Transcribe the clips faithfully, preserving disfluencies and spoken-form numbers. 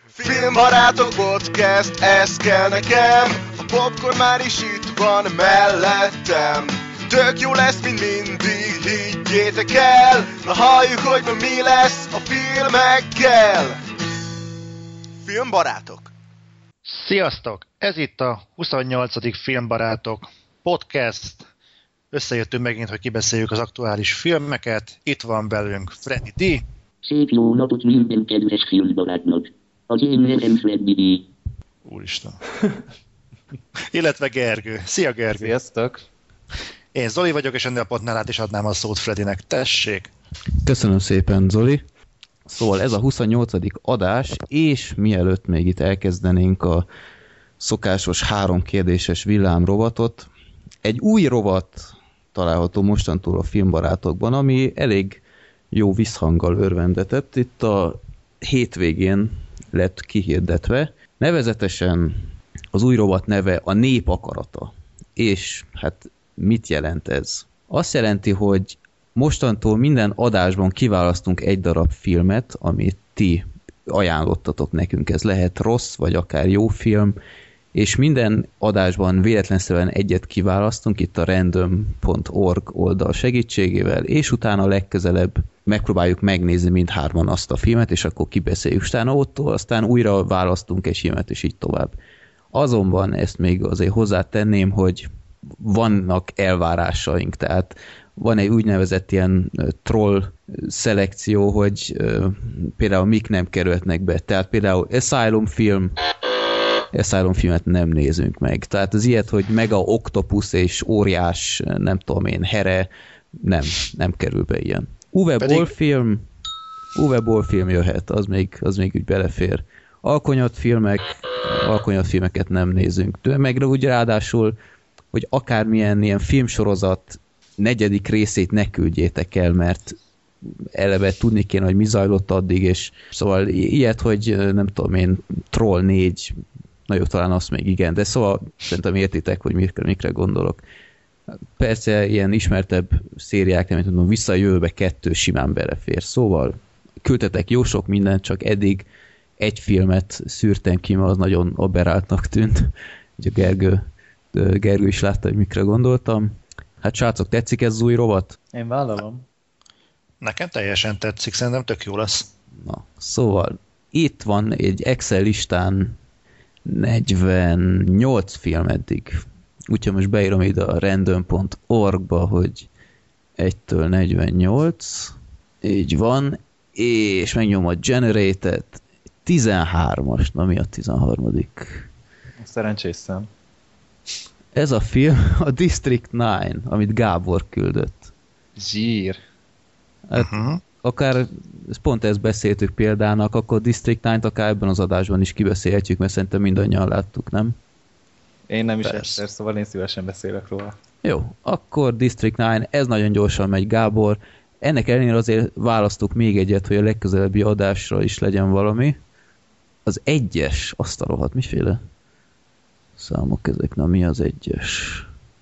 Filmbarátok podcast, ez kell nekem. A popcorn már is itt van mellettem. Tök jó lesz, mint mindig, higgyétek el. Na halljuk, hogy ma mi lesz a filmekkel. Filmbarátok. Sziasztok! Ez itt a huszonnyolcadik Filmbarátok podcast. Összejöttünk megint, hogy kibeszéljük az aktuális filmeket. Itt van velünk Freddy D. Szép jó napot minden kedves filmbarátnak. Az én nevem Freddy D. Úristen. Illetve Gergő. Szia Gergő! Sziasztok! Én Zoli vagyok, és ennél a pontnál át is adnám a szót Freddynek. Tessék! Köszönöm szépen, Zoli! Szóval ez a huszonnyolcadik adás, és mielőtt még itt elkezdenénk a szokásos három kérdéses villámrovatot, egy új rovat található mostantól a Filmbarátokban, ami elég jó visszhanggal örvendetett. Itt a hétvégén lett kihirdetve. Nevezetesen az új rovat neve a Nép akarata. És hát mit jelent ez? Azt jelenti, hogy mostantól minden adásban kiválasztunk egy darab filmet, amit ti ajánlottatok nekünk. Ez lehet rossz, vagy akár jó film, és minden adásban véletlenszerűen egyet kiválasztunk itt a random pont org oldal segítségével, és utána legközelebb megpróbáljuk megnézni mindhárman azt a filmet, és akkor kibeszéljük. Utána ottól aztán újra választunk egy filmet, és így tovább. Azonban ezt még azért hozzátenném, hogy vannak elvárásaink, tehát van egy úgynevezett ilyen troll szelekció, hogy uh, például mik nem kerülhetnek be. Tehát például Asylum film, Asylum filmet nem nézünk meg. Tehát az ilyet, hogy Mega Octopus és óriás, nem tudom én, here, nem, nem kerül be ilyen. Uwe Pedig... Boll film, Uwe Boll film jöhet, az még, az még úgy belefér. Alkonyat filmek, alkonyat filmeket nem nézünk. De meg úgy ráadásul, hogy akármilyen ilyen filmsorozat negyedik részét ne küldjétek el, mert eleve tudni kéne, hogy mi zajlott addig, és szóval ilyet, hogy nem tudom én, Troll négy, na jó, talán azt még igen, de szóval szerintem értitek, hogy mikre, mikre gondolok. Persze ilyen ismertebb szériák, nem tudom, Vissza a jövőbe kettő simán belefér, szóval küldtetek jó sok mindent, csak eddig egy filmet szűrtem ki, mert az nagyon aberráltnak tűnt. Ugye Gergő, Gergő is látta, hogy mikre gondoltam. Hát srácok, tetszik ez az új rovat? Én vállalom. Nekem teljesen tetszik, szerintem tök jó lesz. Na, szóval itt van egy Excel listán negyvennyolc film eddig. Úgyhogy most beírom ide a random pont org-ba, hogy egytől negyvennyolc. Így van. És megnyom a Generated tizenhármas. Na mi a tizenharmadik? Szerencsés szám. Ez a film a District kilenc, amit Gábor küldött. Zsír. Hát, uh-huh. Akár pont ezt beszéltük példának, akkor District kilenc akár ebben az adásban is kibeszélhetjük, mert szerintem mindannyian láttuk, nem? Én nem is egyszer, szóval én szívesen beszélek róla. Jó, akkor District kilenc, ez nagyon gyorsan megy, Gábor. Ennek ellenére azért választuk még egyet, hogy a legközelebbi adásra is legyen valami. Az egyes, azt a rohadt, miféle számok ezek, na mi az egyes?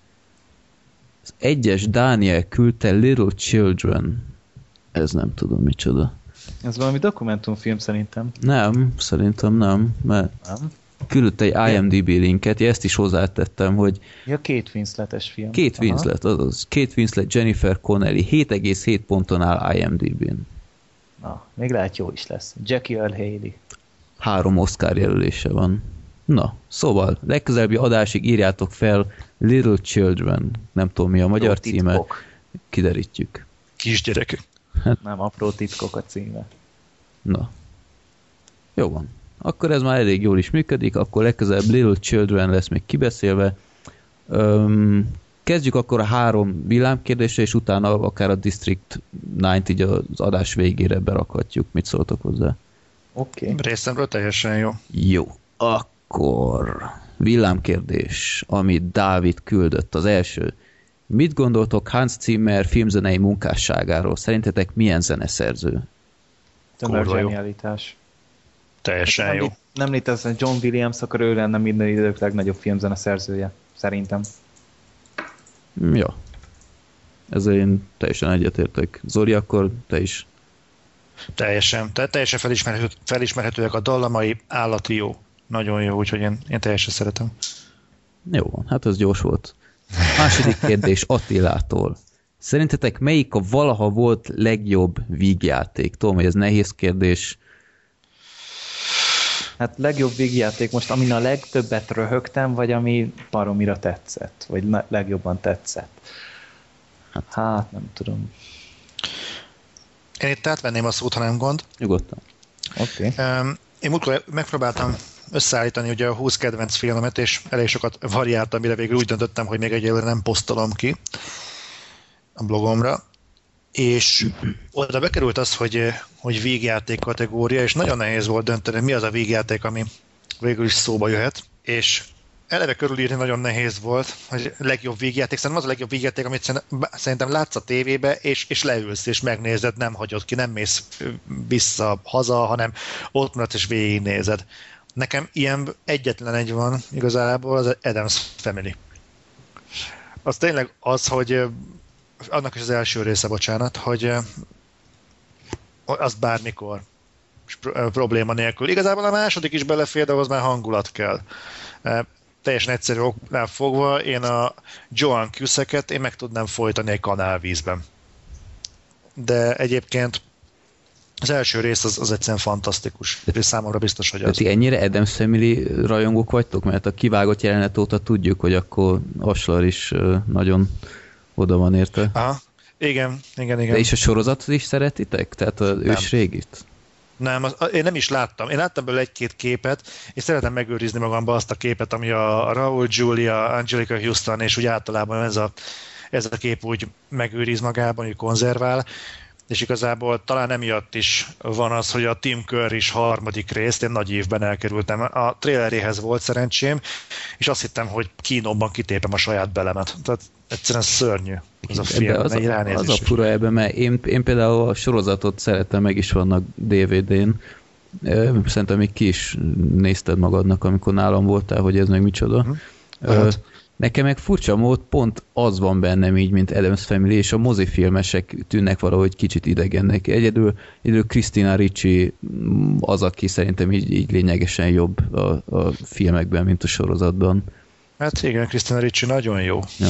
Az egyes Dániel küldte Little Children. Ez nem tudom micsoda. Ez valami dokumentumfilm szerintem. Nem, szerintem nem, mert nem. Küldött egy IMDb linket, ezt is hozzátettem, hogy ja, Kate Winslet-es film. Kate Winslet, azaz. Kate Winslet, Jennifer Connelly, hét egész hét ponton áll IMDb-n. Na, még lehet jó is lesz. Jackie Earle Haley. Három Oscar jelölése van. Na, szóval, legközelebbi adásig írjátok fel Little Children. Nem tudom, mi a magyar Apró címe. titkok. Kiderítjük. Kisgyerekek. Hát. Nem, Apró titkok a címe. Na. Jó van. Akkor ez már elég jól is működik, akkor legközelebb Little Children lesz még kibeszélve. Öm, kezdjük akkor a három villámkérdésre, és utána akár a District kilenc így az adás végére berakhatjuk. Mit szóltok hozzá? Oké. Okay. Részemről teljesen jó. Jó. Akkor villámkérdés, amit Dávid küldött, az első. Mit gondoltok Hans Zimmer filmzenei munkásságáról? Szerintetek milyen zeneszerző? Tömör zsenialitás. Teljesen nem jó. Lé- nem létezne John Williams, akkor ő lenne minden idők legnagyobb filmzene szerzője. Szerintem. Ja. Ezzel én teljesen egyetértek. Zoli, akkor te is. Teljesen, te, teljesen felismerhető, felismerhetőek a dallamai, állati jó. Nagyon jó, úgyhogy én, én teljesen szeretem. Jó, hát ez gyors volt. Második kérdés Attilától. Szerintetek melyik a valaha volt legjobb vígjáték? Tudom, hogy ez nehéz kérdés. Hát legjobb vígjáték most, amin a legtöbbet röhögtem, vagy ami baromira tetszett, vagy legjobban tetszett. Hát, hát nem tudom. Én itt átvenném a szót, ha nem gond. Nyugodtan. Oké. Okay. Én múltkor megpróbáltam összeállítani ugye a húsz kedvenc filmet, és elég sokat variáltam, mire végül úgy döntöttem, hogy még egyelőre nem posztolom ki a blogomra. És oda bekerült az, hogy, hogy vígjáték kategória, és nagyon nehéz volt dönteni, mi az a vígjáték, ami végül is szóba jöhet. És eleve körülírni nagyon nehéz volt, hogy legjobb vígjáték. Szerintem az a legjobb vígjáték, amit szerintem látsz a tévébe, és, és leülsz, és megnézed, nem hagyod ki, nem mész vissza haza, hanem ott maradsz, és végignézed. Nekem ilyen egyetlen egy van igazából, az Addams Family. Az tényleg az, hogy annak is az első része, bocsánat, hogy az bármikor probléma nélkül. Igazából a második is belefér, de ahhoz már hangulat kell. Teljesen egyszerű oknál fogva, én a Joan Cusack-et én meg tudnám folytani egy kanálvízben. De egyébként az első rész az, az egyszerűen fantasztikus. És számomra biztos, hogy az. Tehát ennyire Addams Family rajongók vagytok? Mert a kivágott jelenet óta tudjuk, hogy akkor Aslar is nagyon oda van érte. Aha. Igen, igen, igen. De és a sorozatot is szeretitek? Tehát az ős régit? Nem, az, én nem is láttam. Én láttam belőle egy-két képet, és szeretem megőrizni magamba azt a képet, ami a Raúl Julia, Angelica Houston, és úgy általában ez a, ez a kép úgy megőriz magában, úgy konzervál, és igazából talán emiatt is van az, hogy a Tim Curry is harmadik részt, én nagy évben elkerültem. A traileréhez volt szerencsém, és azt hittem, hogy kínóban kitépem a saját belemet. Tehát egyszerűen szörnyű ez a film. Az, a, az a fura ebben, mert én, én például a sorozatot szeretem, meg is vannak dé vé dén. Szerintem még ki is nézted magadnak, amikor nálam voltál, hogy ez meg micsoda. Uh-huh. Uh, Nekem meg furcsa mód pont az van bennem így, mint Addams Family, és a mozifilmesek tűnnek valahogy kicsit idegennek. Egyedül, egyedül Christina Ricci az, aki szerintem így, így lényegesen jobb a, a filmekben, mint a sorozatban. Hát igen, Christina Ricci nagyon jó. Ja.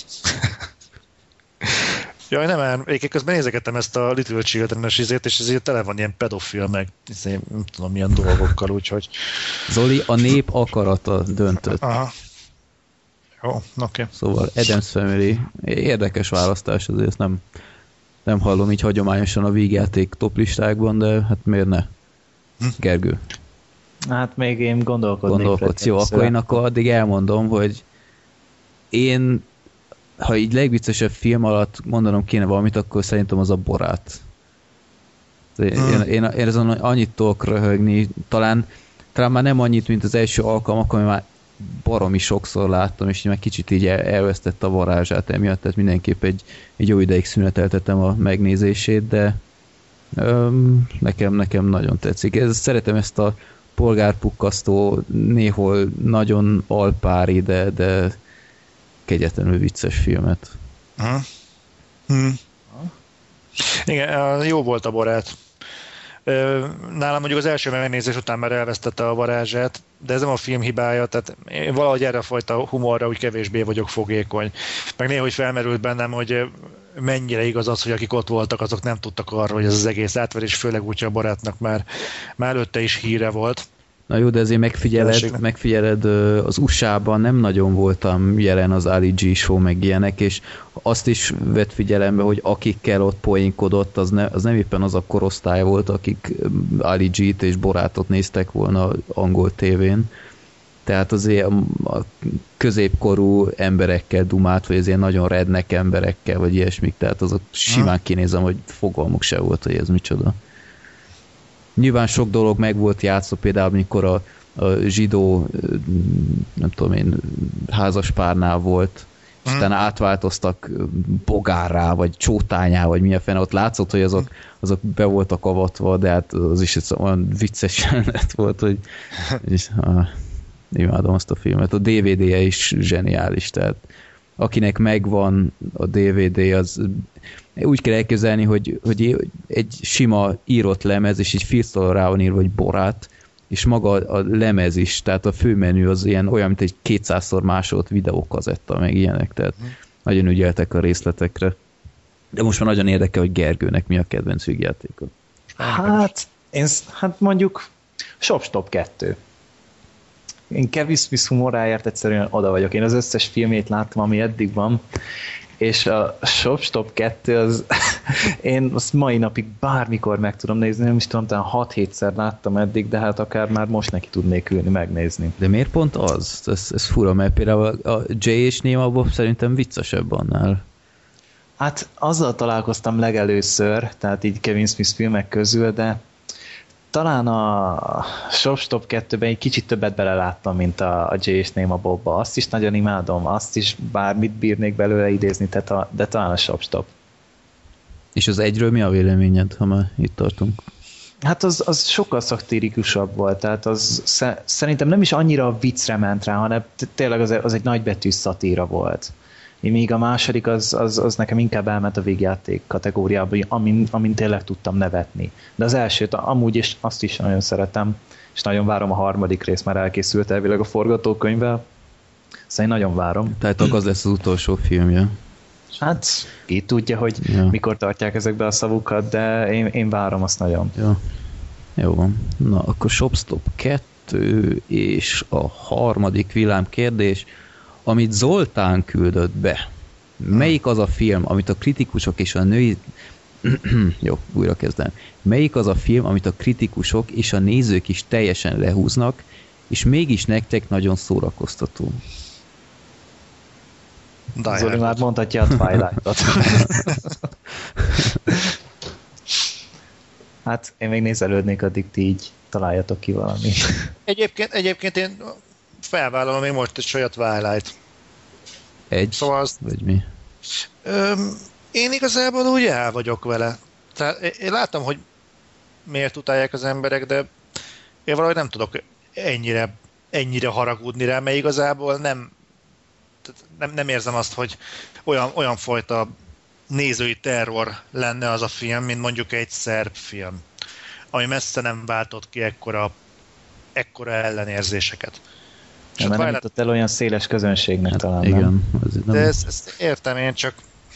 Jaj, nem ám, egyébként közben nézegettem ezt a Little Children-es izét, és ezért tele van ilyen pedofil, meg nem tudom milyen dolgokkal, úgyhogy... Zoli, a nép akarata döntött. Aha. Jó, oké. Okay. Szóval Addams Family, érdekes választás, azért ezt nem, nem hallom így hagyományosan a vígjáték toplistákban, de hát miért ne? Hm? Gergő. Hát még én gondolkodnék. Gondolkodsz, jó, akkor én akkor addig elmondom, hogy én, ha így legviccesebb film alatt mondanom kéne valamit, akkor szerintem az a Borát. Én, hm. én, én, én ezen annyit tudok röhögni, talán, talán már nem annyit, mint az első alkalom, akkor már baromi sokszor láttam, és meg kicsit így el, elvesztette a varázsát emiatt, tehát mindenképp egy, egy jó ideig szüneteltetem a megnézését, de öm, nekem, nekem nagyon tetszik. Ez, szeretem ezt a polgárpukkasztó, néhol nagyon alpári, de, de kegyetlenül vicces filmet. Uh-huh. Hmm. Igen, jó volt a Borát. Nálam mondjuk az első megnézés után már elvesztette a varázsát, de ez nem a film hibája, tehát én valahogy erre a fajta humorra úgy kevésbé vagyok fogékony. Meg néha, hogy felmerült bennem, hogy mennyire igaz az, hogy akik ott voltak, azok nem tudtak arról, hogy ez az egész átverés, főleg úgy, hogy a Barátnak már, már előtte is híre volt. Na jó, de azért megfigyeled, megfigyeled az u es á-ban nem nagyon voltam jelen az Ali G show meg ilyenek, és azt is vett figyelembe, hogy akikkel ott poénkodott, az, ne, az nem éppen az a korosztály volt, akik Ali G-t és Borátot néztek volna angol tévén. Tehát azért a középkorú emberekkel dumált, vagy azért nagyon redneck emberekkel, vagy ilyesmik, tehát azok simán kinézem, hogy fogalmuk se volt, hogy ez micsoda. Nyilván sok dolog meg volt játszva, például amikor a, a zsidó, nem tudom én, házaspárnál volt, és utána átváltoztak bogárrá, vagy csótányá, vagy milyen fene, ott látszott, hogy azok, azok be voltak avatva, de hát az is olyan vicces jelenet volt, hogy és, ah, imádom azt a filmet. A dé vé dé-je is zseniális, tehát akinek megvan a dé vé dé, az úgy kell elképzelni, hogy, hogy egy sima írott lemez, és egy filctal rá van írva, vagy borát, és maga a lemez is, tehát a főmenü az ilyen olyan, mint egy kétszázszor másolt videókazetta, meg ilyenek, tehát hmm. nagyon ügyeltek a részletekre. De most már nagyon érdekel, hogy Gergőnek mi a kedvenc vígjátéka. Hát, én, hát mondjuk Shop-Stop kettő. Én Kevin Smith humoráért egyszerűen oda vagyok. Én az összes filmét láttam, ami eddig van, és a Shop-Stop kettő az én azt mai napig bármikor meg tudom nézni, nem is tudom, talán hat-hétszer láttam eddig, de hát akár már most neki tudnék ülni, megnézni. De miért pont az? Ez, ez fura, mert például a Jay és Néma Bob szerintem viccesebb annál. Hát azzal találkoztam legelőször, tehát így Kevin Smith filmek közül, de talán a Shop-Stop kettőben egy kicsit többet beleláttam, mint a, a Jay és Néma Bobba. Azt is nagyon imádom, azt is bármit bírnék belőle idézni, tehát a, de talán a Shop-Stop. És az egyről mi a véleményed, ha már itt tartunk? Hát az, az sokkal szaktirikusabb volt, tehát az sze, szerintem nem is annyira viccre ment rá, hanem tényleg az, az egy nagybetű szatíra volt. Míg a második az, az, az nekem inkább elment a végjáték kategóriába, amin, amin tényleg tudtam nevetni. De az elsőt amúgy is azt is nagyon szeretem, és nagyon várom a harmadik rész, már elkészült elvileg a forgatókönyvvel. Szóval én nagyon várom. Tehát az lesz az utolsó filmje. Hát, ki tudja, hogy ja. mikor tartják ezekbe a szavukat, de én, én várom azt nagyon. Ja. Jó van. Na, akkor Shop-Stop kettő és a harmadik villámkérdés, amit Zoltán küldött be. Melyik az a film, amit a kritikusok és a női... Jó, újra kezdem. Melyik az a film, amit a kritikusok és a nézők is teljesen lehúznak, és mégis nektek nagyon szórakoztató? Zoli már mondhatja a Twilight-ot. Hát én még nézelődnék, addig ti így találjatok ki valamit. Egyébként, egyébként én felvállalom még most egy saját Twilight. Egy? Szóval az, vagy mi? Öm, én igazából úgy el vagyok vele. Tehát én láttam, hogy miért utálják az emberek, de én valahogy nem tudok ennyire, ennyire haragudni rá, mert igazából nem, nem, nem érzem azt, hogy olyan, olyan fajta nézői terror lenne az a film, mint mondjuk egy szerb film, ami messze nem váltott ki ekkora, ekkora ellenérzéseket. Ja, mert nem jutott el olyan széles közönségnek hát, talán, igen, nem? Nem? De ezt, ezt értem én, csak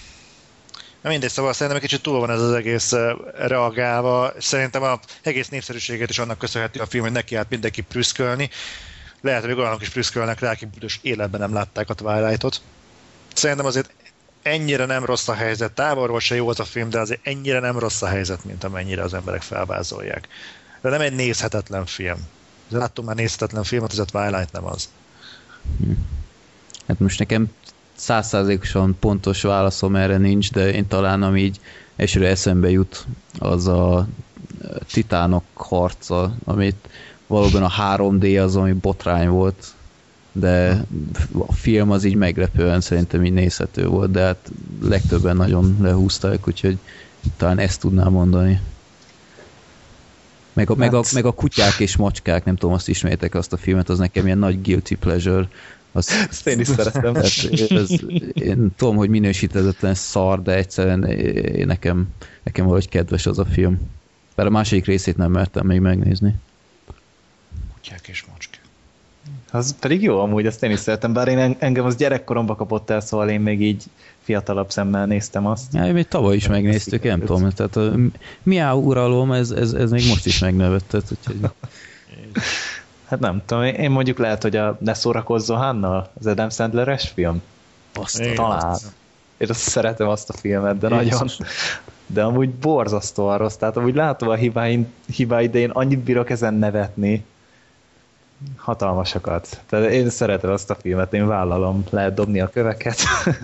na mindegy, szóval szerintem egy kicsit túl van ez az egész reagálva. Szerintem az egész népszerűséget is annak köszönheti a film, hogy neki állt mindenki prüszkölni. Lehet, hogy még olyanok is prüszkölnek rá, akik büdös életben nem látták a Twilightot. Szerintem azért ennyire nem rossz a helyzet. Távolról se jó az a film, de azért ennyire nem rossz a helyzet, mint amennyire az emberek felvázolják. De nem egy nézhetetlen film. Láttunk már nézhetetlen filmet, ez a Twilight nem az. Hát most nekem száz százalékosan pontos válaszom erre nincs, de én talán ami így elsőre eszembe jut, az a Titánok harca, amit valóban a három dé az, ami botrány volt, de a film az így meglepően szerintem így nézhető volt, de hát legtöbben nagyon lehúzták, úgyhogy talán ezt tudnám mondani. Meg a, hát. meg, a, meg a kutyák és macskák, nem tudom, azt ismertek azt a filmet, az nekem ilyen nagy guilty pleasure. Azt, Ezt én is szeretem. Ez, ez, én tudom, hogy minősíthetetlen szar, de egyszerűen én, nekem, nekem valahogy kedves az a film. Bár a második részét nem mertem még megnézni. Kutyák és macskák. Az pedig jó amúgy, ezt én is szeretem, bár én engem az gyerekkoromba kapott el, szóval én még így fiatalabb szemmel néztem azt. Ja, még tavaly is megnéztük, nem tudom. Tehát a Miau uralom, ez, ez, ez még most is megnövetett. Úgyhogy... Hát nem tudom, én mondjuk lehet, hogy a Ne szórakozzon Hannal, az Adam Sandler-es film. Azt talán. Én azt szeretem azt a filmet, de Jézus. Nagyon. De amúgy borzasztóan rossz. Tehát amúgy látom a hibáin, hibáid, de én annyit bírok ezen nevetni. Hatalmasakat. Tehát én szeretem azt a filmet, én vállalom. Lehet dobni a köveket.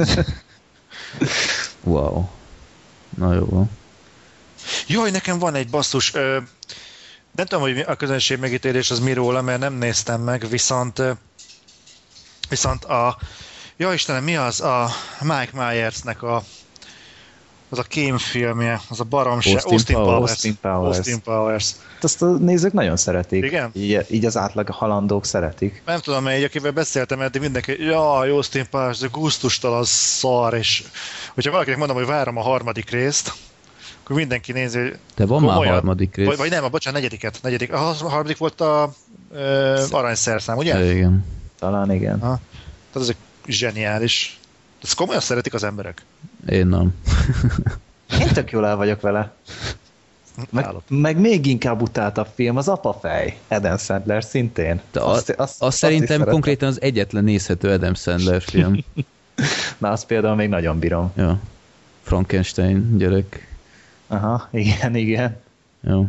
Wow. Na jó. Jaj, nekem van egy basszus. Ö, nem tudom, hogy a közönség megítélés az mi róla, mert nem néztem meg, viszont viszont, viszont a ja Istenem, mi az? A Mike Myersnek a az a kémfilmje, az a baromság. Austin Austin Powers. Austin Powers. Austin Powers. Azt a nézők nagyon szeretik. Igen? Így, így az átlag halandók szeretik. Nem tudom, mely, akivel beszéltem eddig mindenki, jaj, Austin Powers, ez gusztustalan szar, és hogyha valakinek mondom, hogy várom a harmadik részt, akkor mindenki nézi, hogy De van komolyan, már harmadik rész. Vagy, vagy nem, a, bocsánat, negyediket. Negyedik. A harmadik volt a ö, aranyszerszám, ugye? Igen. Talán igen. Ha. Tehát ez egy zseniális. Ezt komolyan szeretik az emberek. Én nem. Én tök jól el vagyok vele. Meg, meg még inkább utált a film, az Apafej. Adam Sandler szintén. De azt, azt, azt, azt szerintem konkrétan az egyetlen nézhető Adam Sandler film. Na, azt például még nagyon bírom. Ja. Frankenstein gyerek. Aha, igen, igen. Jó.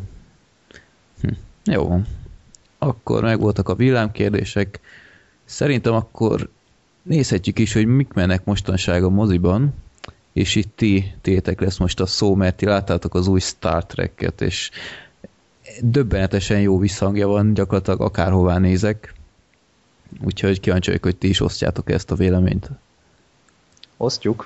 Hm. Jó van. Akkor megvoltak a villámkérdések. Szerintem akkor nézhetjük is, hogy mik mennek mostanság a moziban, és itt ti, tétek lesz most a szó, mert ti láttátok az új Star Trek-et, és döbbenetesen jó visszhangja van, gyakorlatilag akárhová nézek. Úgyhogy kíváncsi vagyok, hogy ti is osztjátok ezt a véleményt. Osztjuk.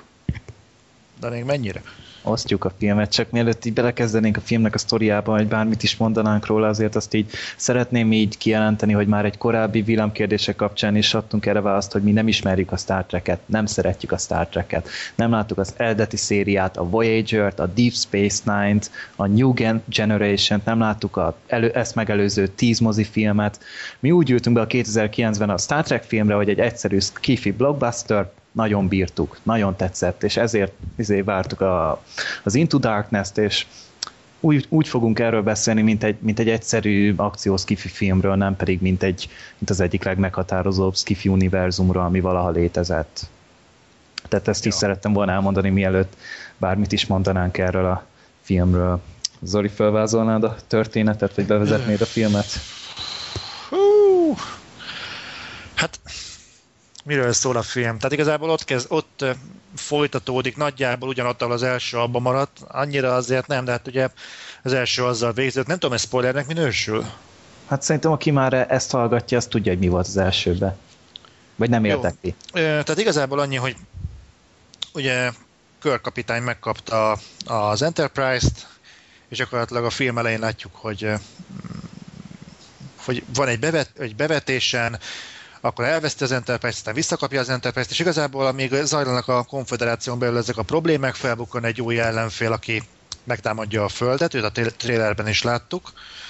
De még mennyire? Osztjuk a filmet, csak mielőtt így belekezdenénk a filmnek a sztoriába, vagy bármit is mondanánk róla, azért azt így szeretném így kijelenteni, hogy már egy korábbi villámkérdések kapcsán is adtunk erre választ, hogy mi nem ismerjük a Star Trek-et, nem szeretjük a Star Trek-et, nem láttuk az eredeti szériát, a Voyager-t, a Deep Space Nine-t, a New Generation-t, nem láttuk a elő, ezt megelőző tíz mozifilmet. Mi úgy ültünk be a kétezer-kilencben a Star Trek filmre, hogy egy egyszerű sci-fi blockbuster, nagyon bírtuk, nagyon tetszett, és ezért, ezért vártuk a, az Into Darkness-t, és úgy, úgy fogunk erről beszélni, mint egy, mint egy egyszerű akciós sci-fi filmről, nem pedig mint, egy, mint az egyik legmeghatározóbb sci-fi univerzumról, ami valaha létezett. Tehát ezt is ja. szerettem volna elmondani, mielőtt bármit is mondanánk erről a filmről. Zoli, felvázolnád a történetet, vagy bevezetnéd a filmet? Hú. Hát... Miről szól a film? Tehát igazából ott, kezd, ott folytatódik, nagyjából ugyanott, ahol az első abban maradt, annyira azért nem, de hát ugye az első azzal végzett. Nem tudom, ez spoilernek minősül? Hát szerintem, aki már ezt hallgatja, az tudja, hogy mi volt az elsőben. Vagy nem érdekli. Tehát igazából annyi, hogy ugye Kirk kapitány megkapta az Enterprise-t, és gyakorlatilag a film elején látjuk, hogy, hogy van egy, bevet, egy bevetésen, akkor elveszti az Enterprise-t, aztán visszakapja az Enterprise-t, és igazából amíg zajlanak a konfederáción belül ezek a problémák, felbukkan egy új ellenfél, aki megtámadja a Földet, őt a trailerben is láttuk.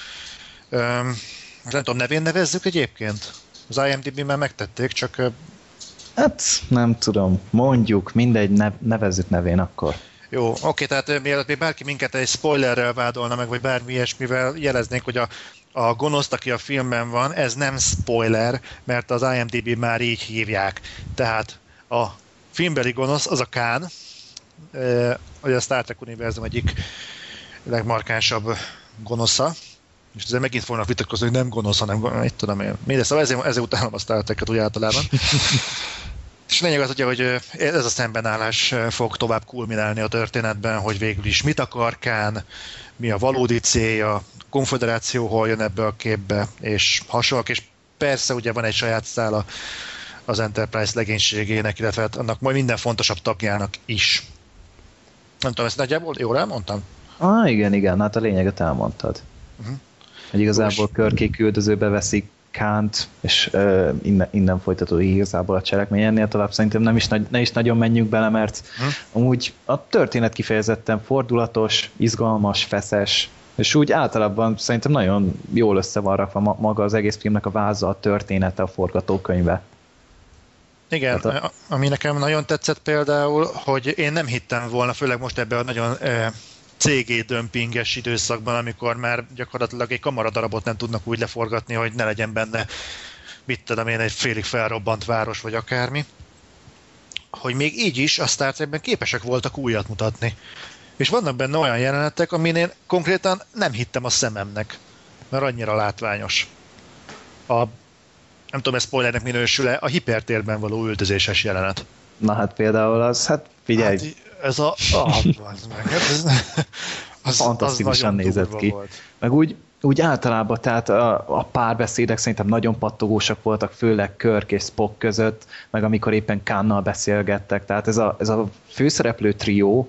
Üm, nem tudom, nevén nevezzük egyébként? Az I M D B-ben megtették, csak... Hát nem tudom, mondjuk, mindegy, ne- nevezzük nevén akkor. Jó, oké, tehát mielőtt még bárki minket egy spoilerrel vádolna meg, vagy bármi ilyesmivel, jeleznénk, hogy a A gonoszt, aki a filmben van, ez nem spoiler, mert az I M D B már így hívják. Tehát a filmbeli gonosz az a Khan, hogy a Star Trek univerzum egyik legmarkánsabb gonosza. És ezzel megint fognak vitatkozni, hogy nem gonosz, hanem mit tudom én. Mindegy, szóval ezért, ezért utálom a Star Trek-et úgy általában. És lényeg az, ugye, hogy ez a szembenállás fog tovább kulminálni a történetben, hogy végül is mit akar Khan, mi a valódi célja, konfederáció hol jön ebbe a képbe, és hasonlók, és persze ugye van egy saját szála az Enterprise legénységének, illetve hát annak majd minden fontosabb tagjának is. Nem tudom, ezt nagyjából jól elmondtam? Ah, igen, igen, hát a lényeget elmondtad. Uh-huh. Hogy igazából Körkék küldözőbe veszik Khánt, és uh, innen, innen folytatódik igazából a cselekmény. Ennél tovább szerintem nem is, nagy, ne is nagyon menjünk bele, mert uh-huh. amúgy a történet kifejezetten fordulatos, izgalmas, feszes, és úgy általában szerintem nagyon jól össze van rakva maga az egész filmnek a váza, a története, a forgatókönyve. Igen, a... ami nekem nagyon tetszett például, hogy én nem hittem volna, főleg most ebben a nagyon eh, cé gé dömpinges időszakban, amikor már gyakorlatilag egy kamaradarabot nem tudnak úgy leforgatni, hogy ne legyen benne, mit tudom én, egy félig felrobbant város, vagy akármi, hogy még így is a Star Trekben képesek voltak újat mutatni. És vannak benne olyan jelenetek, amin én konkrétan nem hittem a szememnek, mert annyira látványos. A, nem tudom, ez spoilernek minősül-e, a hipertérben való üldözéses jelenet. Na hát például az, hát figyelj. Hát ez a... Ah, az meg, ez, az, fantasztikusan az nézett ki. Volt. Meg úgy, úgy általában, tehát a, a párbeszédek szerintem nagyon pattogósak voltak, főleg Kirk és Spock között, meg amikor éppen Khánnal beszélgettek. Tehát ez a, ez a főszereplő trió,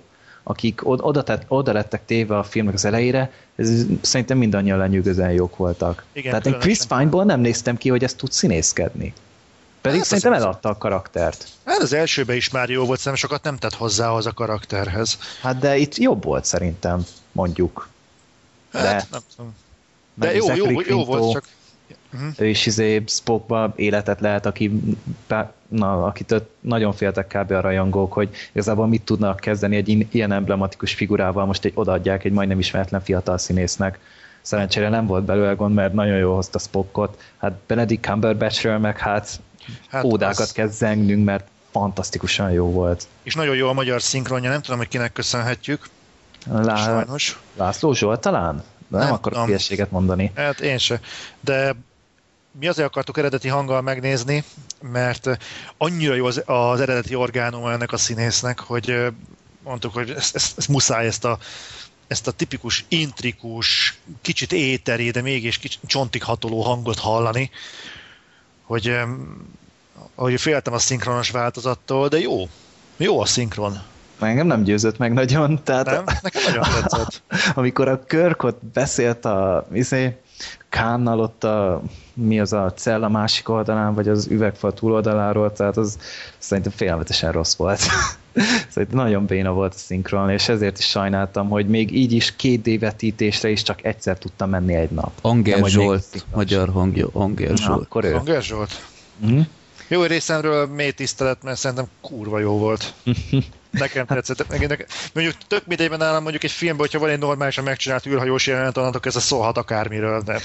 akik oda, tett, oda lettek téve a filmnek az elejére, ez, szerintem mindannyian lenyűgözően jók voltak. Igen, tehát én Chris Pine-ból nem néztem ki, hogy ezt tud színészkedni. Pedig hát szerintem eladta a karaktert. Hát az elsőben is már jó volt, szerintem sokat nem tett hozzá az a karakterhez. Hát de itt jobb volt szerintem, mondjuk. De, hát, nem tudom. De jó, jó, jó volt, csak... Uh-huh. Ő is izé Spockba életet lehet, aki, na, akitől nagyon féltek kb. A rajongók, hogy igazából mit tudnak kezdeni egy ilyen emblematikus figurával, most egy odaadják egy majdnem ismeretlen fiatal színésznek. Szerencsére nem volt belőle gond, mert nagyon jól hozta Spockot. Hát Benedict Cumberbatchről meg hát, hát ódákat az... kezd zengnünk, mert fantasztikusan jó volt. És nagyon jó a magyar szinkronja, nem tudom, hogy kinek köszönhetjük. Lá... Sajnos. László Zsolt talán? De nem, nem akarok hülyeséget mondani. Hát én se. De mi azért akartuk eredeti hanggal megnézni, mert annyira jó az, az eredeti orgánuma ennek a színésznek, hogy mondtuk, hogy ezt, ezt, ezt muszáj ezt a, ezt a tipikus, intrikus, kicsit éteri, de mégis kicsit csontig hatoló hangot hallani, hogy ahogy féltem a szinkronos változattól, de jó. Jó a szinkron. Engem nem győzött meg nagyon. Tehát nem? Nekem nagyon tetszett. Amikor a Kirk ott beszélt a izé, Kánnal ott a, mi az a cella másik oldalán, vagy az üvegfal túloldaláról, tehát az szerintem félelmetesen rossz volt. Szerintem nagyon béna volt a szinkron, és ezért is sajnáltam, hogy még így is két dé vetítésre is csak egyszer tudtam menni egy nap. Anger Zsolt, magyar hangja, Anger Zsolt. Akkor ő. Anger Zsolt? Mm-hmm. Jó részemről mély tisztelet, mert szerintem kurva jó volt. Nekem tetszett. Mondjuk tök mindegyben nálam mondjuk egy filmben, hogyha van egy normálisan megcsinált űrhajós jelenet, annak ez a szólhat akármiről, de...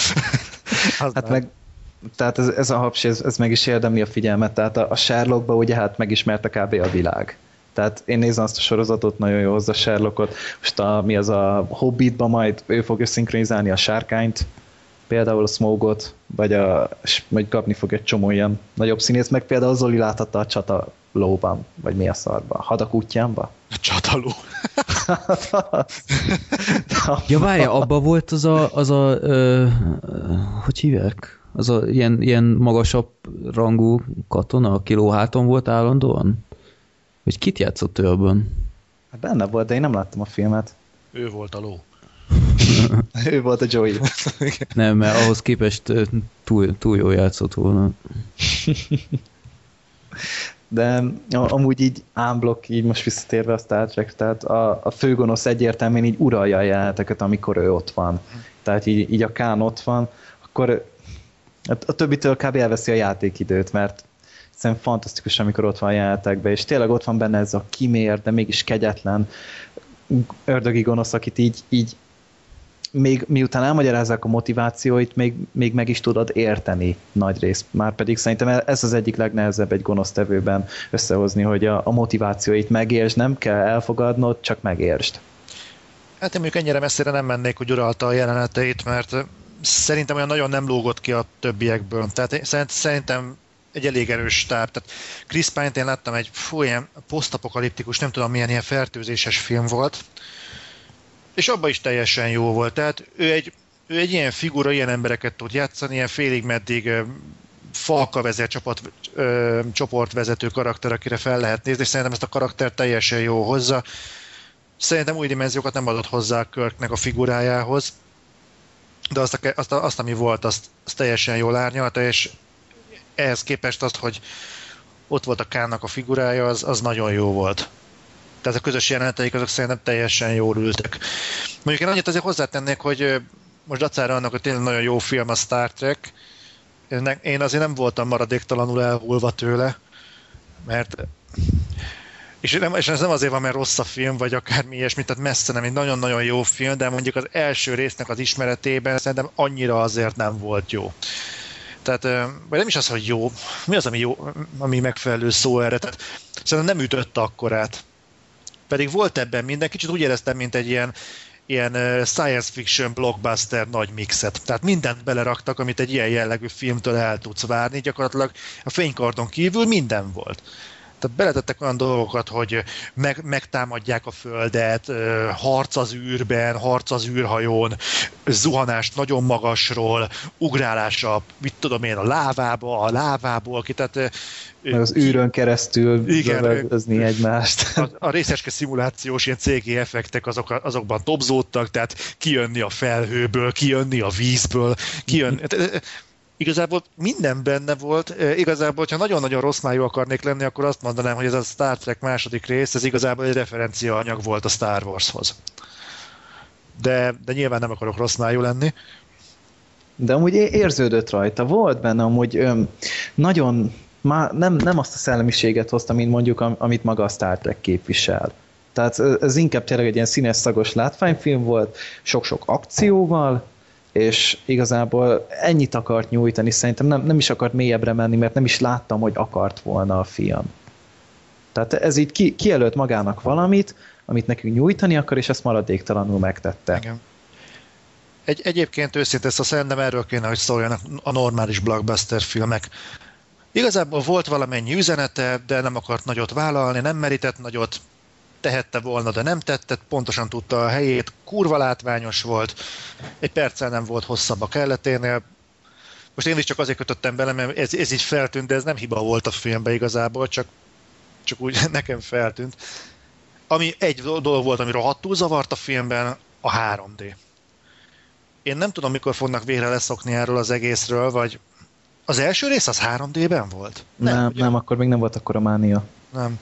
hát meg, tehát ez, ez a haps, ez, ez meg is érdemli a figyelmet, tehát a, a Sherlockba ugye hát megismerte kb. A világ. Tehát én nézem azt a sorozatot, nagyon jó hozza Sherlockot, most a, mi az a Hobbitba majd ő fogja szinkronizálni a sárkányt, például a Smogot, vagy, a, vagy kapni fog egy csomó ilyen nagyobb színész, meg például Zoli láthatta a Csatalóban, vagy mi a szarban? Hadakútjánba? A Csataló. Ja, várja, abban volt az a, az a ö, hogy hívják? Az a ilyen, ilyen magasabb rangú katona, aki lóháton volt állandóan? Vagy kit játszott ő abban? Hát benne volt, de én nem láttam a filmet. Ő volt a ló. Ő volt a Joey. Nem, mert ahhoz képest túl, túl jól játszott volna. De amúgy így unblock, így most visszatérve a Star Trek, tehát a, a főgonosz egyértelműen így uralja a jeleneteket, amikor ő ott van. Tehát így, így a Kán ott van, akkor a, a többitől kb. Elveszi a játékidőt, mert szerintem fantasztikus, amikor ott van a jelenetekben, és tényleg ott van benne ez a kimér, de mégis kegyetlen ördögi gonosz, akit így, így még miután elmagyarázzák a motivációit, még, még meg is tudod érteni nagy rész. Márpedig szerintem ez az egyik legnehezebb egy gonosztevőben összehozni, hogy a, a motivációit megértsd, nem kell elfogadnod, csak megértsd. Hát én mondjuk ennyire messzire nem mennék, hogy uralta a jeleneteit, mert szerintem olyan nagyon nem lógott ki a többiekből. Tehát szerintem egy elég erős stáb. Tehát Chris Pine-t én láttam egy fú, ilyen posztapokaliptikus, nem tudom milyen ilyen fertőzéses film volt, és abban is teljesen jó volt. Tehát ő egy, ő egy ilyen figura, ilyen embereket tud játszani, ilyen félig meddig falka vezet csapat, ö, csoportvezető karakter, akire fel lehet nézni, és szerintem ezt a karakter teljesen jó hozza. Szerintem új dimenziókat nem adott hozzá a Kirknek a figurájához, de azt, a, azt, a, azt ami volt, azt, azt teljesen jól árnyalta, és ehhez képest azt, hogy ott volt a Kánnak a figurája, az, az nagyon jó volt. Tehát a közös jeleneteik azok szerintem teljesen jól ültek. Mondjuk én annyit azért hozzátennék, hogy most dacára annak, hogy tényleg nagyon jó film a Star Trek, én azért nem voltam maradéktalanul elhullva tőle, mert és, nem, és ez nem azért van, mert rossz a film, vagy akármi ilyesmi, tehát messze nem, egy nagyon-nagyon jó film, de mondjuk az első résznek az ismeretében szerintem annyira azért nem volt jó. Tehát, vagy nem is az, hogy jó, mi az, ami jó, ami megfelelő szó erre, tehát szerintem nem ütötte akkorát. Pedig volt ebben minden, kicsit úgy éreztem, mint egy ilyen, ilyen science fiction blockbuster nagy mixet. Tehát mindent beleraktak, amit egy ilyen jellegű filmtől el tudsz várni, gyakorlatilag a fénykardon kívül minden volt. Tehát beletettek olyan dolgokat, hogy meg, megtámadják a Földet, harc az űrben, harc az űrhajón, zuhanás nagyon magasról, ugrálás a, mit tudom én, a lávába, a lávából, ki, tehát meg az űrön keresztül zövezni egymást. A, a részecske szimulációs ilyen cé gé effektek azok, azokban dobzódtak, tehát kijönni a felhőből, kijönni a vízből, kijönni... Igazából minden benne volt. Igazából, ha nagyon-nagyon rossz májú akarnék lenni, akkor azt mondanám, hogy ez a Star Trek második rész, ez igazából egy referenciaanyag volt a Star Warshoz. De, de nyilván nem akarok rossz májú lenni. De amúgy érződött rajta. Volt benne amúgy öm, nagyon... Már nem, nem azt a szellemiséget hozta, mint mondjuk, amit maga a Star Trek képvisel. Tehát ez inkább tényleg egy ilyen színes, szagos látványfilm volt, sok-sok akcióval, és igazából ennyit akart nyújtani, szerintem nem, nem is akart mélyebbre menni, mert nem is láttam, hogy akart volna a film. Tehát ez így ki, kijelölt magának valamit, amit nekünk nyújtani akar, és ezt maradéktalanul megtette. Igen. Egy, egyébként őszintén, ezt szerintem erről kéne, hogy szóljanak a normális blockbuster filmek. Igazából volt valamennyi üzenete, de nem akart nagyot vállalni, nem merített nagyot, tehette volna, de nem tette, pontosan tudta a helyét, kurva látványos volt, egy perccel nem volt hosszabb a kelleténél. Most én is csak azért kötöttem bele, mert ez, ez így feltűnt, de ez nem hiba volt a filmben igazából, csak, csak úgy nekem feltűnt. Ami egy dolog volt, ami rohadtul zavart a filmben, a három dé. Én nem tudom, mikor fognak végre leszokni erről az egészről, vagy az első rész az három dében volt? Nem, nem, nem, akkor még nem volt akkor a mánia. Nem.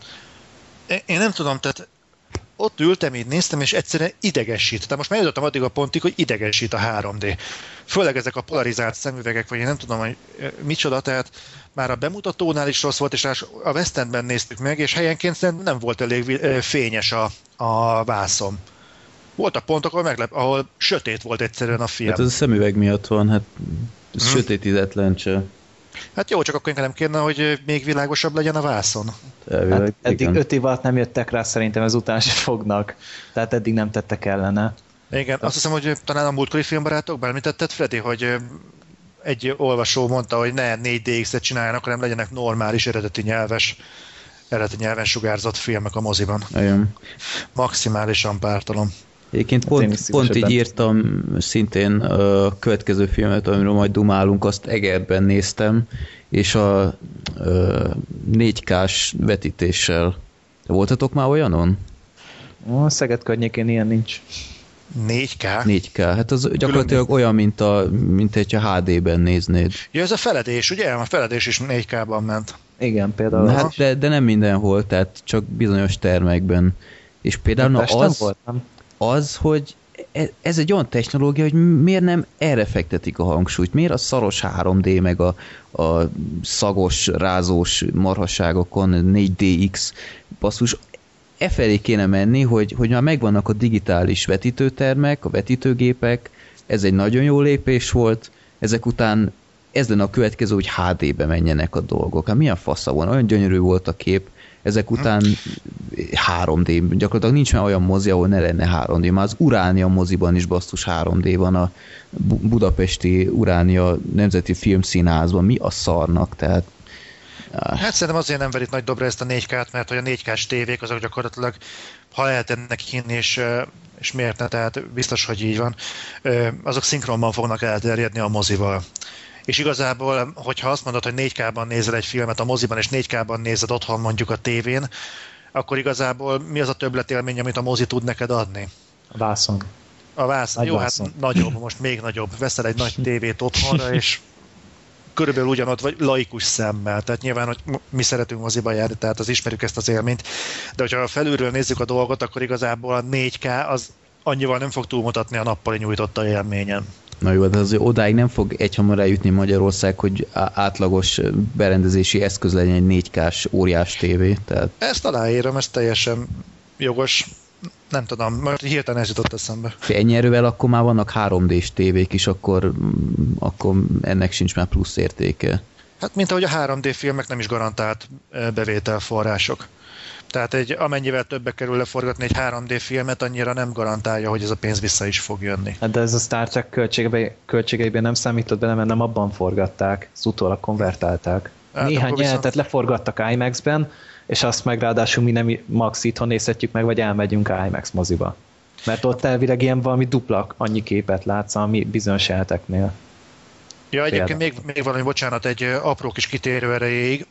Én nem tudom, tehát ott ültem, így néztem, és egyszerűen idegesít. Tehát most már jutottam addig a pontig, hogy idegesít a három dé. Főleg ezek a polarizált szemüvegek, vagy én nem tudom, hogy micsoda, tehát már a bemutatónál is rossz volt, és a West Endben néztük meg, és helyenként nem volt elég fényes a, a vászon. Voltak pontok, ahol, meglep, ahol sötét volt egyszerűen a film. Hát ez a szemüveg miatt van, hát ez hmm. sötétítetlen se. Hát jó, csak akkor inkább nem kérne, hogy még világosabb legyen a vászon. Hát eddig öt év alatt nem jöttek rá, szerintem ezután se fognak. Tehát eddig nem tettek ellene. Igen, azt hiszem, hogy talán a múltkori filmbarátokban említetted, Freddy, hogy egy olvasó mondta, hogy ne négy dé iksz-et csináljanak, hanem legyenek normális, eredeti nyelves, eredeti nyelven sugárzott filmek a moziban. Igen. Maximálisan pártalom. Egyébként pont, pont így írtam szintén a következő filmet, amiről majd dumálunk, azt Egerben néztem, és a, a négy ká-s vetítéssel. Voltatok már olyanon? A Szeged környékén ilyen nincs. négy ká? négy ká, hát az gyakorlatilag olyan, mint, a, mint egy há dé-ben néznéd. Ja, ez a feledés, ugye? A feledés is négy ká-ban ment. Igen, például. Hát, de, de nem mindenhol, tehát csak bizonyos termekben. És például na, az... Volt, nem? az, hogy ez egy olyan technológia, hogy miért nem erre fektetik a hangsúlyt? Miért a szaros három dé, meg a, a szagos, rázós marhasságokon négy dé iksz basszus, e felé kéne menni, hogy, hogy már megvannak a digitális vetítőtermek, a vetítőgépek, ez egy nagyon jó lépés volt, ezek után ez lenne a következő, hogy há dé-be menjenek a dolgok. Hát milyen fasza van, olyan gyönyörű volt a kép, ezek után három dé, gyakorlatilag nincs már olyan mozi, ahol ne lenne három dé. Már az Uránia moziban is basszus három dé van, a budapesti Uránia Nemzeti Filmszínházban. Mi a szarnak? Tehát... Hát szerintem azért nem verik nagy dobra ezt a négy ká-t, mert hogy a négy ká-s tévék azok gyakorlatilag, ha lehet ennek hinni, és, és miért ne, tehát biztos, hogy így van, azok szinkronban fognak elterjedni a mozival. És igazából, hogyha azt mondod, hogy négy ká-ban nézel egy filmet a moziban, és négy ká-ban nézed otthon mondjuk a tévén, akkor igazából mi az a többletélmény, amit a mozi tud neked adni? A vászon. A vászon. Jó, vászon. Hát nagyobb, most még nagyobb. Veszel egy nagy tévét otthonra, és körülbelül ugyanott vagy laikus szemmel. Tehát nyilván, hogy mi szeretünk moziba járni, tehát az ismerjük ezt az élményt. De hogyha felülről nézzük a dolgot, akkor igazából a négy ká az annyival nem fog túlmutatni a nappali nyújtotta élményen. Na jó, de azért odáig nem fog egyhamar eljutni Magyarország, hogy átlagos berendezési eszköz legyen egy négy ká-s óriás tévé. Tehát... Ezt aláírom, ez teljesen jogos. Nem tudom, most hirtelen ez jutott eszembe. Ennyi erővel akkor már vannak három dés tévék is, akkor, akkor ennek sincs már plusz értéke. Hát mint ahogy a három dé filmek nem is garantált bevételforrások. Tehát egy, amennyivel többe kerül leforgatni egy három dé filmet, annyira nem garantálja, hogy ez a pénz vissza is fog jönni. Hát de ez a Star Trek költségeiben, költségeiben nem számított bele, mert nem abban forgatták, ezt utólag konvertálták. Hát Néhány akkor jelenetet viszont... leforgattak IMAX-ben, és azt meg ráadásul mi nem max itthon nézhetjük meg, vagy elmegyünk IMAX moziba. Mert ott elvileg ilyen valami dupla annyi képet látsz, ami bizonyos jeleneteknél. Ja, egyébként még, még valami, bocsánat, egy apró kis kitérő erejéig.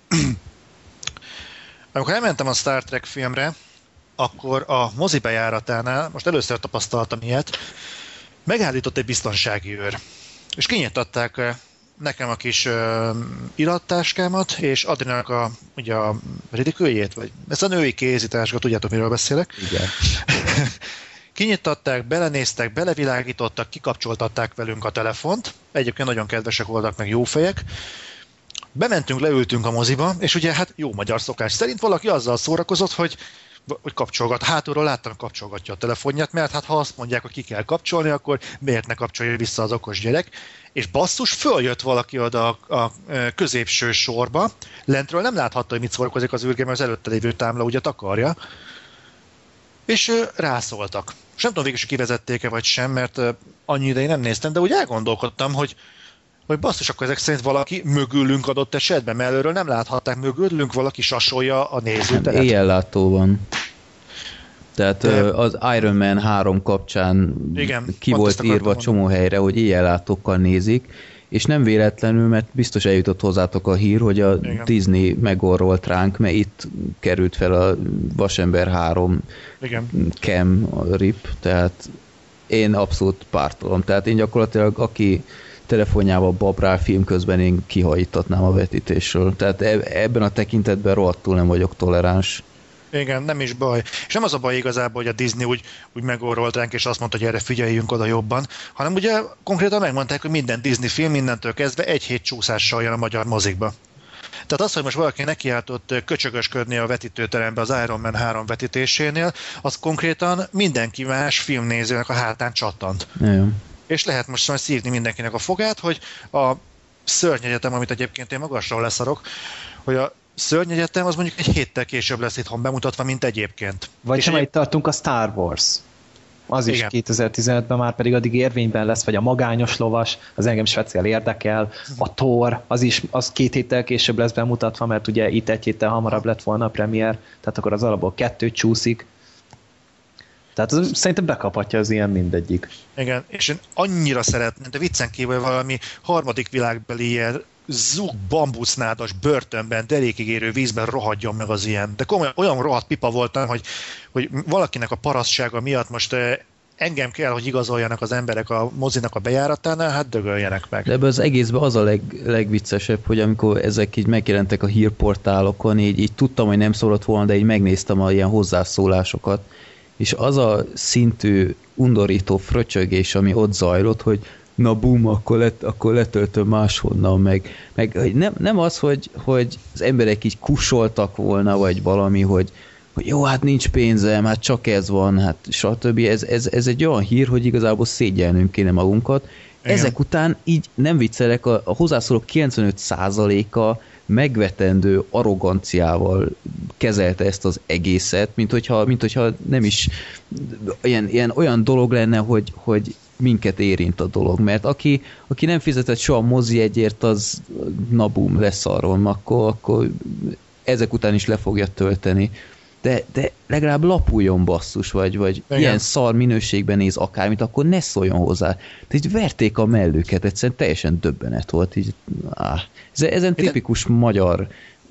Amikor elmentem a Star Trek filmre, akkor a mozi bejáratánál, most először tapasztaltam ilyet, megállított egy biztonsági őr. És kinyitották nekem a kis uh, irattáskámat, és Adriának a, ugye a ridiküljét, vagy ezt a női kézitáskat, tudjátok, miről beszélek? Igen. Kinyitották, belenéztek, belevilágítottak, kikapcsoltatták velünk a telefont. Egyébként nagyon kedvesek voltak, meg jó fejek. Bementünk, leültünk a moziba, és ugye hát jó magyar szokás szerint valaki azzal szórakozott, hogy, hogy kapcsolgat. Hátulról láttam, kapcsolgatja a telefonját, mert hát ha azt mondják, hogy ki kell kapcsolni, akkor miért ne kapcsolja vissza az okos gyerek. És basszus, följött valaki oda a, a középső sorba. Lentről nem láthatta, hogy mit szórakozik az űrge, mert az előtte lévő támla ugye takarja. És rászóltak. És nem tudom végül is kivezették-e vagy sem, mert annyi ideig nem néztem, de úgy elgondolkodtam, hogy, hogy basszus, akkor ezek szerint valaki mögülünk adott esetben, mert előről nem láthatták, mögülünk valaki sasolja a nézőteret. Éjjellátóban. Tehát de... az Iron Man három kapcsán igen, ki volt írva csomó helyre, hogy éjjellátókkal nézik, és nem véletlenül, mert biztos eljutott hozzátok a hír, hogy a igen. Disney megorrolt ránk, mert itt került fel a Vasember három igen. Cam, a rip, tehát én abszolút pártolom. Tehát én gyakorlatilag, aki telefonjával babrál film közben, én kihajítatnám a vetítésről. Tehát ebben a tekintetben rohadtul nem vagyok toleráns. Igen, nem is baj. És nem az a baj igazából, hogy a Disney úgy, úgy megorrolt ránk, és azt mondta, hogy erre figyeljünk oda jobban, hanem ugye konkrétan megmondták, hogy minden Disney film mindentől kezdve egy hét csúszással jön a magyar mozikba. Tehát az, hogy most valaki nekiáltott köcsögösködni a vetítőterembe az Iron Man három vetítésénél, az konkrétan mindenki más filmnézőnek a hátán csattant. Igen. És lehet most majd szívni mindenkinek a fogát, hogy a Szörnyegyetem, amit egyébként én magasról leszarok, hogy a Szörnyegyetem az mondjuk egy héttel később lesz itthon bemutatva, mint egyébként. Vagy sem, egy... itt tartunk a Star Wars. Az is igen. kétezer-tizenötben már pedig addig érvényben lesz, vagy a Magányos lovas, az engem speciál érdekel, a Thor, az is az két héttel később lesz bemutatva, mert ugye itt egy héttel hamarabb lett volna a premier, tehát akkor az alapból kettő csúszik. Tehát az, szerintem bekaphatja az ilyen mindegyik. Igen, és én annyira szeretném, de viccen kívül valami harmadik világbeli ilyen zug bambusznádas börtönben, derékig érő vízben rohadjon meg az ilyen. De komolyan olyan rohadt pipa voltam, hogy, hogy valakinek a parasztsága miatt most engem kell, hogy igazoljanak az emberek a mozinak a bejáratánál, hát dögöljenek meg. De ebben az egészben az a leg, legviccesebb, hogy amikor ezek így megjelentek a hírportálokon, így, így tudtam, hogy nem szólott volna, de így megnéztem a ilyen hozzászólásokat, és az a szintű undorító fröcsögés, ami ott zajlott, hogy na bum, akkor, let, akkor letöltöm máshonnan, meg, meg nem, nem az, hogy, hogy az emberek így kussoltak volna, vagy valami, hogy, hogy jó, hát nincs pénzem, hát csak ez van, hát stb. Ez, ez, ez egy olyan hír, hogy igazából szégyelnünk kéne magunkat. Igen. Ezek után így nem viccelek, a, a hozzászólók kilencvenöt százaléka megvetendő arroganciával kezelte ezt az egészet, mint hogyha, mint hogyha nem is ilyen, ilyen olyan dolog lenne, hogy, hogy minket érint a dolog, mert aki, aki nem fizetett soha mozijegyért, az na bum, lesz arról, akkor, akkor ezek után is le fogja tölteni. De, de legalább lapuljon basszus, vagy, vagy ilyen szar minőségben néz akármit, akkor ne szóljon hozzá. De így verték a mellőket, egyszerűen teljesen döbbenet volt. Így, áh. Ez, ezen tipikus magyar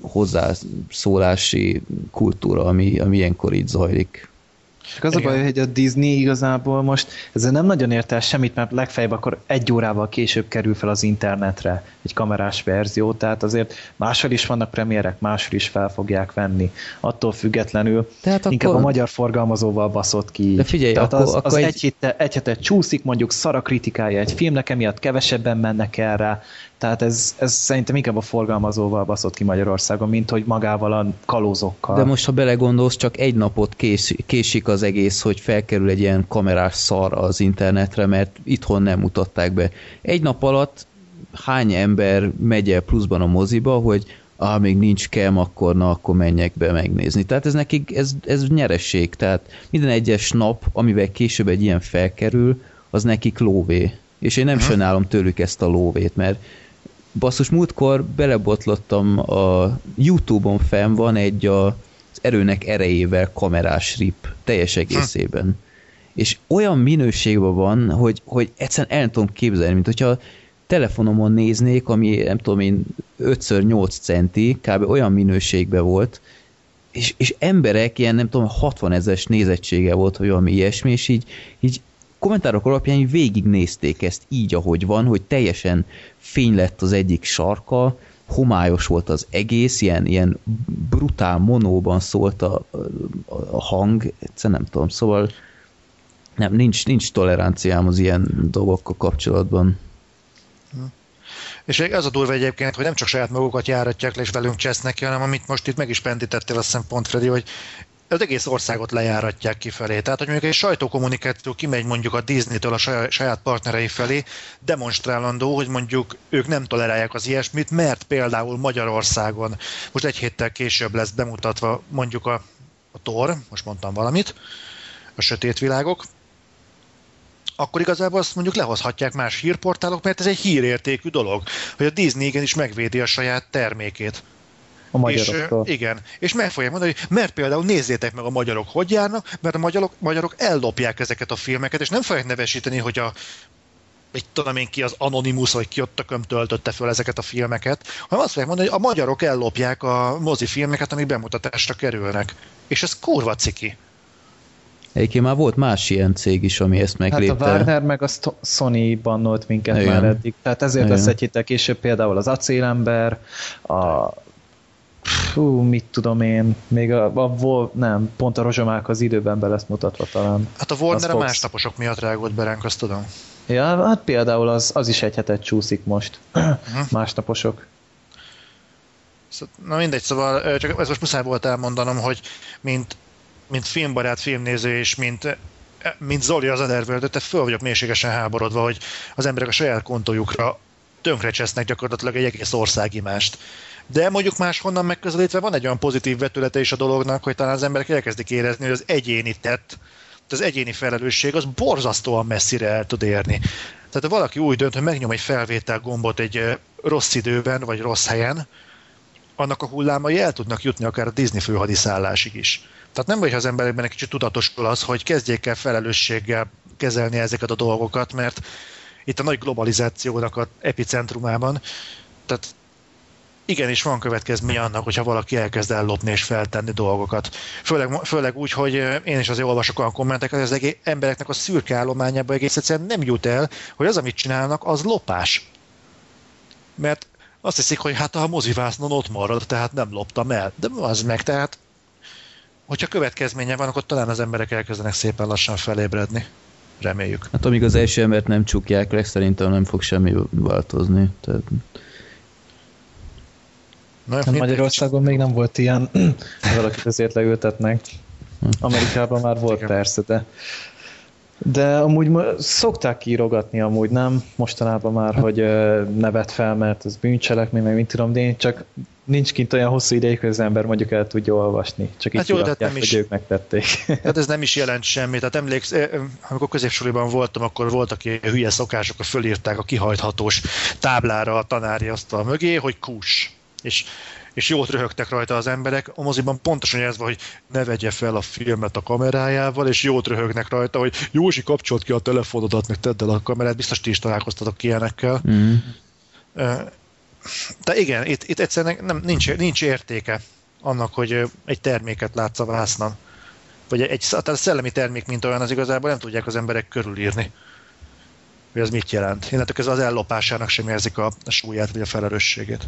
hozzászólási kultúra, ami, ami ilyenkor így zajlik. Csak az igen. a baj, hogy a Disney igazából most ezzel nem nagyon ért el semmit, mert legfeljebb akkor egy órával később kerül fel az internetre egy kamerás verzió, tehát azért máshol is vannak premierek, máshol is fel fogják venni. Attól függetlenül tehát inkább akkor... a magyar forgalmazóval baszott ki. De figyelj, tehát akkor, az, akkor az egy... egy, héttel, egy hetet csúszik, mondjuk szar a kritikája egy filmnek, emiatt kevesebben mennek el rá, tehát ez, ez szerintem inkább a forgalmazóval baszott ki Magyarországon, mint hogy magával a kalózokkal. De most, ha belegondolsz, csak egy napot kés, késik az egész, hogy felkerül egy ilyen kamerás szar az internetre, mert itthon nem mutatták be. Egy nap alatt hány ember megy el pluszban a moziba, hogy ah, még nincs cam, akkor na, akkor menjek be megnézni. Tehát ez nekik, ez, ez nyeresség. Tehát minden egyes nap, amivel később egy ilyen felkerül, az nekik lóvé. És én nem uh-huh. sajnálom tőlük ezt a lóvét, mert basszus, múltkor belebotlottam a YouTube-on fenn van egy a, az Erőnek erejével kamerás rip teljes egészében. Hm. És olyan minőségben van, hogy, hogy egyszerűen el nem tudom képzelni, mint hogyha telefonomon néznék, ami nem tudom én öt nyolc centi, kb. Olyan minőségben volt, és, és emberek ilyen nem tudom hatvanezeres nézettsége volt, vagy valami ilyesmi, és így, így kommentárok alapján így végignézték ezt így, ahogy van, hogy teljesen fény lett az egyik sarka, homályos volt az egész, ilyen, ilyen brutál monóban szólt a, a, a hang, egyszerűen nem tudom, szóval nem, nincs, nincs toleranciám az ilyen dolgokkal kapcsolatban. És ez a durva egyébként, hogy nem csak saját magukat járatják le és velünk csesznek ki, hanem amit most itt meg is pendítettél, azt hiszem pont, Freddy, hogy az egész országot lejáratják kifelé. Tehát, hogy mondjuk egy sajtókommunikáció kimegy mondjuk a Disney-től a saját partnerei felé, demonstrálandó, hogy mondjuk ők nem tolerálják az ilyesmit, mert például Magyarországon most egy héttel később lesz bemutatva mondjuk a, a Thor, most mondtam valamit, a sötét világok, akkor igazából azt mondjuk lehozhatják más hírportálok, mert ez egy hírértékű dolog, hogy a Disney igenis megvédi a saját termékét. A magyaroktól. És, igen, és meg fogják mondani, hogy mert például nézzétek meg a magyarok hogy járnak, mert a magyarok, magyarok ellopják ezeket a filmeket, és nem fogják nevesíteni, hogy a egy tudom én ki az Anonymous, vagy ki ott tököm töltötte föl ezeket a filmeket, hanem azt fogják mondani, hogy a magyarok ellopják a mozifilmeket, amik bemutatásra kerülnek. És ez kurva ciki. Egyébként már volt más ilyen cég is, ami ezt meglépte. Hát a Warner meg a Sony bannolt minket igen. már eddig. Tehát ezért igen. lesz egy héttel később például az Acélember, a hú, mit tudom én, még a, a Vol, nem, pont a Rozsomák az időben be lesz mutatva talán. Hát a Warner a másnaposok miatt rágott be ránk, azt tudom. Ja, hát például az, az is egy hetet csúszik most. Uh-huh. Másnaposok. Na mindegy, szóval csak ez most muszáj volt elmondanom, hogy mint mint filmbarát, filmnéző, és mint, mint Zoli az Otherworld-öt, tehát föl vagyok mélységesen háborodva, hogy az emberek a saját kontójukra tönkrecsesznek gyakorlatilag egy egész országimást. De mondjuk máshonnan megközelítve van egy olyan pozitív vetülete is a dolognak, hogy talán az emberek elkezdik érezni, hogy az egyéni tett, az egyéni felelősség az borzasztóan messzire el tud érni. Tehát ha valaki úgy dönt, hogy megnyom egy felvétel gombot egy rossz időben, vagy rossz helyen, annak a hullámai el tudnak jutni akár a Disney főhadiszállásig is. Tehát nem vagy, ha az emberekben egy kicsit tudatosul az, hogy kezdjék el felelősséggel kezelni ezeket a dolgokat, mert itt a nagy globalizációnak az epicentrumában, tehát igenis van következmény annak, hogyha valaki elkezd ellopni és feltenni dolgokat. Főleg, főleg úgy, hogy én is azért olvasok olyan kommenteket, hogy az egész embereknek a szürke állományában egész egyszerűen nem jut el, hogy az, amit csinálnak, az lopás. Mert azt hiszik, hogy hát a mozivásznon ott marad, tehát nem loptam el. De az meg, tehát hogyha következménye van, akkor talán az emberek elkezdenek szépen lassan felébredni. Reméljük. Hát amíg az első embert nem csukják le, szerintem nem fog semmi változni. Tehát... Na, hát Magyarországon még nem volt ilyen, valakit azért leültetnek. Amerikában már volt persze, de de amúgy szokták kiírogatni amúgy, nem? Mostanában már, hogy nevet fel, mert ez bűncselekmény, meg mint tudom, de én csak nincs kint olyan hosszú ideig, hogy az ember mondjuk el tudja olvasni. Csak így hát jó, kirakják, hogy ők megtették. Hát ez nem is jelent semmit. Tehát emléksz, amikor középsuliban voltam, akkor voltak ilyen hülye szokások, hogy fölírták a kihajthatós táblára a tanári asztal mögé, hogy kus. És és jót röhögtek rajta az emberek. A moziban pontosan ez van, hogy ne vegye fel a filmet a kamerájával, és jót röhögnek rajta, hogy Józsi, kapcsolt ki a telefonodat, meg tedd el a kamerát, biztos ti is találkoztatok ilyenekkel. Mm. De igen, itt, itt egyszerűen nem, nincs, nincs értéke annak, hogy egy terméket látsz a vásznon. Vagy egy, tehát a szellemi termék, mint olyan, az igazából nem tudják az emberek körülírni, hogy az mit jelent. Innentől kezdve az ellopásának sem érzik a, a súlyát, vagy a felelősségét.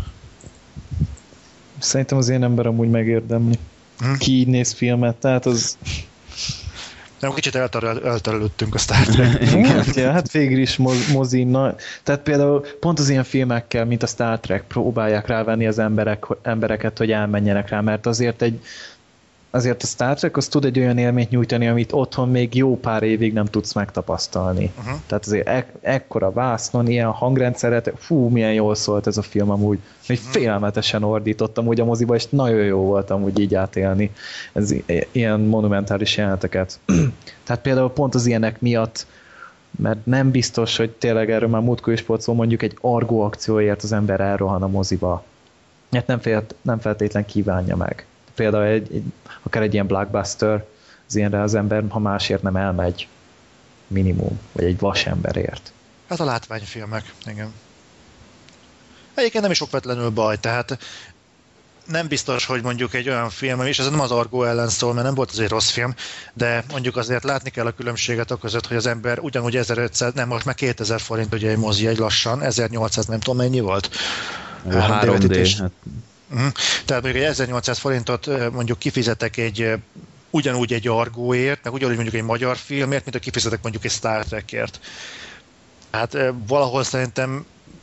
Szerintem az én ember amúgy megérdemli. Hm? Ki így néz filmet, tehát az... Nem, kicsit elterel, elterelődtünk a Star Trek. Hát, ja, hát végül is mozin. Na, tehát például pont az ilyen filmekkel, mint a Star Trek, próbálják rávenni az emberek, embereket, hogy elmenjenek rá, mert azért egy azért a Star Trek az tud egy olyan élményt nyújtani, amit otthon még jó pár évig nem tudsz megtapasztalni. Uh-huh. Tehát azért ek- ekkora vásznon, ilyen hangrendszeret, fú, milyen jól szólt ez a film amúgy. Még uh-huh. félelmetesen ordítottam úgy a moziba, és nagyon jó volt amúgy így átélni ez ilyen monumentális jeleneteket. Tehát például pont az ilyenek miatt mert nem biztos, hogy tényleg erről már múltkor is volt szó, mondjuk egy Argo akcióért az ember elrohan a moziba. Hát nem, felt, nem feltétlen kívánja meg. Például egy, egy, akár egy ilyen blockbuster, az ilyenre az ember, ha másért nem elmegy, minimum, vagy egy vasemberért. Hát a látványfilmek, igen. Egyébként nem is okvetlenül baj, tehát nem biztos, hogy mondjuk egy olyan film, és ez nem az Argo ellen szól, mert nem volt az egy rossz film, de mondjuk azért látni kell a különbséget a között, hogy az ember ugyanúgy ezerötszáz, nem, most már kétezer forint ugye egy mozi, egy lassan, ezernyolcszáz nem tudom mennyi volt. három dé. Hát. Uh-huh. Tehát mondjuk egy ezernyolcszáz forintot mondjuk kifizetek egy ugyanúgy egy Argóért, meg ugyanúgy mondjuk egy magyar filmért, mint a kifizetek mondjuk egy Star Trekért. Hát valahol szerintem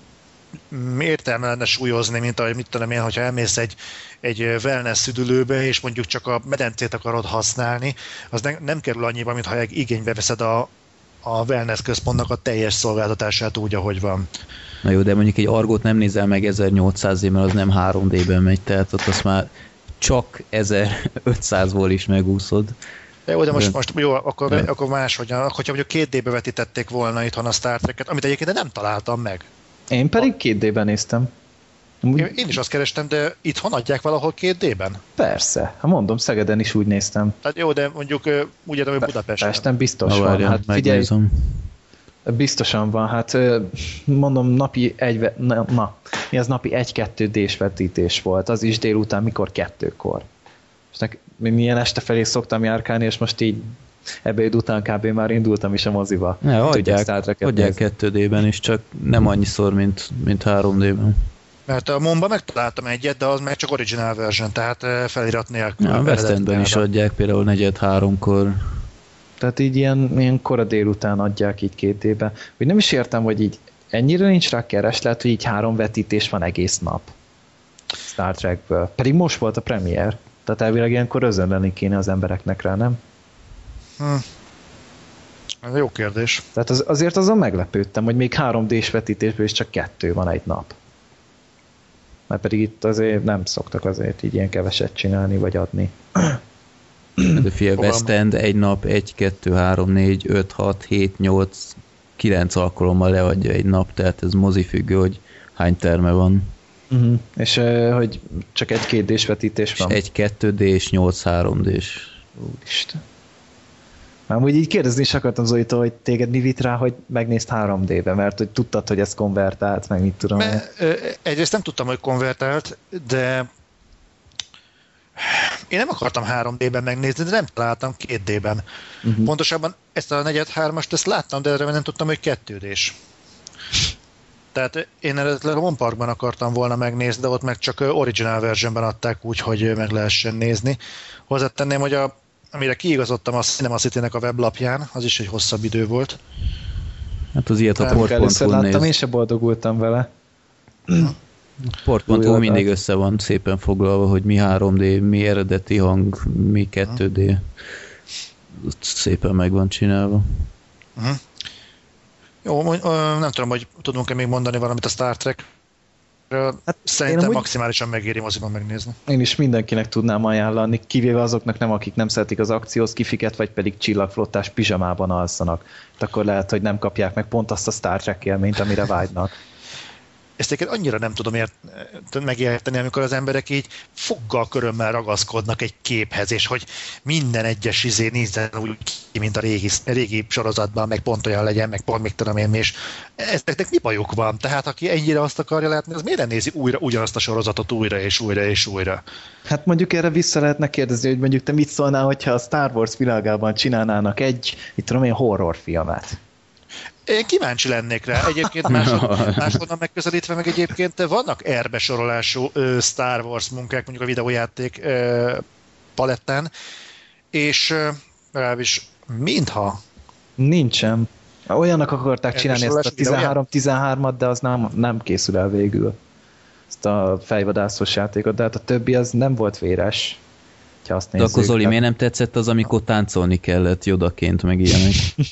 értelme lenne súlyozni, mint ahogy mit tudom én, hogyha elmész egy, egy wellness szüdülőbe, és mondjuk csak a medencét akarod használni, az ne, nem kerül annyiba, mintha igénybe veszed a, a wellness központnak a teljes szolgáltatását úgy, ahogy van. Na jó, de mondjuk egy Argót nem nézel meg ezernyolcszázért, mert az nem három dé-ben megy, tehát ott azt már csak ezerötszázból is megúszod. Jó, de most, most jó, akkor, akkor máshogyan, akkor hogyha mondjuk két dé-be vetítették volna itthon a Star Trek-et, amit egyébként nem találtam meg. Én pedig két dé-ben néztem. Én, én is azt kerestem, de itthon adják valahol két dé-ben? Persze, ha mondom, Szegeden is úgy néztem. Tehát jó, de mondjuk úgy értem, hogy Budapesten. Pesten biztos na, van. Várján, hát figyelj, megnézem. Biztosan van, hát mondom, napi egy, na, na mi az napi egy-kettő dés vetítés volt, az is délután, mikor kettőkor. És nek, milyen este felé szoktam járkálni, és most így ebéd után kb. Már indultam is a moziba. Ne, adják, adják kettő dé-ben is, csak nem annyiszor, mint, mint három dé-ben. Mert a Monba megtaláltam egyet, de az meg csak original version, tehát felirat nélkül. Ja, a West Endben is adják, például negyed háromkor. Tehát így ilyen, ilyen kora délután adják így két dé-be. Úgy nem is értem, hogy így ennyire nincs rá kereslet, hogy így három vetítés van egész nap Star Trekből. Pedig most volt a premier. Tehát elvileg ilyenkor özönleni kéne az embereknek rá, nem? Hm. Ez jó kérdés. Tehát az, azért azon meglepődtem, hogy még három dés vetítésből is csak kettő van egy nap. Mert pedig itt azért nem szoktak azért így ilyen keveset csinálni, vagy adni. De figyelj, West End egy nap egy, kettő, három, négy, öt, hat, hét, nyolc, kilenc alkalommal leadja egy nap, tehát ez mozifüggő, hogy hány terme van. Uh-huh. És uh, hogy csak egy két dés vetítés van? És egy kettő dé és nyolc három dés. Úristen. Már úgy így kérdezni is akartam Zolitól, hogy téged mi vitt rá, hogy megnézd három dé-be, mert hogy tudtad, hogy ez konvertált, meg mit tudom. Me, egyrészt nem tudtam, hogy konvertált, de én nem akartam három dé-ben megnézni, de nem találtam két dé-ben. Uh-huh. Pontosabban ezt a negyed hármast ezt láttam, de erre nem tudtam, hogy kettő dés. Tehát én eredetileg a Mon Parkban akartam volna megnézni, de ott meg csak original versionben adták úgy, hogy meg lehessen nézni. Hozzátenném, hogy a, amire kiigazodtam a Cinema City-nek a weblapján, az is egy hosszabb idő volt. Hát az ilyet a port pont hu először láttam, én se boldogultam vele. port pont hu mindig össze van szépen foglalva, hogy mi három dé, mi eredeti hang, mi kettő dé. Szépen meg van csinálva. Uh-huh. Jó, nem tudom, hogy tudunk-e még mondani valamit a Star Trekről. Hát szerintem úgy maximálisan megéri moziban megnézni. Én is mindenkinek tudnám ajánlani, kivéve azoknak nem, akik nem szeretik az akciós kifiket, vagy pedig csillagflottás pizsamában alszanak. Hát akkor lehet, hogy nem kapják meg pont azt a Star Trek élményt, amire vágynak. Ezt egyébként annyira nem tudom ért, megérteni, amikor az emberek így foggal körömmel ragaszkodnak egy képhez, és hogy minden egyes izé nézzen úgy ki, mint a régi, régi sorozatban, meg pont olyan legyen, meg pont még tudom én, és ezeknek mi bajuk van? Tehát aki ennyire azt akarja látni, az miért nézi újra ugyanazt a sorozatot újra és újra és újra? Hát mondjuk erre vissza lehetne kérdezni, hogy mondjuk te mit szólnál, hogyha a Star Wars világában csinálnának egy, itt tudom én, horrorfilmet. Én kíváncsi lennék rá. Egyébként másod, máshonnan megközelítve meg egyébként vannak R-besorolású Star Wars munkák, mondjuk a videójáték palettán, és legalábbis mintha... Nincsen. Olyannak akarták csinálni ezt a tizenhárom tizenhármat, de az nem, nem készül el végül. Ezt a fejvadászos játékot, de hát a többi az nem volt véres. Azt de akkor Zoli, miért nem tetszett az, amikor táncolni kellett Yodaként, meg ilyenek?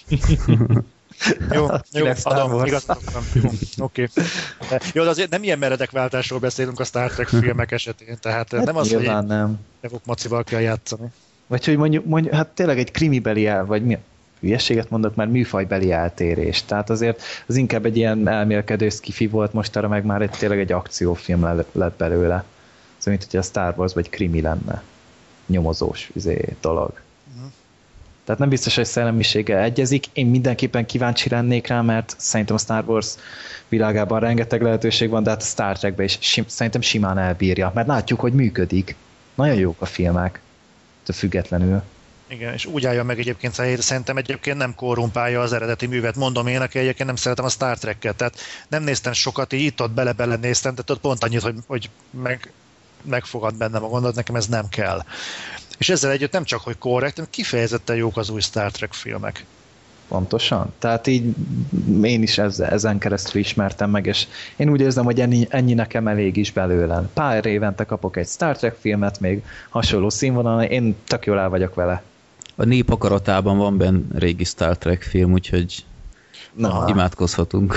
Jó, jó, adom, igazoltam. Oké. Okay. Jó, de azért nem ilyen meredek váltásról beszélünk a Star Trek filmek esetén, tehát hát nem az, hogy nem. Evok Macival kell játszani. Vagy hogy mondjuk, mondjuk, hát tényleg egy krimibeli el, vagy mi? hülyeséget mondok, mert műfajbeli eltérés. Tehát azért az inkább egy ilyen elmélkedő szkifi volt, mostanra meg már egy, tényleg egy akciófilm lett belőle. Szóval, mint hogy a Star Wars vagy krimi lenne. Nyomozós izé, dolog. Uh-huh. Tehát nem biztos, hogy szellemiséggel egyezik. Én mindenképpen kíváncsi lennék rá, mert szerintem a Star Wars világában rengeteg lehetőség van, de hát a Star Trekben is sim- szerintem simán elbírja, mert látjuk, hogy működik. Nagyon jók a filmek, de függetlenül. Igen, és úgy állja meg egyébként, szerintem egyébként nem korrumpálja az eredeti művet. Mondom én, aki egyébként nem szeretem a Star Trek-ket, tehát nem néztem sokat, így itt-ott bele-bele néztem, tehát ott pont annyit, hogy, hogy meg, megfogad bennem a gondolat, nekem ez nem kell. És ezzel együtt nem csak, hogy korrekt, hanem kifejezetten jók az új Star Trek filmek. Pontosan. Tehát így én is ezzel, ezen keresztül ismertem meg, és én úgy érzem, hogy ennyi, ennyi nekem elég is belőle. Pár évente kapok egy Star Trek filmet, még hasonló színvonalon, én tök jól el vagyok vele. A nép akaratában van benne régi Star Trek film, úgyhogy na, imádkozhatunk.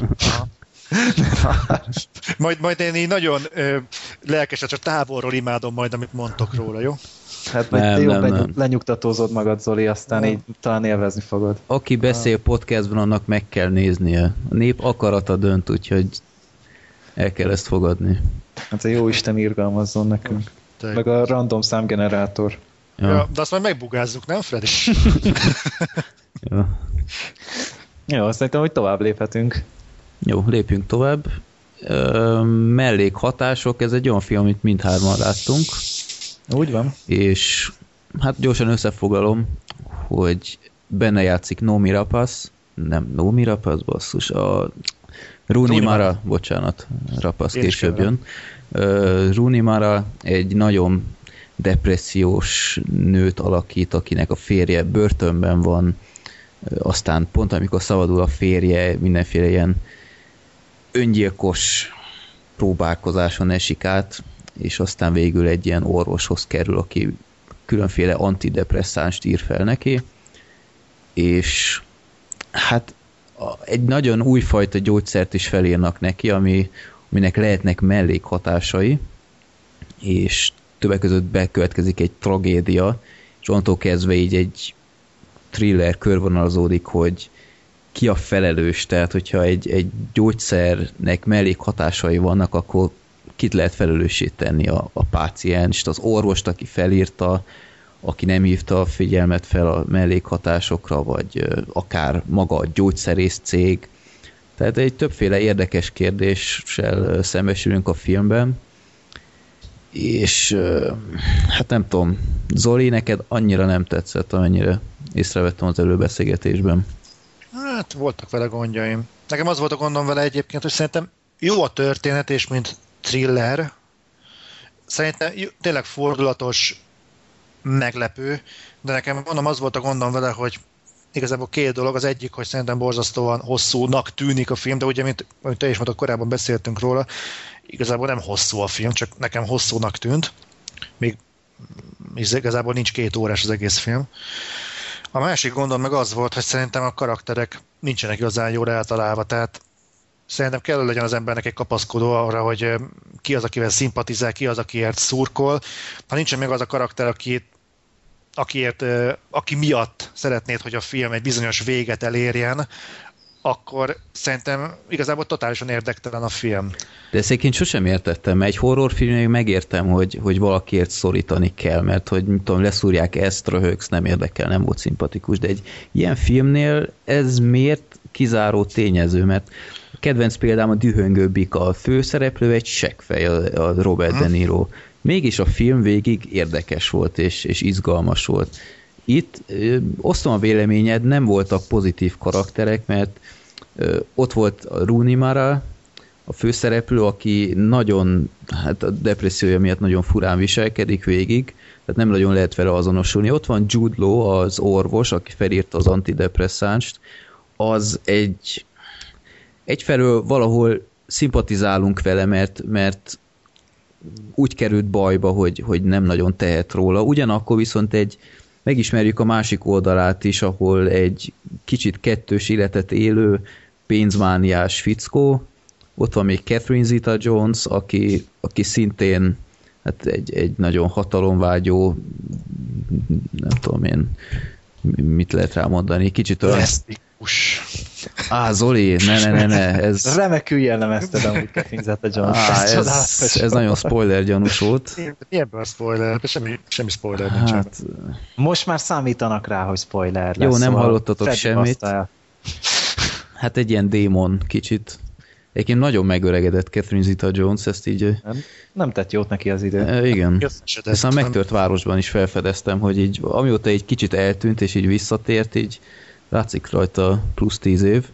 majd, majd én így nagyon ö, lelkesen, csak távolról imádom majd, amit mondtok róla, jó? Hát majd nem, jó, nem, lenyug, nem. lenyugtatózod magad, Zoli, aztán nem. Így talán élvezni fogod. Aki beszél podcastban, annak meg kell néznie. A nép akarata dönt, úgyhogy el kell ezt fogadni. Hát a jó Isten irgalmazzon nekünk. Te meg a random számgenerátor. Ja. Ja, de azt majd megbugázzuk, nem, Freddy? Ja. Jó, azt szerintem, hogy tovább léphetünk. Jó, lépjünk tovább. Ö, mellékhatások, ez egy olyan film, amit mindhárman láttunk. Úgy van. És hát gyorsan összefoglalom, hogy benne játszik Noomi Rapace, nem Noomi Rapace, basszus, a Rooney Mara, bocsánat, Rapace később jön. Uh, Rooney Mara egy nagyon depressziós nőt alakít, akinek a férje börtönben van, aztán pont amikor szabadul a férje, mindenféle ilyen öngyilkos próbálkozáson esik át, és aztán végül egy ilyen orvoshoz kerül, aki különféle antidepresszánst ír fel neki, és hát egy nagyon újfajta gyógyszert is felírnak neki, ami, aminek lehetnek mellékhatásai, és többek között bekövetkezik egy tragédia, és onnantól kezdve így egy thriller körvonalazódik, hogy ki a felelős, tehát hogyha egy, egy gyógyszernek mellékhatásai vannak, akkor kit lehet felelőssé tenni, a, a pácienst, az orvost, aki felírta, aki nem hívta a figyelmet fel a mellékhatásokra, vagy akár maga a gyógyszerész cég. Tehát egy többféle érdekes kérdéssel szembesülünk a filmben, és hát nem tudom, Zoli, neked annyira nem tetszett, amennyire észrevettem az előbeszélgetésben. Hát voltak vele gondjaim. Nekem az volt a gondom vele egyébként, hogy szerintem jó a történet, és mint thriller, szerintem tényleg fordulatos, meglepő, de nekem mondom, az volt a gondom vele, hogy igazából két dolog. Az egyik, hogy szerintem borzasztóan hosszúnak tűnik a film, de ugye, mint, mint te is mondtad, korábban beszéltünk róla, igazából nem hosszú a film, csak nekem hosszúnak tűnt. Még igazából nincs két órás az egész film. A másik gondom meg az volt, hogy szerintem a karakterek nincsenek igazán jól eltalálva, tehát szerintem kell legyen az embernek egy kapaszkodó arra, hogy ki az, akivel szimpatizál, ki az, akiért szurkol. Ha nincsen meg az a karakter, aki, akiért, aki miatt szeretnéd, hogy a film egy bizonyos véget elérjen, akkor szerintem igazából totálisan érdektelen a film. De ezt egyébként sosem értettem, mert egy horrorfilmnél megértem, hogy, hogy valakiért szorítani kell, mert hogy nem tudom, leszúrják ezt, röhögsz, nem érdekel, nem volt szimpatikus, de egy ilyen filmnél ez miért kizáró tényező, mert a kedvenc példám a Dühöngő Bika, a főszereplő egy seggfej, a Robert De Niro. Mégis a film végig érdekes volt, és, és izgalmas volt. Itt ö, osztom a véleményed, nem voltak pozitív karakterek, mert ö, ott volt a Rooney Mara, a főszereplő, aki nagyon, hát a depressziója miatt nagyon furán viselkedik végig, tehát nem nagyon lehet vele azonosulni. Ott van Jude Law, az orvos, aki felírta az antidepresszánst, az egy egyfelől valahol szimpatizálunk vele, mert, mert úgy került bajba, hogy, hogy nem nagyon tehet róla. Ugyanakkor viszont egy megismerjük a másik oldalát is, ahol egy kicsit kettős életet élő pénzmániás fickó. Ott van még Catherine Zeta-Jones, aki, aki szintén hát egy, egy nagyon hatalomvágyó, nem tudom én, mit lehet rámondani? Kicsit olyan... Lesztikus. Á, Zoli, ne, ne, ne, ne, ez... Remekül jellemezted amúgy Catherine Zeta-Jones. Á, ez, ez nagyon spoiler gyanús volt. Milyenből spoiler? Semmi, semmi spoiler hát, nincs. Most már számítanak rá, hogy spoiler lesz. Jó, nem szóval hallottatok Freddy semmit. hasztál. Hát egy ilyen démon kicsit. Egyébként nagyon megöregedett Catherine Zeta-Jones, ezt így... Nem, nem tett jót neki az idő. E, igen. Összesedett. Ezt a Megtört városban is felfedeztem, hogy így amióta egy kicsit eltűnt, és így visszatért, így látszik rajta plusz tíz év.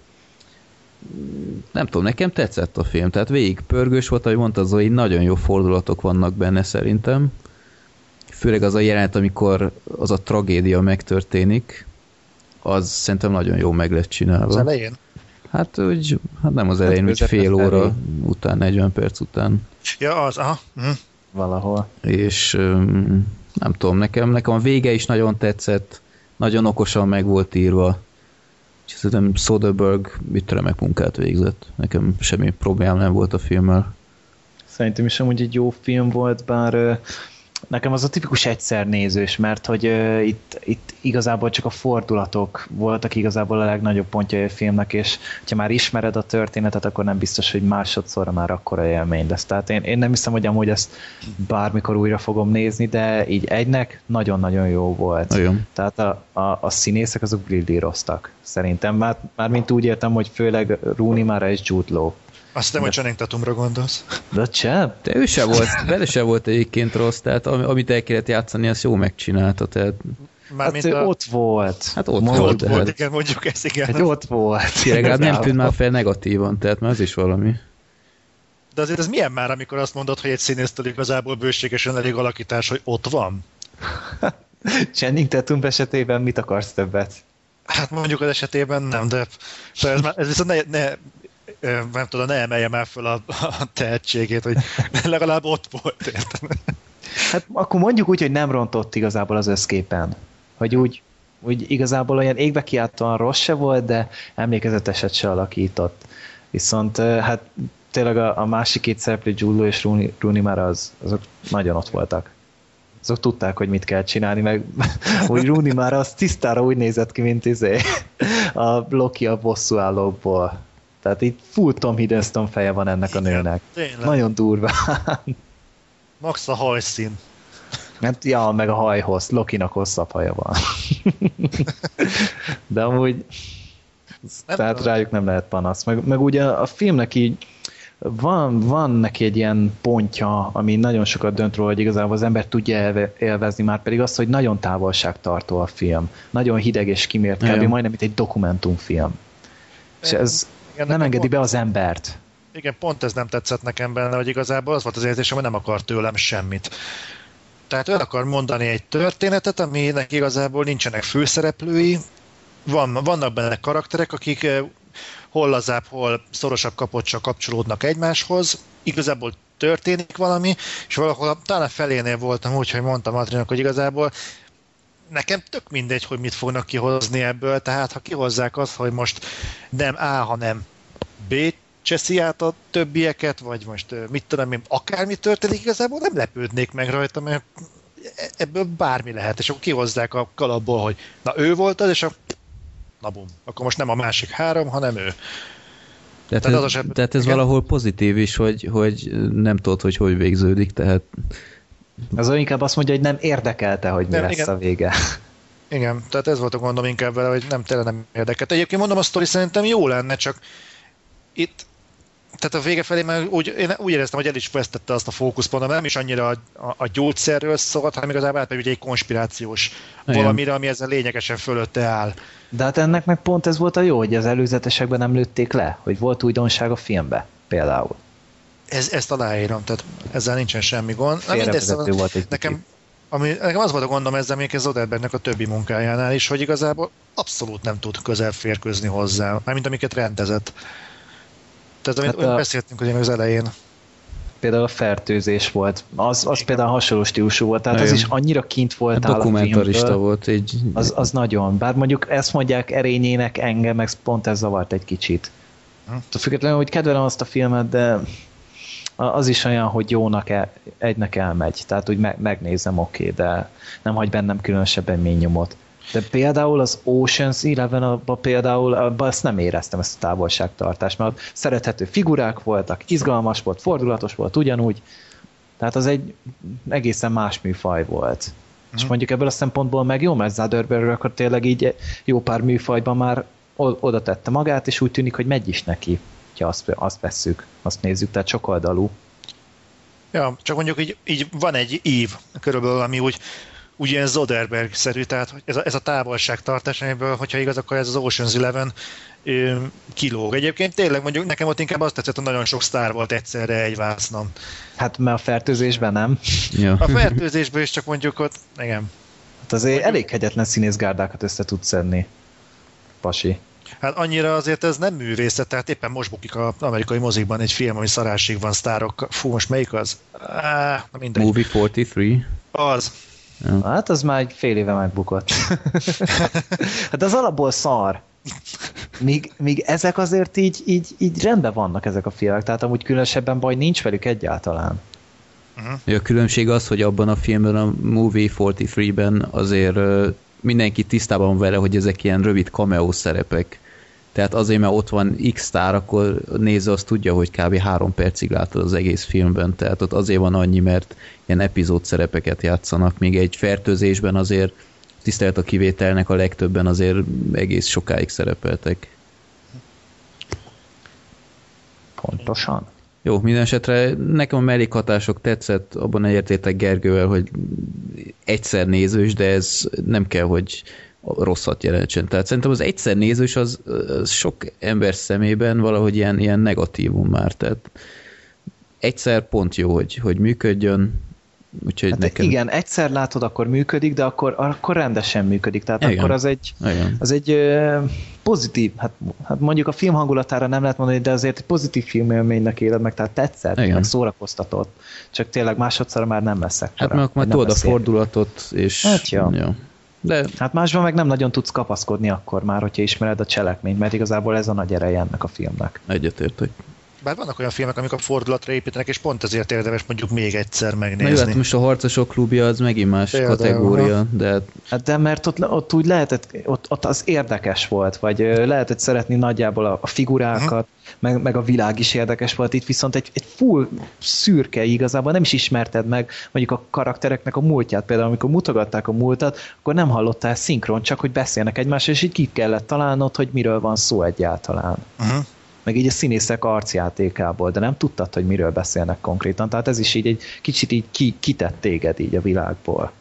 Nem tudom, nekem tetszett a film, tehát végig pörgős volt, ahogy mondta Zoe, nagyon jó fordulatok vannak benne szerintem. Főleg az a jelenet, amikor az a tragédia megtörténik, az szerintem nagyon jó meg lett csinálva. Az elején? Hát, úgy, hát nem az elején, úgy fél óra elég. Után, negyven perc után. Ja, az, aha. Hm. Valahol. És um, nem tudom, nekem, nekem a vége is nagyon tetszett, nagyon okosan meg volt írva. És szerintem Soderbergh itt remek munkát végzett. Nekem semmi problémám nem volt a filmmel. Szerintem is amúgy egy jó film volt, bár uh, nekem az a tipikus egyszer nézős, mert hogy uh, itt, itt igazából csak a fordulatok voltak igazából a legnagyobb pontjai a filmnek, és ha már ismered a történetet, akkor nem biztos, hogy másodszorra már akkora élmény lesz. Tehát én, én nem hiszem, hogy amúgy ezt bármikor újra fogom nézni, de így egynek nagyon-nagyon jó volt. Nagyon. Tehát a, a, a színészek azok brillíroztak, szerintem. Már, már mint úgy értem, hogy főleg Rooney Mara és Jude Law. Azt nem, hogy Channing Tatumra gondolsz. De csepp? De ő se volt, vele se volt egyébként rossz, tehát amit el kellett játszani, azt jó megcsinálta, tehát... Hát ő a... ott volt. Hát ott Most volt, volt, hát... igen, mondjuk ezt, igen. Hát ott volt. Legalább nem tűnt már fel negatívan, tehát már az is valami. De azért ez milyen már, amikor azt mondod, hogy egy színésztől igazából bőségesen elég alakítás, hogy ott van? Channing Tatum esetében mit akarsz többet? Hát mondjuk az esetében nem, de ez, már, ez viszont ne, ne, nem tudom, ne emelje már föl a, a tehetségét, hogy legalább ott volt, értem. Hát akkor mondjuk úgy, hogy nem rontott igazából az összképen. Hogy úgy, úgy igazából olyan égbe kiáltóan rossz se volt, de emlékezeteset se alakított. Viszont hát tényleg a, a másik két szereplő, Jude és Rooney, Rooney már az, azok nagyon ott voltak. Azok tudták, hogy mit kell csinálni, meg úgy Rooney már az tisztára úgy nézett ki, mint izé a Loki a bosszúállókból. Tehát így full Tom Hiddleston feje van ennek a nőnek. Tényleg. Nagyon durva. Max a hajszín. Hát, ja, meg a hajhoz. Lokinak hosszabb haja van. De amúgy nem tehát tudom. Rájuk nem lehet panasz. Meg, meg ugye a filmnek így van, van neki egy ilyen pontja, ami nagyon sokat dönt róla, hogy igazából az ember tudja elve, élvezni, már pedig az, hogy nagyon távolságtartó a film. Nagyon hideg és kimért, kb. Majdnem, mint egy dokumentumfilm. És ez igen, nem engedi be az embert. Igen, pont ez nem tetszett nekem benne, hogy igazából az volt az érzésem, hogy nem akar tőlem semmit. Tehát ő akar mondani egy történetet, aminek igazából nincsenek főszereplői, van, vannak benne karakterek, akik hol lazább, hol szorosabb kapocsra kapcsolódnak egymáshoz, igazából történik valami, és valahol talán felénél voltam úgy, hogy mondtam Adrinak, hogy igazából nekem tök mindegy, hogy mit fognak kihozni ebből, tehát ha kihozzák azt, hogy most nem A, hanem B cseszi át a többieket, vagy most mit tudom én, akármi történik, igazából nem lepődnék meg rajta, mert ebből bármi lehet, és akkor kihozzák a kalapból, hogy na ő volt az, és a na bum, akkor most nem a másik három, hanem ő. Tehát, tehát ez, az esetben, tehát ez valahol pozitív is, hogy, hogy nem tudod, hogy hogy végződik, tehát... Az inkább azt mondja, hogy nem érdekelte, hogy mi nem, lesz igen. a vége. Igen, tehát ez volt a gondom inkább vele, hogy nem, tényleg nem érdekelte. Egyébként mondom, a sztori szerintem jó lenne, csak itt, tehát a vége felé már úgy, én úgy éreztem, hogy el is vesztette azt a fókuszpontot, nem is annyira a, a, a gyógyszerről szólt, hanem igazából átmegy egy konspirációs igen. valamire, ami ezzel lényegesen fölötte áll. De hát ennek meg pont ez volt a jó, hogy az előzetesekben nem lőtték le, hogy volt újdonság a filmbe, például. Ez, ezt aláírom, tehát ezzel nincsen semmi gond. Félrevezető volt egy nekem, ami, nekem az volt a gondom ezzel, még ez Soderberghnek a többi munkájánál is, hogy igazából abszolút nem tud közel férkőzni hozzá, mármint amiket rendezett. Tehát amit hát a... beszéltünk ugye az elején. Például a fertőzés volt. Az, az például hasonló stílusú volt, tehát az is annyira kint volt áll a dokumentarista volt egy... Az, az nagyon. Bár mondjuk ezt mondják erényének, engem meg pont ez zavart egy kicsit. Hm. Függetlenül, hogy kedvelem azt a filmet, de az is olyan, hogy jónak el, egynek elmegy. Tehát úgy me- megnézem, oké, okay, de nem hagy bennem különösebben mély nyomot. De például az Ocean's Eleven, abban például abban ezt nem éreztem, ezt a távolságtartást, mert ott szerethető figurák voltak, izgalmas volt, fordulatos volt ugyanúgy, tehát az egy egészen más műfaj volt. Mm. És mondjuk ebből a szempontból meg jó, mert Soderbergh akkor tényleg így jó pár műfajban már oda tette magát, és úgy tűnik, hogy megy is neki, ha azt, azt vesszük, azt nézzük, tehát sokoldalú. Ja, csak mondjuk így, így van egy ív körülbelül, ami úgy, úgy ilyen Soderbergh-szerű, tehát ez a, ez a távolságtartás, amiből, hogyha igaz, akkor ez az Ocean's Eleven ö, kilóg. Egyébként tényleg mondjuk nekem ott inkább azt tetszett, hogy nagyon sok sztár volt egyszerre egy vásznon. Hát mert a fertőzésben nem. Ja. A fertőzésből is csak mondjuk ott, igen. Hát azért mondjuk elég hegyetlen színészgárdákat össze tud szedni, pasi. Hát annyira azért ez nem művészet, tehát éppen most bukik az amerikai mozikban egy film, ami szarásig van sztárok. Fú, most melyik az? Á, na mindegy. Movie negyvenhárom? Az. Ja. Hát az már egy fél éve megbukott. Hát az alapból szar. Míg, míg ezek azért így, így, így rendben vannak ezek a filmek, tehát amúgy különösebben baj nincs velük egyáltalán. Uh-huh. A különbség az, hogy abban a filmben, a Movie negyvenháromban azért uh, mindenki tisztában van vele, hogy ezek ilyen rövid cameo szerepek. Tehát azért, mert ott van X sztár, akkor néző azt tudja, hogy kb. három percig látod az egész filmben. Tehát ott azért van annyi, mert ilyen epizód szerepeket játszanak. Még egy fertőzésben azért tisztelet a kivételnek a legtöbben azért egész sokáig szerepeltek. Pontosan. Jó, minden esetre nekem a mellékhatások tetszett, abban egyetértek Gergővel, hogy egyszer nézős, de ez nem kell, hogy rosszat jelentsen. Tehát szerintem az egyszer nézős az, az sok ember szemében valahogy ilyen, ilyen negatívum már. Tehát egyszer pont jó, hogy, hogy működjön. Úgyhogy hát nekem... igen, egyszer látod, akkor működik, de akkor, akkor rendesen működik. Tehát igen. akkor az egy, az egy ö, pozitív, hát, hát mondjuk a film hangulatára nem lehet mondani, de azért egy pozitív filmélménynek éled meg, tehát tetszett, igen. Meg szórakoztatott. Csak tényleg másodszor már nem lesz ekkora. Hát meg tudod a fordulatot, és... Hát jó. Ja. De... Hát másban meg nem nagyon tudsz kapaszkodni akkor már, hogyha ismered a cselekményt, mert igazából ez a nagy ereje ennek a filmnek. Egyetértek. Bár vannak olyan filmek, amik a fordulatra építenek, és pont ezért érdemes mondjuk még egyszer megnézni. Na jó, hát most a Harcosok klubja az megint más például, kategória, ha. de... Hát de mert ott, ott úgy lehetett, ott, ott az érdekes volt, vagy lehetett szeretni nagyjából a, a figurákat, uh-huh. meg, meg a világ is érdekes volt, itt viszont egy, egy full szürke igazából, nem is ismerted meg mondjuk a karaktereknek a múltját, például amikor mutogatták a múltat, akkor nem hallottál szinkron, csak hogy beszélnek egymással, és így ki kellett találnod, hogy miről van szó egyáltalán. Uh-huh. Meg így a színészek arcjátékából, de nem tudtad, hogy miről beszélnek konkrétan. Tehát ez is így egy kicsit így ki, kitett téged így a világból.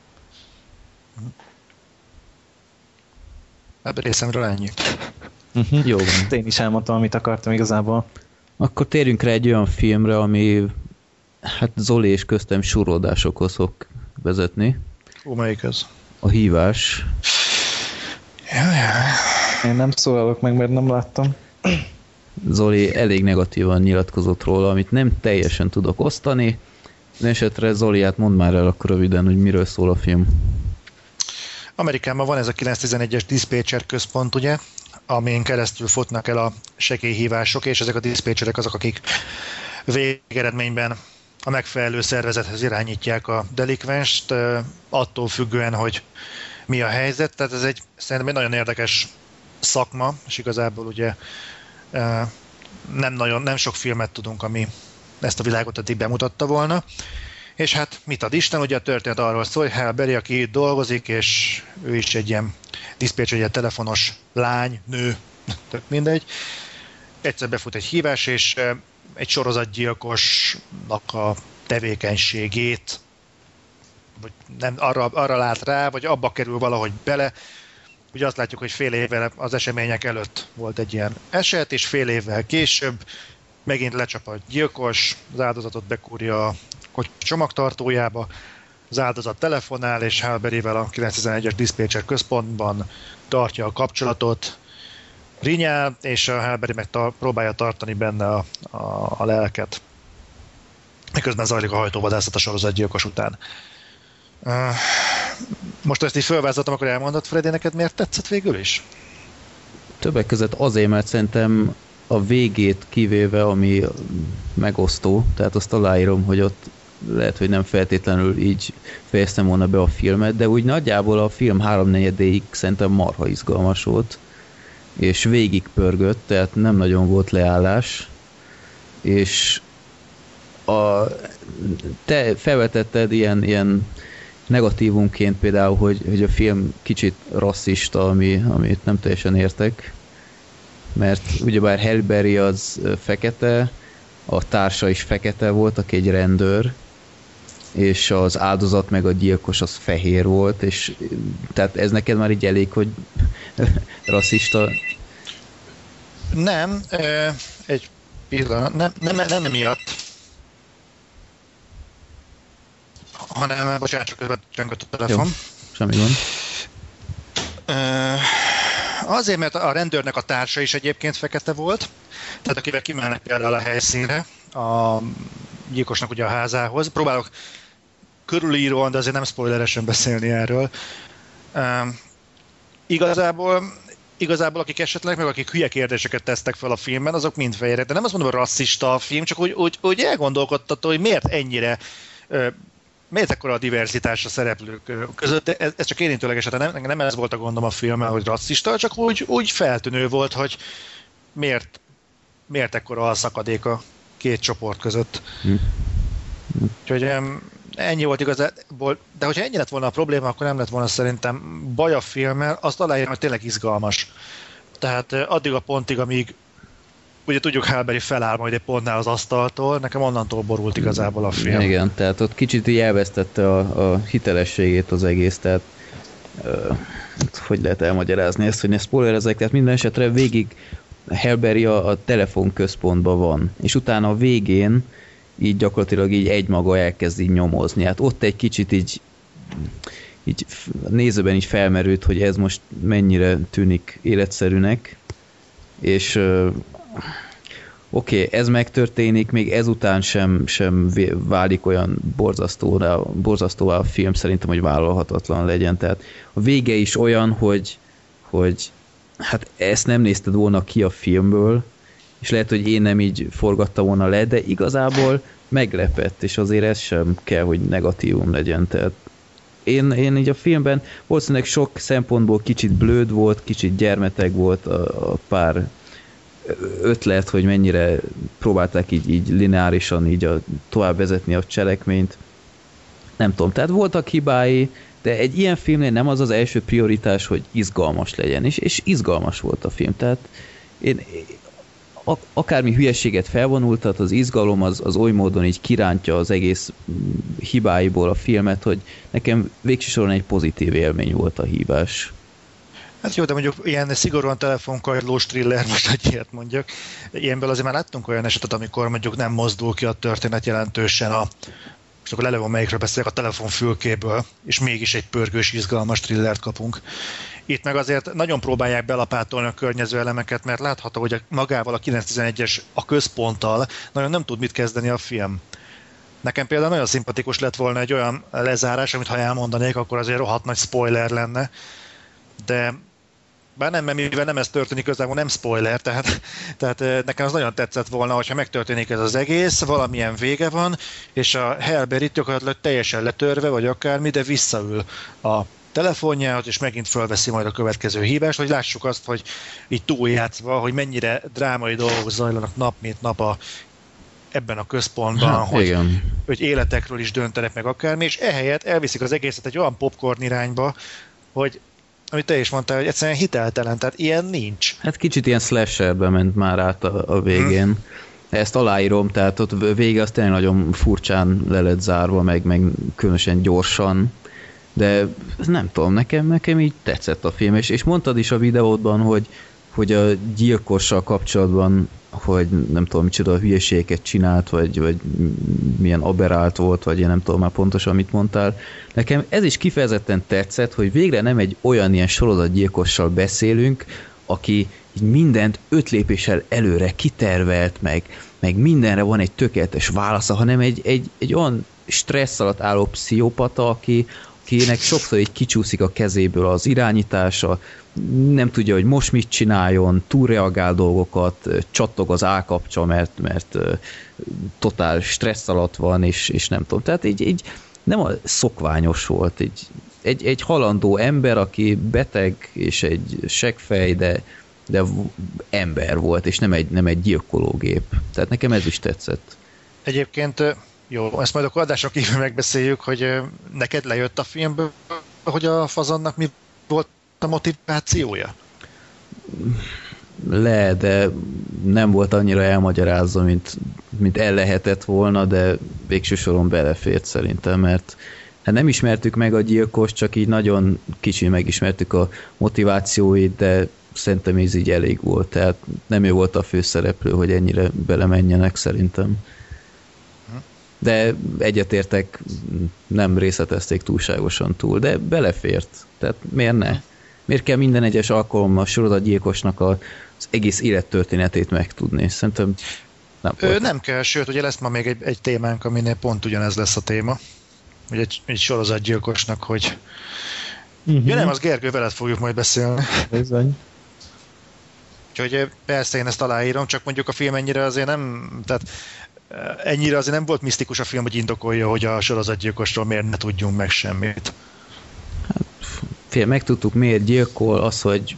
Ebből részemről ennyi. Uh-huh. Jó van. Én is elmondtam, amit akartam igazából. Akkor térjünk rá egy olyan filmre, ami hát Zoli és köztem surlódásokhoz fog vezetni. Ó, melyik ez? A Hívás. Ja, ja. Én nem szólalok meg, mert nem láttam. Zoli elég negatívan nyilatkozott róla, amit nem teljesen tudok osztani. De esetre Zoli, hát mondd már el akkor röviden, hogy miről szól a film. Amerikában van ez a kilenc tizenegyes diszpécser központ, ugye, amin keresztül futnak el a segélyhívások, és ezek a diszpécserek azok, akik végeredményben a megfelelő szervezethez irányítják a delikvenst, attól függően, hogy mi a helyzet. Tehát ez egy szerintem egy nagyon érdekes szakma, és igazából ugye nem, nagyon, nem sok filmet tudunk, ami ezt a világot eddig bemutatta volna. És hát mit ad Isten, ugye a történet arról szól, hogy Halle Berry, aki itt dolgozik, és ő is egy ilyen diszpécser, egy telefonos lány, nő, tök mindegy. Egyszer befut egy hívás, és egy sorozatgyilkosnak a tevékenységét, vagy nem, arra, arra lát rá, vagy abba kerül valahogy bele. Ugye azt látjuk, hogy fél évvel az események előtt volt egy ilyen eset, és fél évvel később megint lecsap a gyilkos, az áldozatot bekúrja a kocsi csomagtartójába, az áldozat telefonál, és Halle Berryvel a kilenc tizenegyes diszpécser központban tartja a kapcsolatot, rinyál, és a Halle Berry meg ta- próbálja tartani benne a, a, a lelket. Miközben zajlik a hajtóvadászat a sorozatgyilkos után. Uh, most ezt így fölvázoltam, akkor elmondott, Freddy, neked miért tetszett végül is? Többek között azért, mert szerintem a végét kivéve, ami megosztó, tehát azt aláírom, hogy ott lehet, hogy nem feltétlenül így fejeztem volna be a filmet, de úgy nagyjából a film háromnegyedéig szerintem marha izgalmas volt, és végig pörgött, tehát nem nagyon volt leállás, és a, te felvetetted ilyen, ilyen negatívumként például, hogy, hogy a film kicsit rasszista, ami, amit nem teljesen értek, mert ugyebár Halle Berry az fekete, a társa is fekete volt, aki egy rendőr, és az áldozat meg a gyilkos az fehér volt, és tehát ez neked már így elég, hogy rasszista? Nem, egy pillanat, nem, nem, nem, nem miatt, hanem, bocsánat, csak közben csöngött a telefon. Jó, semmi gond. Azért, mert a rendőrnek a társa is egyébként fekete volt, tehát akivel kimennek például a helyszínre, a gyilkosnak ugye a házához. Próbálok körülíróan, de azért nem spoileresen beszélni erről. Igazából Igazából akik esetleg, meg akik hülye kérdéseket tesztek fel a filmben, azok mind fehérek. De nem azt mondom, hogy rasszista a film, csak úgy, úgy, úgy elgondolkodtató, hogy miért ennyire, miért ekkora a diverzitás a szereplők között. De ez, ez csak érintőleges, tehát nem, nem ez volt a gondom a filmmel, hogy rasszista, csak úgy, úgy feltűnő volt, hogy miért, miért ekkora a szakadék a két csoport között. Hm. Úgyhogy ennyi volt igazából, de hogyha ennyi lett volna a probléma, akkor nem lett volna szerintem baj a filmmel, azt aláírom, hogy tényleg izgalmas. Tehát addig a pontig, amíg ugye tudjuk, Halle Berry feláll majd egy pontnál az asztaltól, nekem onnantól borult igazából a film. Igen, tehát ott kicsit így elvesztette a, a hitelességét az egész, tehát uh, hogy lehet elmagyarázni ezt, hogy ne spoilerezek, tehát minden esetre végig Halle Berry a, a telefonközpontban van, és utána a végén így gyakorlatilag így egymaga elkezd így nyomozni. Hát ott egy kicsit így, így nézőben így felmerült, hogy ez most mennyire tűnik életszerűnek, és uh, oké, okay, ez megtörténik, még ezután sem, sem válik olyan borzasztóvá, borzasztóvá a film, szerintem, hogy vállalhatatlan legyen. Tehát a vége is olyan, hogy, hogy hát ezt nem nézted volna ki a filmből, és lehet, hogy én nem így forgatta volna le, de igazából meglepett, és azért ez sem kell, hogy negatívum legyen. Tehát én, én így a filmben valószínűleg sok szempontból kicsit blőd volt, kicsit gyermeteg volt a, a pár ötlet, hogy mennyire próbálták így, így lineárisan így a, tovább vezetni a cselekményt. Nem tudom, tehát voltak hibái, de egy ilyen filmnél nem az az első prioritás, hogy izgalmas legyen, és, és izgalmas volt a film. Tehát én akármi hülyeséget felvonultat, az izgalom az, az oly módon így kirántja az egész hibáiból a filmet, hogy nekem végső soron egy pozitív élmény volt a hívás. Hát jó, de mondjuk ilyen szigorúan telefonkajlós thriller, most hogy ilyet mondjak. Ilyenből azért már láttunk olyan esetet, amikor mondjuk nem mozdul ki a történet jelentősen a, most akkor lelővom melyikről beszélek, a telefonfülkéből, és mégis egy pörgős, izgalmas thrillert kapunk. Itt meg azért nagyon próbálják belapátolni a környező elemeket, mert látható, hogy magával a kilencszáztizenegyes a központtal nagyon nem tud mit kezdeni a film. Nekem például nagyon szimpatikus lett volna egy olyan lezárás, amit ha elmondanék, akkor azért rohadt nagy spoiler lenne, de bár nem, mert mivel nem ez történik, igazából nem spoiler, tehát, tehát nekem az nagyon tetszett volna, hogyha megtörténik ez az egész, valamilyen vége van, és a Halle Berry gyakorlatilag teljesen letörve, vagy akármi, de visszaül a telefonjához, és megint fölveszi majd a következő hívást, hogy lássuk azt, hogy így túljátszva, hogy mennyire drámai dolgok zajlanak nap mint nap a, ebben a központban, hát, hogy, hogy életekről is döntenek meg akármi, és ehelyett elviszik az egészet egy olyan popcorn irányba, hogy amit te is mondtál, hogy egyszerűen hiteltelen, tehát ilyen nincs. Hát kicsit ilyen slasherbe ment már át a, a végén. Hmm. Ezt aláírom, tehát ott vége az tényleg nagyon furcsán le lett zárva, meg, meg különösen gyorsan, de nem tudom, nekem, nekem így tetszett a film, és, és mondtad is a videódban, hogy, hogy a gyilkossal kapcsolatban, hogy nem tudom, micsoda hülyeségeket csinált, vagy, vagy milyen aberrált volt, vagy én nem tudom már pontosan, mit mondtál. Nekem ez is kifejezetten tetszett, hogy végre nem egy olyan ilyen sorozatgyilkossal beszélünk, aki így mindent öt lépéssel előre kitervelt, meg, meg mindenre van egy tökéletes válasza, hanem egy, egy, egy olyan stressz alatt álló pszichopata, aki, akinek sokszor így kicsúszik a kezéből az irányítása, nem tudja, hogy most mit csináljon, túlreagál dolgokat, csattog az állkapcsa, mert, mert totál stressz alatt van, és, és nem tudom. Tehát így, így nem a szokványos volt, így egy, egy halandó ember, aki beteg, és egy seggfej, de, de ember volt, és nem egy, nem egy gyilkológép. Tehát nekem ez is tetszett. Egyébként, jó, ezt majd a adásra kívül megbeszéljük, hogy neked lejött a filmből, hogy a fazonnak mi volt a motivációja? Le, de nem volt annyira elmagyarázva, mint, mint el lehetett volna, de végső soron belefért szerintem, mert hát nem ismertük meg a gyilkos, csak így nagyon kicsi megismertük a motivációit, de szerintem ez így elég volt, tehát nem ő volt a főszereplő, hogy ennyire belemenjenek szerintem. De egyetértek, nem részletezték túlságosan túl, de belefért, tehát miért ne? Miért kell minden egyes alkalommal a sorozatgyilkosnak az egész élettörténetét megtudni? Szerintem nem Ö, nem kell, sőt, ugye lesz ma még egy, egy témánk, aminél pont ugyanez lesz a téma. Ugye egy, egy sorozatgyilkosnak, hogy uh-huh. ja nem, az Gergő, veled fogjuk majd beszélni. Bizony. Úgyhogy persze én ezt aláírom, csak mondjuk a film ennyire azért nem, tehát ennyire azért nem volt misztikus a film, hogy indokolja, hogy a sorozatgyilkosról miért ne tudjunk meg semmit. Hát, fél, megtudtuk miért gyilkol, az, hogy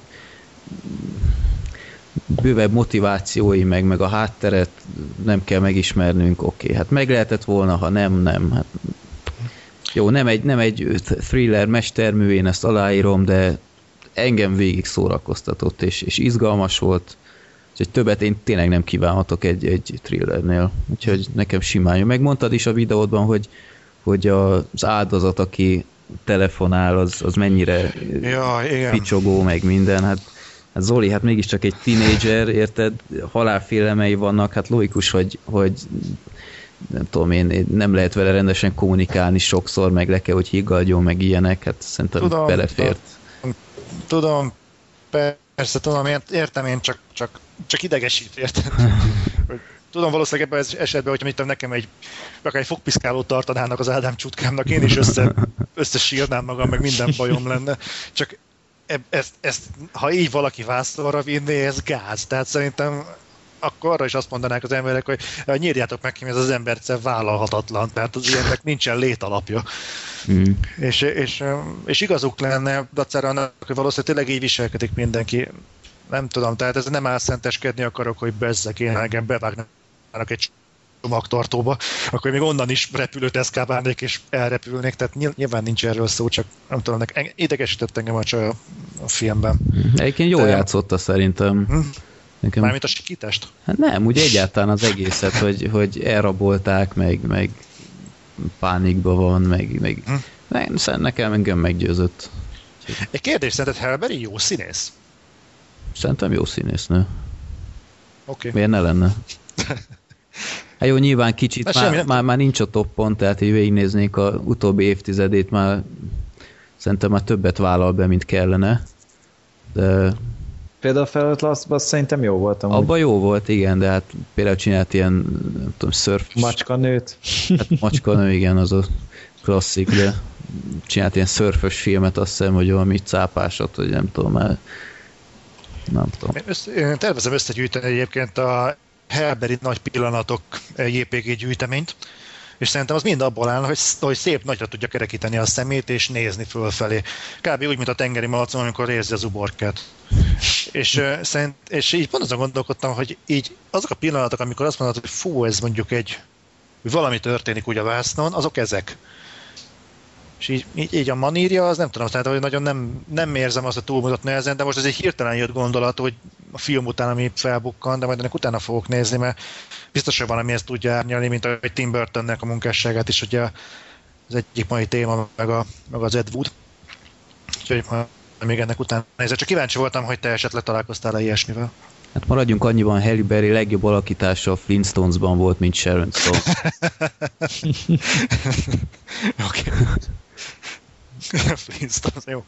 bővebb motivációi, meg, meg a hátteret nem kell megismernünk, oké, okay. Hát meg lehetett volna, ha nem, nem, hát jó, nem egy, nem egy thriller mestermű, én ezt aláírom, de engem végig szórakoztatott, és, és izgalmas volt, úgyhogy többet én tényleg nem kívánhatok egy, egy thrillernél, úgyhogy nekem simán jön. Megmondtad is a videódban, hogy, hogy az áldozat, aki telefonál, az, az mennyire ja, picsogó, meg minden, hát, hát Zoli, hát mégiscsak egy tínédzser, érted, halálfélemei vannak, hát logikus, hogy, hogy nem tudom én, nem lehet vele rendesen kommunikálni sokszor, meg le kell, hogy higgadjon, meg ilyenek, hát szerintem tudom, belefért. Tudom, persze tudom, értem én, csak, csak, csak idegesít, érted? Tudom, valószínűleg ebben az esetben, hogyha mit nekem egy, akár egy fogpiszkálót tartanának az Ádám csutkámnak, én is össze, összesírnám magam, meg minden bajom lenne. Csak ezt, ezt, ha így valaki vászlóra vinné, ez gáz. Tehát szerintem akkor arra is azt mondanák az emberek, hogy nyírjátok meg ki, ez az emberszer vállalhatatlan, tehát az ilyennek nincsen létalapja. Mm. És, és, és igazuk lenne, dacára annak, hogy valószínűleg tényleg így viselkedik mindenki. Nem tudom, tehát ez nem álszenteskedni akarok, hogy bezzek, én engem bevágnak egy csomagtartóba, akkor még onnan is repülőt eszkábálnék és elrepülnék, tehát nyilván nincs erről szó, csak nem tudom, idegesített engem a csaj a filmben. Egyébként jól De... játszotta szerintem. Hm? Nekem... Mármint a sikítást? Hát nem, ugye egyáltalán az egészet, hogy, hogy elrabolták, meg, meg pánikban van, meg, meg... Hm? Ne, nekem engem meggyőzött. Egy kérdés, szerinted Halle Berry jó színész? Szerintem jó színésznő. Oké. Okay. Miért ne lenne? Hát jó, nyilván kicsit már, nem... már, már nincs a toppon, tehát hogy végignéznék a utóbbi évtizedét, már szerintem már többet vállal be, mint kellene. De... Például a Felett Laszban szerintem jó volt amúgy. Abban jó volt, igen, de hát például csinált ilyen, nem tudom, surf... Macskanőt. Hát macskanő, igen, az a klasszik, de csinált ilyen szörfös filmet, azt hiszem, hogy valami cápásat, hogy nem tudom már. Nem tudom. Én, össze, én tervezem összegyűjteni egyébként a Halle Berry nagy pillanatok jé pé gé gyűjteményt, és szerintem az mind abból áll, hogy, hogy szép nagyra tudja kerekíteni a szemét, és nézni fölfelé. Kb. Úgy, mint a tengeri malacon, amikor érzi az uborkát. és, uh, szerint, és így pont azon gondolkodtam, hogy így azok a pillanatok, amikor azt mondod, hogy fú, ez mondjuk egy, hogy valami történik úgy a vásznon, azok ezek. És így, így, így a manírja, az nem tudom, tehát hogy nagyon nem, nem érzem azt a túlmutatni ezen, de most ez egy hirtelen jött gondolat, hogy a film után, ami felbukkan, de majd ennek utána fogok nézni, mert biztos, hogy van, ami ezt tudja árnyalni, mint a Tim Burtonnek a munkásságát is, ugye az egyik mai téma, meg, a, meg az Ed Wood. Úgyhogy még ennek után nézve. Csak kíváncsi voltam, hogy te esetleg találkoztál-e ilyesmivel. Hát maradjunk annyiban, Halle Berry legjobb alakítása a Flintstonesban volt, mint Sharon Stone. Oké. Flintstones, jó.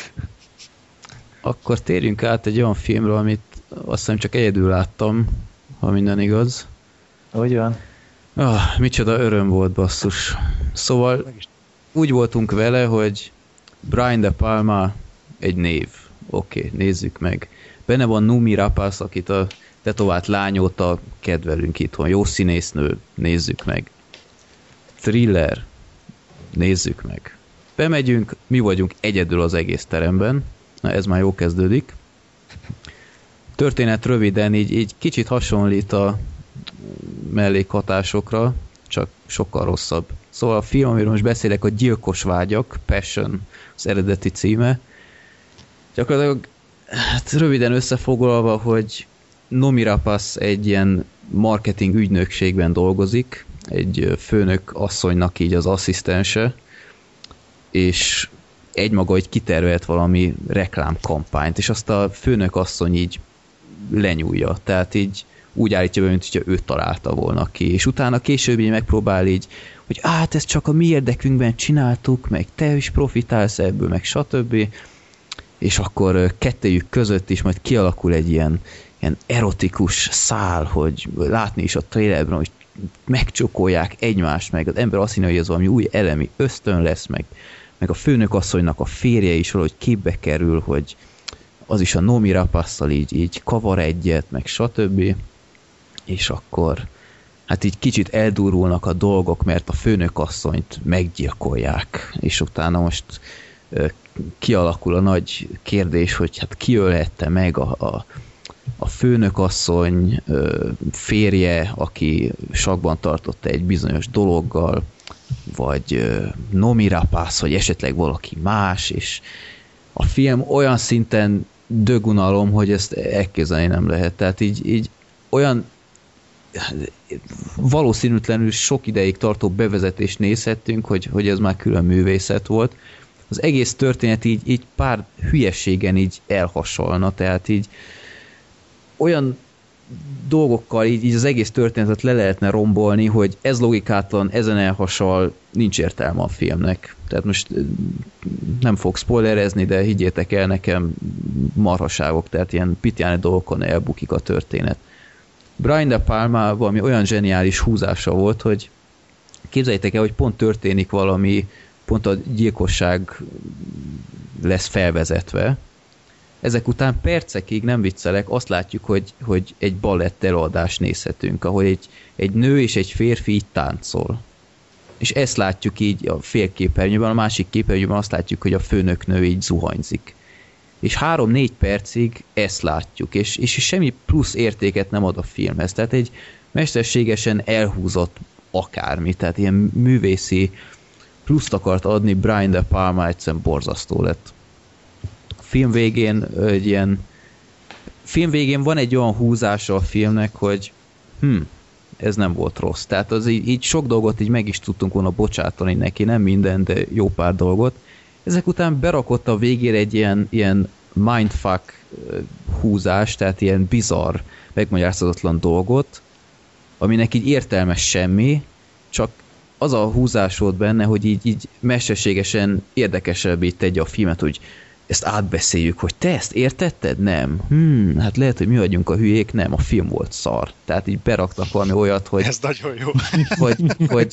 Akkor térjünk át egy olyan filmről, amit azt hiszem csak egyedül láttam, ha minden igaz. Úgy van. Ah, micsoda öröm volt, basszus. Szóval úgy voltunk vele, hogy Brian De Palma egy név. Oké, okay, nézzük meg. Benne van Noomi Rapace, akit a tetovált lány óta kedvelünk itthon. Jó színésznő, nézzük meg. Thriller, nézzük meg. Bemegyünk, mi vagyunk egyedül az egész teremben. Na, ez már jó kezdődik. Történet röviden, így, így kicsit hasonlít a mellékhatásokra, csak sokkal rosszabb. Szóval a film, amiről most beszélek, a Gyilkos vágyak, Passion az eredeti címe. Gyakorlatilag hát röviden összefoglalva, hogy Noomi Rapace egy ilyen marketing ügynökségben dolgozik, egy főnök asszonynak így az asszisztense, és egymaga így kitervelt valami reklámkampányt, és azt a főnök asszony így lenyúlja, tehát így úgy állítja be, mint hogyha ő találta volna ki, és utána később így megpróbál így, hogy hát ezt csak a mi érdekünkben csináltuk, meg te is profitálsz ebből, meg stb. És akkor kettejük között is majd kialakul egy ilyen, ilyen erotikus szál, hogy látni is a trailerben, hogy megcsokolják egymást, meg az ember azt hinni, hogy ez valami új elemi ösztön lesz, meg, meg a főnökasszonynak a férje is valahogy képbe kerül, hogy az is a Noomi Rapace-szal így, így kavar egyet, meg stb. És akkor hát így kicsit eldurulnak a dolgok, mert a főnökasszonyt meggyilkolják, és utána most kialakul a nagy kérdés, hogy hát ki ölhette meg a, a, a főnökasszony férje, aki sakban tartotta egy bizonyos dologgal, vagy Noomi Rapace, vagy esetleg valaki más, és a film olyan szinten dögunalom, hogy ezt elképzelni nem lehet. Tehát így, így olyan valószínűtlenül sok ideig tartó bevezetést nézhettünk, hogy, hogy ez már külön művészet volt. Az egész történet így, így pár hülyességen így elhasalna, tehát így olyan dolgokkal így, így az egész történetet le lehetne rombolni, hogy ez logikátlan, ezen elhasal, nincs értelme a filmnek. Tehát most nem fog spoilerezni, de higgyétek el nekem, marhaságok, tehát ilyen pitjáni dolgokon elbukik a történet. Brian De Palma valami olyan zseniális húzása volt, hogy képzeljétek el, hogy pont történik valami, pont a gyilkosság lesz felvezetve. Ezek után percekig, nem viccelek, azt látjuk, hogy, hogy egy balett előadást nézhetünk, ahol egy, egy nő és egy férfi így táncol. És ezt látjuk így a félképernyőben, a másik képernyőben azt látjuk, hogy a főnöknő így zuhanyzik. És három-négy percig ezt látjuk, és, és semmi plusz értéket nem ad a filmhez. Tehát egy mesterségesen elhúzott akármi, tehát ilyen művészi pluszt akart adni Brian De Palma, egyszerűen borzasztó lett. A film végén egy ilyen film végén van egy olyan húzása a filmnek, hogy hm, ez nem volt rossz. Tehát az így, így sok dolgot így meg is tudtunk volna bocsátani neki, nem minden, de jó pár dolgot. Ezek után berakott a végére egy ilyen, ilyen mindfuck húzás, tehát ilyen bizarr, megmagyarázhatatlan dolgot, aminek így értelmes semmi, csak az a húzás volt benne, hogy így, így mesterségesen érdekesebbé tegye a filmet, hogy ezt átbeszéljük, hogy te ezt értetted? Nem. Hmm, hát lehet, hogy mi vagyunk a hülyék, nem, a film volt szar. Tehát így beraktak valami olyat, hogy... Ez nagyon jó. Hogy, hogy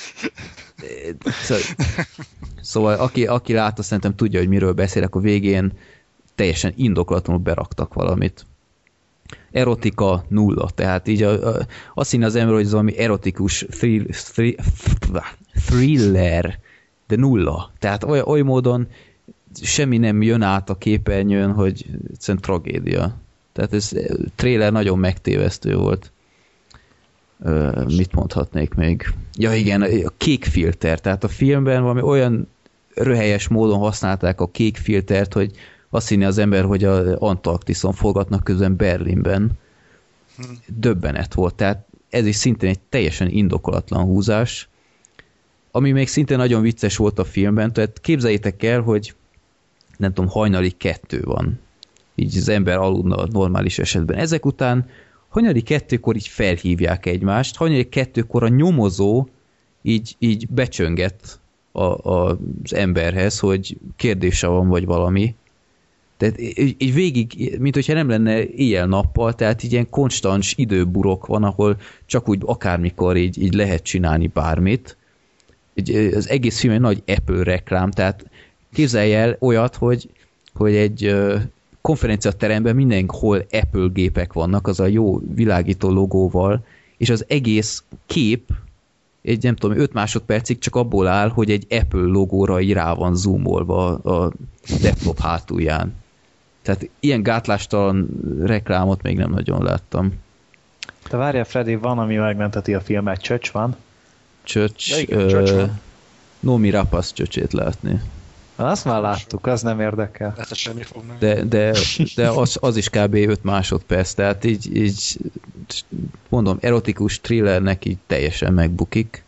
szóval aki, aki látta, szerintem tudja, hogy miről beszélek, a végén teljesen indokolatlanul beraktak valamit. Erotika nulla, tehát így a, a, azt hinni az ember, hogy ez valami erotikus thrill, thrill, thriller, de nulla. Tehát oly, oly módon semmi nem jön át a képernyőn, hogy egyszerűen tragédia. Tehát ez trailer nagyon megtévesztő volt. Ö, mit mondhatnék még? Ja igen, a kék filter, tehát a filmben valami olyan röhelyes módon használták a kék filtert, hogy azt hinni az ember, hogy a Antarktiszon forgatnak közben Berlinben. Döbbenet volt, tehát ez is szintén egy teljesen indokolatlan húzás. Ami még szintén nagyon vicces volt a filmben, tehát képzeljétek el, hogy nem tudom, hajnali kettő van. Így az ember aludna normális esetben. Ezek után hajnali kettőkor így felhívják egymást, hajnali kettőkor a nyomozó így, így becsönget a, a, az emberhez, hogy kérdése van, vagy valami. Tehát így végig, mint hogyha nem lenne éjjel-nappal, tehát így ilyen konstans időburok van, ahol csak úgy akármikor így, így lehet csinálni bármit, az egész film egy nagy Apple reklám, tehát képzelj el olyat, hogy, hogy egy konferenciateremben mindenhol Apple gépek vannak, az a jó világító logóval, és az egész kép egy nem tudom, öt másodpercig csak abból áll, hogy egy Apple logóra így rá van zoomolva a laptop hátulján. Tehát ilyen gátlástalan reklámot még nem nagyon láttam. De várjál, Freddy, van, ami megmenteti a filmet, Csöcs van? Csöcs, ja, igen, Csöcs van. Nomi Rapace csöcsét látni. Azt már láttuk, az nem érdekel. Ez semmi fog meg. De, de, de az, az is kb. öt másodperc, tehát így, így mondom, erotikus thrillernek így teljesen megbukik.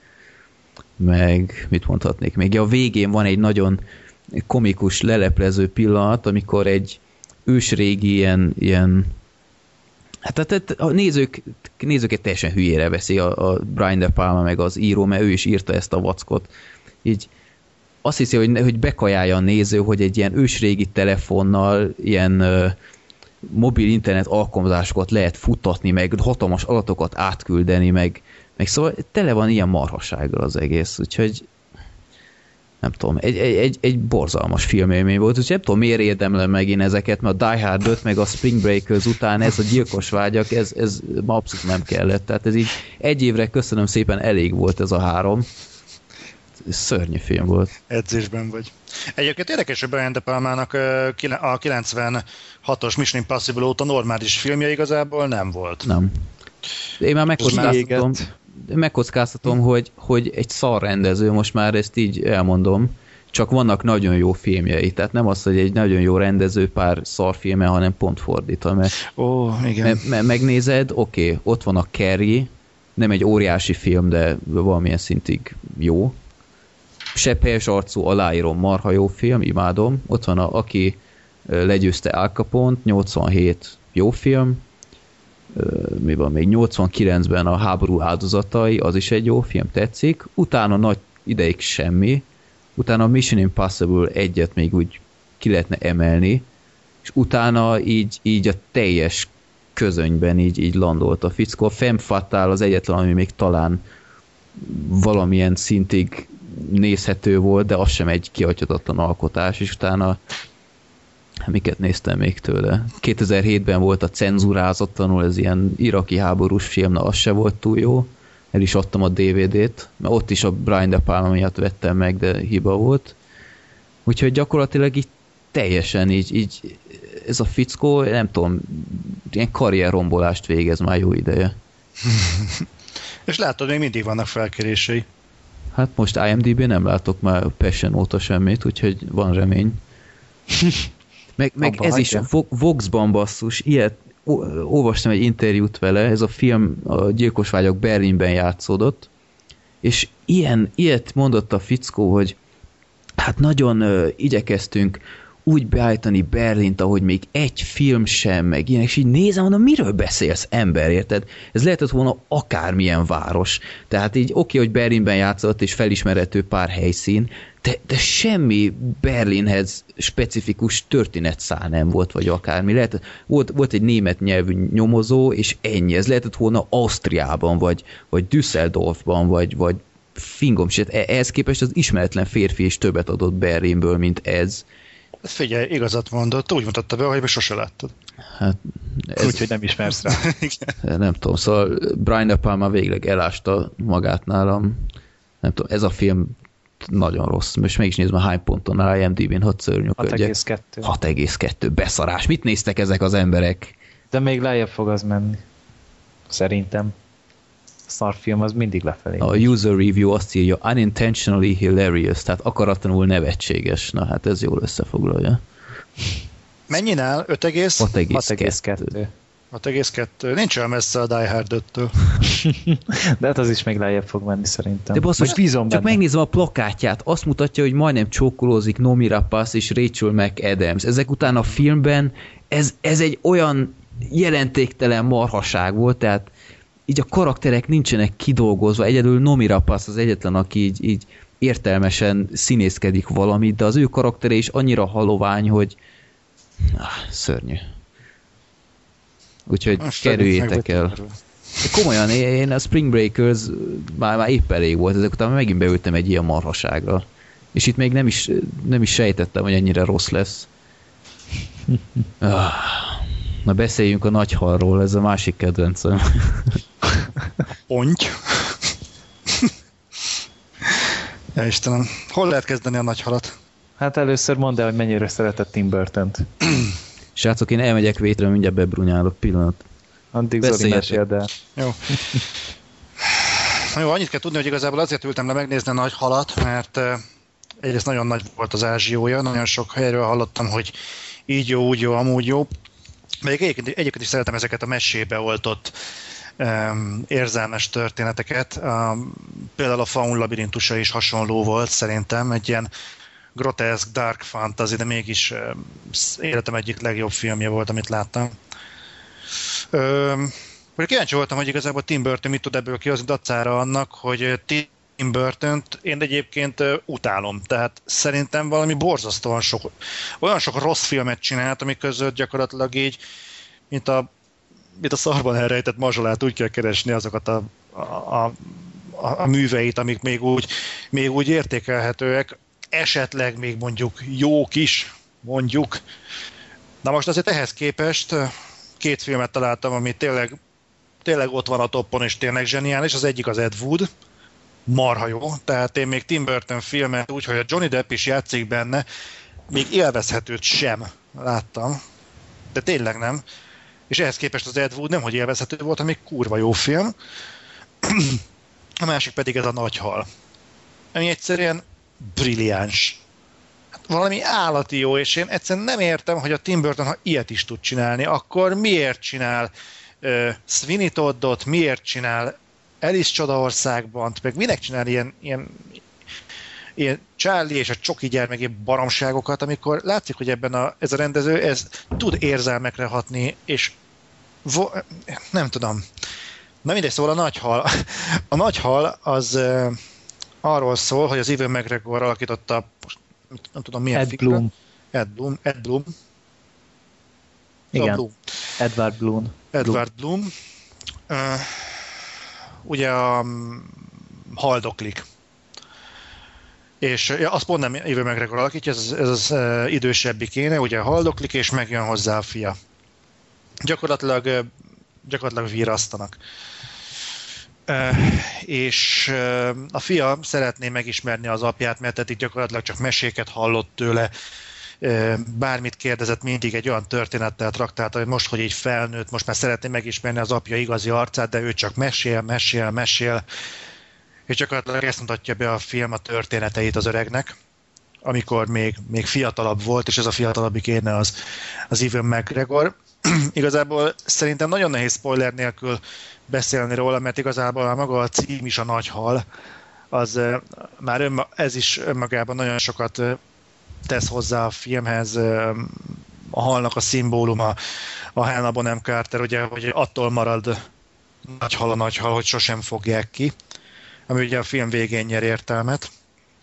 Meg mit mondhatnék még? Ja, a végén van egy nagyon komikus, leleplező pillanat, amikor egy ősrégi ilyen, ilyen hát, hát a nézők, nézőket teljesen hülyére veszi a, a Brian De Palma meg az író, mert ő is írta ezt a vackot. Így azt hiszi, hogy, hogy bekajálja a néző, hogy egy ilyen ősrégi telefonnal ilyen uh, mobil internet alkalmazásokat lehet futtatni, meg hatalmas adatokat átküldeni, meg, meg szóval tele van ilyen marhasággal az egész, úgyhogy nem tudom, egy, egy, egy, egy borzalmas filmélmény volt, úgyhogy nem tudom, miért érdemlem meg én ezeket, mert a Die Hard öt meg a Spring Breakers után ez a gyilkos vágyak, ez, ez ma abszolút nem kellett, tehát ez így egy évre köszönöm szépen elég volt ez a három. Szörnyű film volt. Edzésben vagy. Egyébként érdekes, hogy Brian De Palmának a kilencvenhatos Mission Impossible óta normális filmje igazából nem volt. Nem. Én már megkockáztatom, megkockáztatom hogy, hogy egy szar rendező, most már ezt így elmondom, csak vannak nagyon jó filmjei. Tehát nem az, hogy egy nagyon jó rendező pár szarfilme, hanem pont fordítva. Mert, Ó, igen. Mert, mert megnézed, oké, okay, ott van a Carrie, nem egy óriási film, de valamilyen szintig jó. Sepphelyes arcú, aláírom, marha jó film, imádom. Ott van a, aki legyőzte Al Capone-t, nyolcvanhét jó film. Mi van még? nyolcvankilencben a háború áldozatai, az is egy jó film, tetszik. Utána nagy ideig semmi. Utána a Mission Impossible egyet még úgy ki lehetne emelni. És utána így, így a teljes közönyben így, így landolt a fickó. A Femme Fatale az egyetlen, ami még talán valamilyen szintig nézhető volt, de az sem egy kihagyhatatlan alkotás, és utána miket néztem még tőle. kétezer-hétben volt a Cenzurázatlanul, ez ilyen iraki háborús film, na az se volt túl jó. El is adtam a dé vé dét, mert ott is a Brian De Palma miatt vettem meg, de hiba volt. Úgyhogy gyakorlatilag így teljesen így, így ez a fickó, nem tudom, ilyen karrierrombolást végez már jó ideje. És látod, még mindig vannak felkérései. Hát most I M D B nem látok már Passion óta semmit, úgyhogy van remény. Meg, meg ez is Voxban basszus, ilyet, olvastam egy interjút vele, ez a film a Gyilkos vágyak Berlinben játszódott, és ilyen, ilyet mondott a fickó, hogy hát nagyon uh, igyekeztünk úgy beállítani Berlint, ahogy még egy film sem, meg ilyenek, és így nézem, mondom, miről beszélsz, ember, érted? Ez lehetett volna akármilyen város. Tehát így oké, hogy Berlinben játszott, és felismerhető pár helyszín, de, de semmi Berlinhez specifikus történetszál nem volt, vagy akármi. Lehet, volt, volt egy német nyelvű nyomozó, és ennyi. Ez lehetett volna Ausztriában, vagy, vagy Düsseldorfban, vagy, vagy fingomsét. Ehhez képest az ismeretlen férfi is többet adott Berlinből, mint ez. Figyelj, igazat mondott, úgy mutatta be, hogy sose láttad. Hát, ez... Úgyhogy nem ismersz rá. Nem tudom, szóval Brian De Palma végleg elásta magát nálam. Nem tudom, ez a film nagyon rossz. Most meg is nézem, hány ponton áll I M D B-n, hat szörnyűködjek. hat egész kettő. hat egész kettő, beszarás. Mit néztek ezek az emberek? De még lejjebb fog az menni. Szerintem. A szarfilm az mindig lefelé. A user review azt írja, unintentionally hilarious, tehát akaratlanul nevetséges. Na hát ez jól összefoglalja. Mennyien áll? öt egész? hat egész kettő. hat egész kettő. Nincs olyan messze a Die Hard öttől. De hát az is még lejjebb fog menni szerintem. De basszus, bízom csak benne. megnézem a plakátját, azt mutatja, hogy majdnem csókolózik Noomi Rapace és Rachel McAdams. Ezek után a filmben ez, ez egy olyan jelentéktelen marhaság volt, tehát így a karakterek nincsenek kidolgozva, egyedül Noomi Rapace az egyetlen, aki így, így értelmesen színészkedik valamit, de az ő karaktere is annyira halovány, hogy ah, szörnyű. Úgyhogy most kerüljétek el. Komolyan, én a Spring Breakers már, már épp elég volt, ezek után megint beültem egy ilyen marhaságra. És itt még nem is, nem is sejtettem, hogy ennyire rossz lesz. Ah, na beszéljünk a Nagyhalról, ez a másik kedvencem. Ponty. Ja, Istenem, hol lehet kezdeni a Nagyhalat? Hát először mondd el, hogy mennyire szeretett Tim Burtont. Srácok, én elmegyek vétre, mindjárt bebrunyálok, pillanat. Addig Zoli meséld el. Jó. Na jó, annyit kell tudni, hogy igazából azért ültem le megnézni a Nagyhalat, mert uh, egyrészt nagyon nagy volt az ázsiója, nagyon sok helyről hallottam, hogy így jó, úgy jó, amúgy jó. Még egyébként, egyébként is szeretem ezeket a mesébe oltott um, érzelmes történeteket. Um, például a Faun labirintusa is hasonló volt szerintem, egy ilyen groteszk, dark fantasy, de mégis um, életem egyik legjobb filmje volt, amit láttam. Um, kíváncsi voltam, hogy igazából Tim Burton mit tud ebből kihozni dacára annak, hogy Tim Burtont én egyébként uh, utálom. Tehát szerintem valami borzasztóan sok, olyan sok rossz filmet csinált, amik között gyakorlatilag így, mint a, mint a szarban elrejtett mazsolát, úgy kell keresni azokat a, a, a, a műveit, amik még úgy, még úgy értékelhetőek, esetleg még mondjuk jók is, mondjuk. Na most azért ehhez képest két filmet találtam, ami tényleg, tényleg ott van a toppon, és tényleg zseniális. Az egyik az Ed Wood, marha jó, tehát én még Tim Burton filmet úgy, hogy a Johnny Depp is játszik benne, még élvezhetőt sem láttam, de tényleg nem. És ehhez képest az Ed Wood nem, hogy élvezhető volt, hanem még kurva jó film. A másik pedig ez a Nagyhal, ami egyszerűen brilliáns. Hát valami állati jó, és én egyszerűen nem értem, hogy a Tim Burton, ha ilyet is tud csinálni, akkor miért csinál uh, Sweeney Toddot, miért csinál Alice Csodaországban, meg minek csinál ilyen, ilyen, ilyen Charlie és a Csoki gyermeki baromságokat, amikor látszik, hogy ebben a, ez a rendező ez tud érzelmekre hatni, és vo- nem tudom. Na mindegy, szóval a Nagyhal. A Nagyhal az uh, arról szól, hogy az Ewan McGregor alakította, nem tudom milyen Ed figura. Bloom. Ed Bloom. Ed Bloom. Igen. Bloom. Edward Bloom. Edward Bloom. Uh, ugye a um, haldoklik. És ja, azt pont nem Ewan McGregor alakítja, ez, ez az uh, idősebbi kéne, ugye haldoklik, és megjön hozzá a fia. Gyakorlatilag, uh, gyakorlatilag virasztanak. Uh, és uh, a fia szeretné megismerni az apját, mert eddig gyakorlatilag csak meséket hallott tőle, uh, bármit kérdezett, mindig egy olyan történettel traktálta, hogy most, hogy így felnőtt, most már szeretné megismerni az apja igazi arcát, de ő csak mesél, mesél, mesél, és gyakorlatilag ezt mutatja be a film a történeteit az öregnek, amikor még, még fiatalabb volt, és ez a fiatalabbik éne az, az Ewan McGregor. Igazából szerintem nagyon nehéz spoiler nélkül beszélni róla, mert igazából a maga a cím is a Nagyhal, az uh, már önma, ez is önmagában nagyon sokat uh, tesz hozzá a filmhez, uh, a halnak a szimbóluma, a Helena Bonham Carter, ugye, hogy attól marad Nagyhal a Nagyhal, hogy sosem fogják ki, ami ugye a film végén nyer értelmet.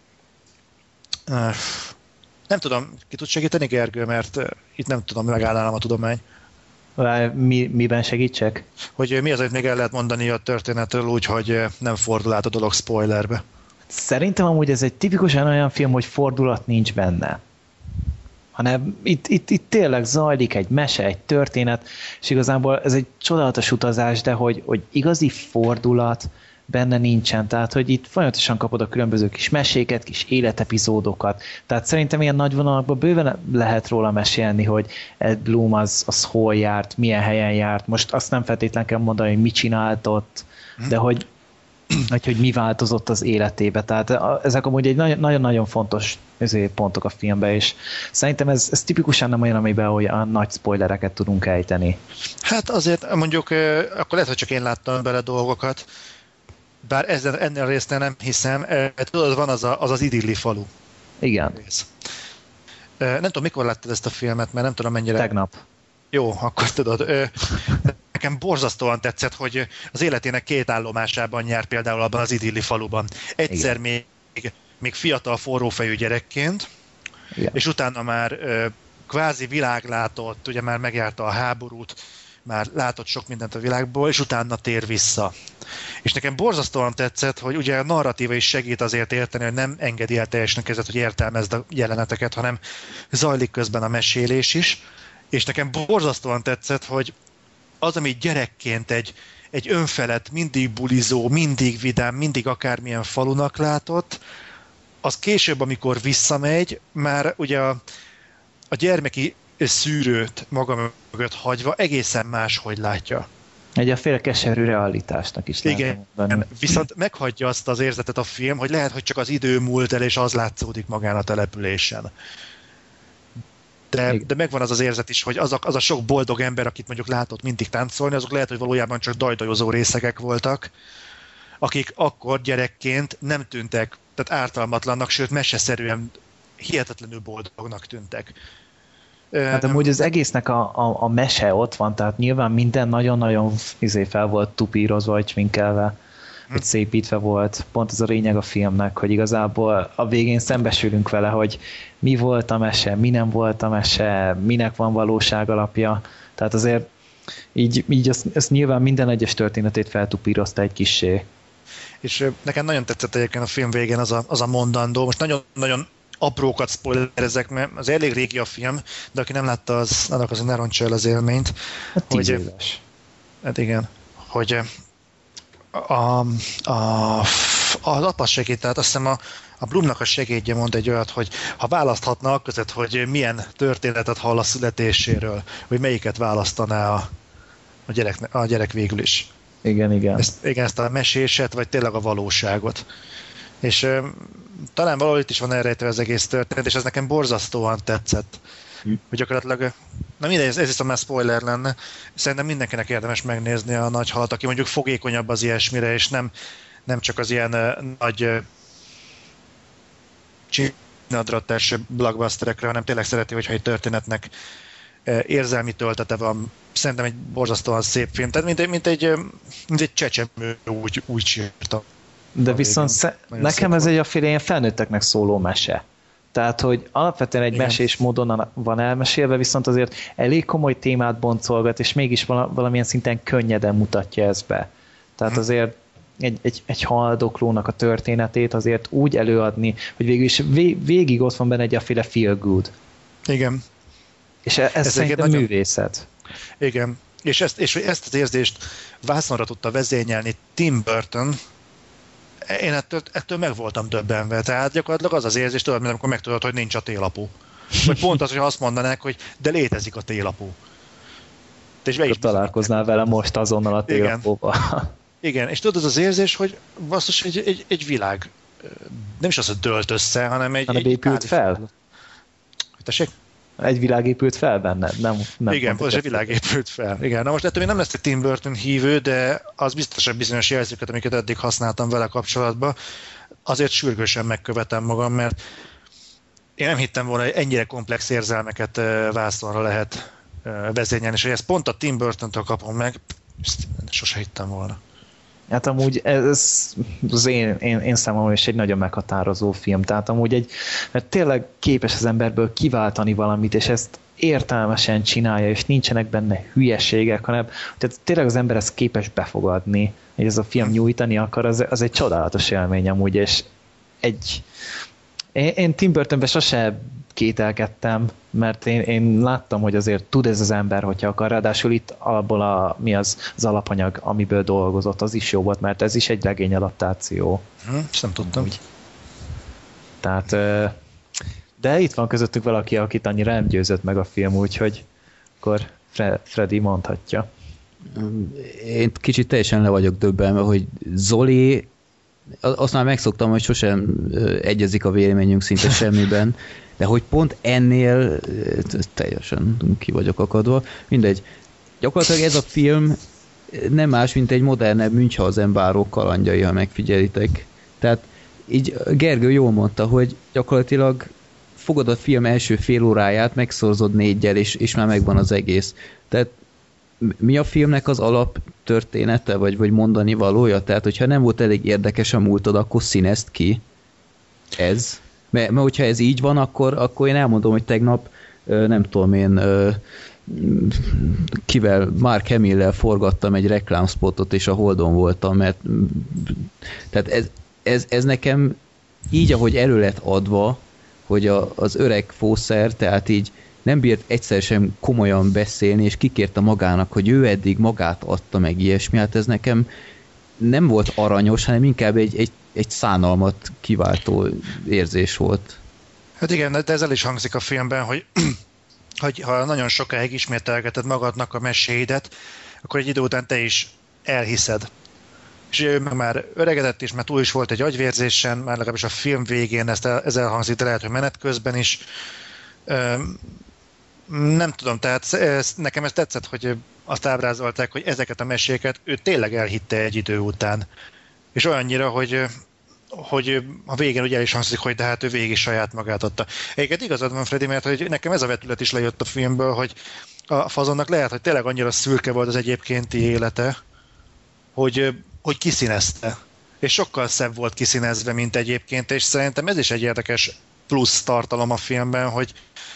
Uh, nem tudom, ki tud segíteni, Gergő, mert uh, itt nem tudom, megállnám a tudomány. Mi, miben segítsek? Hogy mi az, amit még el lehet mondani a történetről úgy, hogy nem fordul át a dolog spoilerbe. Szerintem amúgy ez egy tipikusan olyan film, hogy fordulat nincs benne. Hanem itt, itt, itt tényleg zajlik egy mese, egy történet, és igazából ez egy csodálatos utazás, de hogy, hogy igazi fordulat benne nincsen. Tehát, hogy itt folyamatosan kapod a különböző kis meséket, kis életepizódokat. Tehát szerintem ilyen nagy vonalakban bőven lehet róla mesélni, hogy Ed Bloom az, az hol járt, milyen helyen járt. Most azt nem feltétlenül kell mondani, hogy mit csinált ott, de hogy, hogy, hogy mi változott az életébe. Tehát ezek amúgy egy nagyon-nagyon fontos pontok a filmben, és szerintem ez, ez tipikusan nem olyan, amiben olyan nagy spoilereket tudunk ejteni. Hát azért mondjuk, akkor lehet, hogy csak én láttam bele dolgokat, bár ezzel, ennél a résznél nem hiszem, tudod, van az a, az, az idilli falu. Igen. Rész. Nem tudom, mikor láttad ezt a filmet, mert nem tudom mennyire... Tegnap. Jó, akkor tudod. Nekem borzasztóan tetszett, hogy az életének két állomásában jár például abban az idilli faluban. Egyszer még, még fiatal forrófejű gyerekként, igen. És utána már kvázi világlátott, ugye már megjárta a háborút, már látott sok mindent a világból, és utána tér vissza. És nekem borzasztóan tetszett, hogy ugye a narratíva is segít azért érteni, hogy nem engedi el teljesen kezet, hogy értelmezd a jeleneteket, hanem zajlik közben a mesélés is. És nekem borzasztóan tetszett, hogy az, ami gyerekként egy, egy önfelett, mindig bulizó, mindig vidám, mindig akármilyen falunak látott, az később, amikor visszamegy, már ugye a, a gyermeki szűrőt maga mögött hagyva egészen máshogy látja. Egy a féle keserű realitásnak is lehet Igen, mondani. viszont meghagyja azt az érzetet a film, hogy lehet, hogy csak az idő múlt el, és az látszódik magán a településen. De, de megvan az az érzet is, hogy az a, az a sok boldog ember, akit mondjuk látott mindig táncolni, azok lehet, hogy valójában csak dajdajozó részegek voltak, akik akkor gyerekként nem tűntek, tehát ártalmatlannak, sőt meseszerűen hihetetlenül boldognak tűntek. Hát amúgy az egésznek a, a, a mese ott van, tehát nyilván minden nagyon-nagyon izé fel volt tupírozva, vagy sminkelve, hm. vagy szépítve volt. Pont ez a lényeg a filmnek, hogy igazából a végén szembesülünk vele, hogy mi volt a mese, mi nem volt a mese, minek van valóság alapja. Tehát azért így, így ezt, ezt nyilván minden egyes történetét feltupírozta egy kissé. És nekem nagyon tetszett egyébként a film végén az a, az a mondandó. Most nagyon-nagyon aprókat spoilerezek, mert az elég régi a film, de aki nem látta, az, annak az ne rontsa el az élményt. Hát tíz hogy, éves. Hát igen, hogy a, a, a, az apa segít, tehát azt hiszem a, a Blumnak a segédje mond egy olyat, hogy ha választhatna között, hogy milyen történetet hall a születéséről, hogy melyiket választaná a, a, gyerek, a gyerek végül is. Igen, igen. Ezt, igen, ezt a meséset, vagy tényleg a valóságot. És talán valahol itt is van elrejtve az egész történet, és ez nekem borzasztóan tetszett. Hm. Hogy gyakorlatilag, na mindegy, ez, ez viszont már spoiler lenne, szerintem mindenkinek érdemes megnézni a Nagy halat, aki mondjuk fogékonyabb az ilyesmire, és nem, nem csak az ilyen uh, nagy uh, csinadrattás blockbusterekre, hanem tényleg szereti, hogyha egy történetnek uh, érzelmi töltete van. Szerintem egy borzasztóan szép film, tehát mint egy, mint egy, mint egy csecsemő úgy, úgy sírtam. De viszont sze- nekem ez egy a féle ilyen felnőtteknek szóló mese. Tehát, hogy alapvetően egy igen. mesés módon van elmesélve, viszont azért elég komoly témát boncolgat, és mégis valamilyen szinten könnyeden mutatja ezt be. Tehát hmm. azért egy, egy, egy haldoklónak a történetét azért úgy előadni, hogy végül is vé- végig ott van benne egy a féle feel good. Igen. És ez, ez szerintem nagyon... művészet. Igen. És ezt, és ezt az érzést vászonra tudta vezényelni Tim Burton. Én ettől, ettől meg voltam döbbenve. Tehát gyakorlatilag az az érzés, tudod, mint amikor megtudod, hogy nincs a télapu. Vagy pont az, hogy azt mondanák, hogy de létezik a télapu. És be is találkoznál vele most azonnal a télapóba. Igen. Igen, és tudod, az az érzés, hogy basszus, egy, egy, egy világ nem is az, hogy dölt össze, hanem egy... Hanem egy épült fel? Tessék? Egy világ épült fel benned? Nem, nem igen, az egy világ épült fel. Igen, na most ettől még nem lesz egy Tim Burton hívő, de az biztosan bizonyos jelzőket, amiket eddig használtam vele kapcsolatban, azért sürgősen megkövetem magam, mert én nem hittem volna, hogy ennyire komplex érzelmeket vászonra lehet vezényelni, és hogy ezt pont a Tim Burtontől kapom meg, ezt sose hittem volna. Hát amúgy ez az én, én, én számomra is egy nagyon meghatározó film, tehát amúgy egy, mert tényleg képes az emberből kiváltani valamit, és ezt értelmesen csinálja, és nincsenek benne hülyeségek, hanem tehát tényleg az ember ezt képes befogadni, hogy ez a film nyújtani akar, az, az egy csodálatos élmény amúgy, és egy én, én Tim Burtonben sose kételkedtem, mert én, én láttam, hogy azért tud ez az ember, hogyha akar, ráadásul itt abból a, mi az, az alapanyag, amiből dolgozott, az is jó volt, mert ez is egy regény adaptáció. Hm, ezt nem tudtam. Úgy. Tehát, de itt van közöttük valaki, akit annyira nem győzött meg a film, úgyhogy akkor Fre- Freddy mondhatja. Én kicsit teljesen le vagyok döbbenve, hogy Zoli, azt már megszoktam, hogy sosem egyezik a véleményünk szinte semmiben, de hogy pont ennél teljesen ki vagyok akadva. Mindegy. Gyakorlatilag ez a film nem más, mint egy modernebb Münchhausen bárok kalandjai, ha megfigyelitek. Tehát így Gergő jól mondta, hogy gyakorlatilag fogod a film első fél óráját, megszorzod négyel, és, és már megvan az egész. Tehát mi a filmnek az alaptörténete, vagy, vagy mondani valója? Tehát, hogyha nem volt elég érdekes a múltad, akkor színezd ki. Ez. Mert, mert hogyha ez így van, akkor, akkor én elmondom, hogy tegnap nem tudom én, kivel, Mark Hamill-lel forgattam egy reklámspotot, és a Holdon voltam, mert tehát ez, ez, ez nekem így, ahogy elő lett adva, hogy a, az öreg fószer, tehát így nem bírt egyszer sem komolyan beszélni, és kikérte magának, hogy ő eddig magát adta meg ilyesmi, hát ez nekem nem volt aranyos, hanem inkább egy, egy, egy szánalmat kiváltó érzés volt. Hát igen, de ez el is hangzik a filmben, hogy, hogy ha nagyon sokáig ismételgeted magadnak a meséidet, akkor egy idő után te is elhiszed. És ő meg már öregedett is, mert túl is volt egy agyvérzésen, már legalábbis a film végén ezt el, ez elhangzik, de lehet, hogy menet közben is. Üm, nem tudom, tehát ez, nekem ez tetszett, hogy azt ábrázolták, hogy ezeket a meséket ő tényleg elhitte egy idő után. És olyannyira, hogy, hogy a végén ugye el is hangzik, hogy de hát ő végig saját magát adta. Egyébként igazad van, Freddy, mert hogy nekem ez a vetület is lejött a filmből, hogy a Fazonnak lehet, hogy tényleg annyira szürke volt az egyébkénti élete, hogy, hogy kiszínezte. És sokkal szebb volt kiszínezve, mint egyébként, és szerintem ez is egy érdekes plusz tartalom a filmben, hogy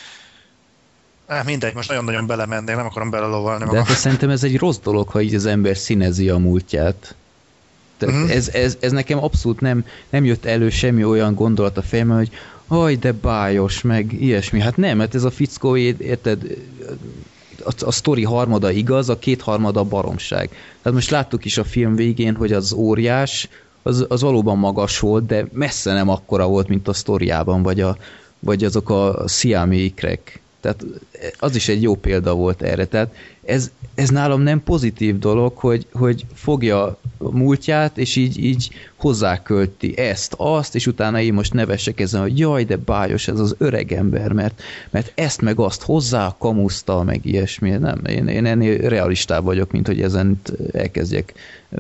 Ah, mindegy, most nagyon-nagyon belemennék, nem akarom belelovalni magam. De hát szerintem ez egy rossz dolog, ha így az ember színezi a múltját. Tehát uh-huh. ez, ez, ez nekem abszolút nem, nem jött elő semmi olyan gondolat a fejemben, hogy haj, de bájos, meg ilyesmi. Hát nem, mert ez a fickó, érted, a, a sztori harmada igaz, a kétharmada baromság. Tehát most láttuk is a film végén, hogy az óriás, az, az valóban magas volt, de messze nem akkora volt, mint a sztoriában, vagy, a, vagy azok a sziámi ikrek. Tehát az is egy jó példa volt erre. Tehát ez, ez nálam nem pozitív dolog, hogy, hogy fogja a múltját, és így, így hozzákölti ezt, azt, és utána én most nevessek ezen, hogy jaj, de bájos ez az öreg ember, mert, mert ezt meg azt hozzá kamuszta, meg ilyesmi. Nem, én, én ennél realistább vagyok, mint hogy ezen elkezdjek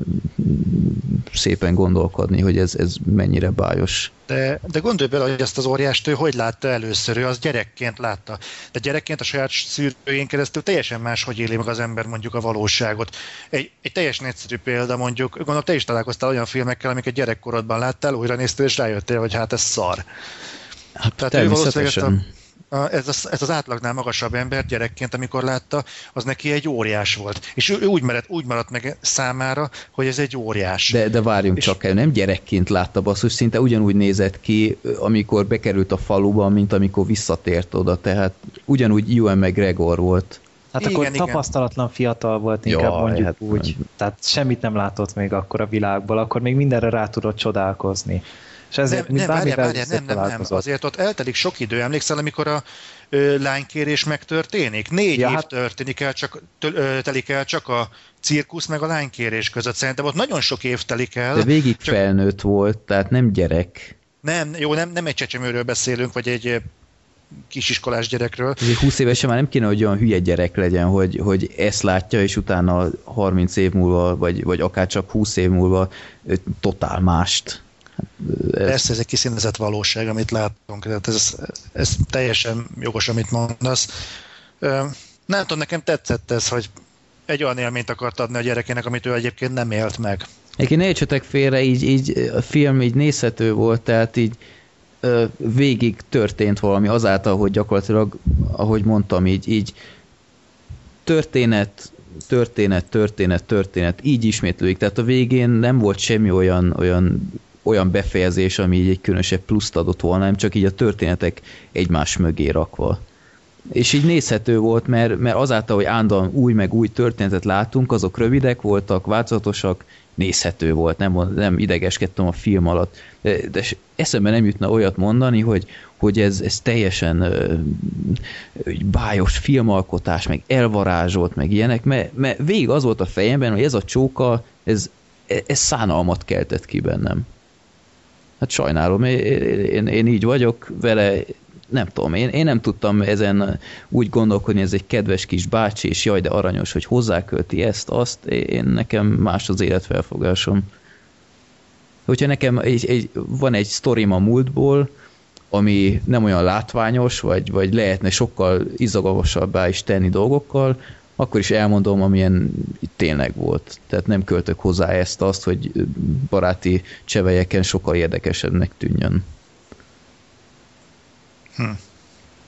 szépen gondolkodni, hogy ez, ez mennyire bájos. De, de gondolj bele, hogy ezt az óriást ő hogy látta először, ő az gyerekként látta. De gyerekként a saját szűrőjén keresztül teljesen máshogy éli meg az ember mondjuk a valóságot. Egy, egy teljesen egyszerű példa mondjuk, gondolom te is találkoztál olyan filmekkel, amiket gyerekkorodban láttál, újra néztél és rájöttél, hogy hát ez szar. Hát tehát természetesen. Ez az, ez az átlagnál magasabb ember gyerekként, amikor látta, az neki egy óriás volt. És ő, ő úgy, maradt, úgy maradt meg számára, hogy ez egy óriás. De, de várjunk és csak el, nem gyerekként látta, basszus, szinte ugyanúgy nézett ki, amikor bekerült a faluba, mint amikor visszatért oda, tehát ugyanúgy Ewan McGregor volt. Hát igen, akkor igen. Tapasztalatlan fiatal volt, inkább Jaj, mondjuk hát úgy. Nem. Tehát semmit nem látott még akkor a világból, akkor még mindenre rá tudott csodálkozni. És ezért, nem, nem, várjál, várjál, nem, nem, nem, azért ott eltelik sok idő, emlékszel, amikor a ö, lánykérés megtörténik? Négy ja, év hát... történik el csak, ö, telik el csak a cirkusz meg a lánykérés között. Szerintem ott nagyon sok év telik el. De végig csak... felnőtt volt, tehát nem gyerek. Nem, jó, nem, nem egy csecsemőről beszélünk, vagy egy kisiskolás gyerekről. húsz évesen már nem kéne, hogy olyan hülye gyerek legyen, hogy, hogy ezt látja, és utána harminc év múlva, vagy, vagy akár csak húsz év múlva totál mást. Ez... Persze, ez egy kiszínezett valóság, amit látunk. Ez, ez teljesen jogos, amit mondasz. Nem tudom, nekem tetszett ez, hogy egy olyan élményt akart adni a gyerekének, amit ő egyébként nem élt meg. Egyébként ne értsetek félre, így, így a film így nézhető volt, tehát így végig történt valami azáltal, hogy gyakorlatilag, ahogy mondtam, így, így történet, történet, történet, történet, így ismétlődik. Tehát a végén nem volt semmi olyan, olyan, olyan befejezés, ami így egy különösebb pluszt adott volna, nem csak így a történetek egymás mögé rakva. És így nézhető volt, mert, mert azáltal, hogy állandóan új meg új történetet látunk, azok rövidek voltak, változatosak, nézhető volt, nem, nem idegeskedtem a film alatt. De, de eszembe nem jutna olyat mondani, hogy, hogy ez, ez teljesen ö, bájos filmalkotás, meg elvarázsolt, meg ilyenek, mert, mert végig az volt a fejemben, hogy ez a csóka, ez, ez szánalmat keltett ki bennem. Hát sajnálom, én, én, én így vagyok vele, nem tudom, én, én nem tudtam ezen úgy gondolkodni, ez egy kedves kis bácsi, és jaj, de aranyos, hogy hozzákölti ezt, azt, én nekem más az életfelfogásom. Hogyha nekem egy, egy, van egy sztorim a múltból, ami nem olyan látványos, vagy, vagy lehetne sokkal izgalmasabbá is tenni dolgokkal, akkor is elmondom, amilyen tényleg volt. Tehát nem költök hozzá ezt, azt, hogy baráti csevelyeken sokkal érdekesebbnek tűnjön. Hm.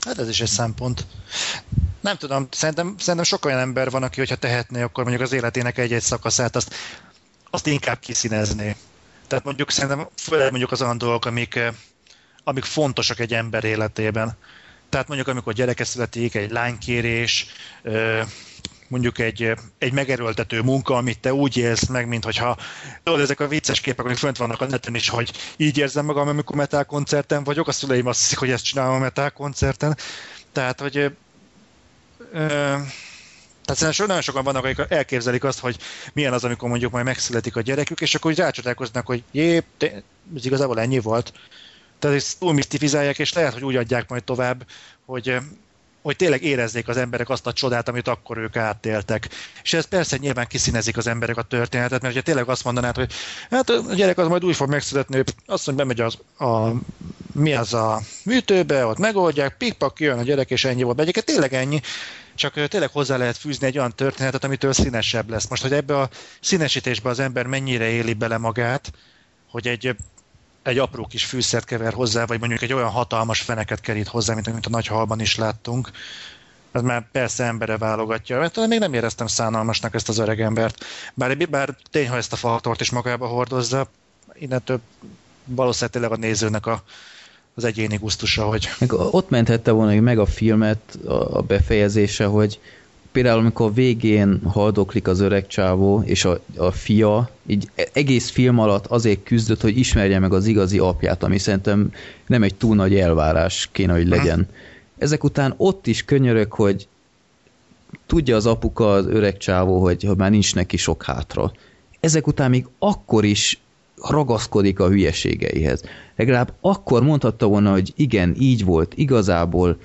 Hát ez is egy szempont. Nem tudom, szerintem, szerintem sok olyan ember van, aki, hogyha tehetné, akkor mondjuk az életének egy-egy szakaszát, azt, azt inkább kiszínezné. Tehát mondjuk szerintem főleg mondjuk az olyan dolgok, amik, amik fontosak egy ember életében. Tehát mondjuk amikor gyereke születik, egy lánykérés, mondjuk egy, egy megerőltető munka, amit te úgy élsz meg, mintha tudod, ezek a vicces képek, amik fönt vannak a neten is, hogy így érzem magam, amikor metal koncerten vagyok, a szüleim azt hiszik, hogy ezt csinálom a metal koncerten. Tehát, hogy ö, ö, tehát szerintem nagyon sokan vannak, akik elképzelik azt, hogy milyen az, amikor mondjuk majd megszületik a gyerekük, és akkor úgy rácsodálkoznak, hogy jé, ez igazából ennyi volt. Tehát ezt túl misztifizálják, és lehet, hogy úgy adják majd tovább, hogy hogy tényleg érezzék az emberek azt a csodát, amit akkor ők átéltek. És ez persze nyilván kiszínezik az emberek a történetet, mert ugye tényleg azt mondanád, hogy hát a gyerek az majd úgy fog megszületni, hogy azt mondja, bemegy az, a, mi az a műtőbe, ott megoldják, pikpak, jön a gyerek, és ennyi volt. Egyébként tényleg ennyi, csak tényleg hozzá lehet fűzni egy olyan történetet, amitől színesebb lesz. Most, hogy ebbe a színesítésbe az ember mennyire éli bele magát, hogy egy egy apró kis fűszert kever hozzá, vagy mondjuk egy olyan hatalmas feneket kerít hozzá, mint amit a nagy halban is láttunk. Ez már persze embere válogatja. Mert még nem éreztem szánalmasnak ezt az öreg embert. Bár, bár tény, ha ezt a faktort is magába hordozza, innentől valószínűleg tényleg a nézőnek a, az egyéni gusztusa, hogy... Meg ott menthette volna meg a filmet a befejezése, hogy például amikor végén haldoklik az öreg csávó, és a, a fia így egész film alatt azért küzdött, hogy ismerje meg az igazi apját, ami szerintem nem egy túl nagy elvárás kéne, hogy legyen. Ezek után ott is könyörög, hogy tudja az apuka, az öreg csávó, hogy, hogy már nincs neki sok hátra. Ezek után még akkor is ragaszkodik a hülyeségeihez. Legalább akkor mondhatta volna, hogy igen, így volt, igazából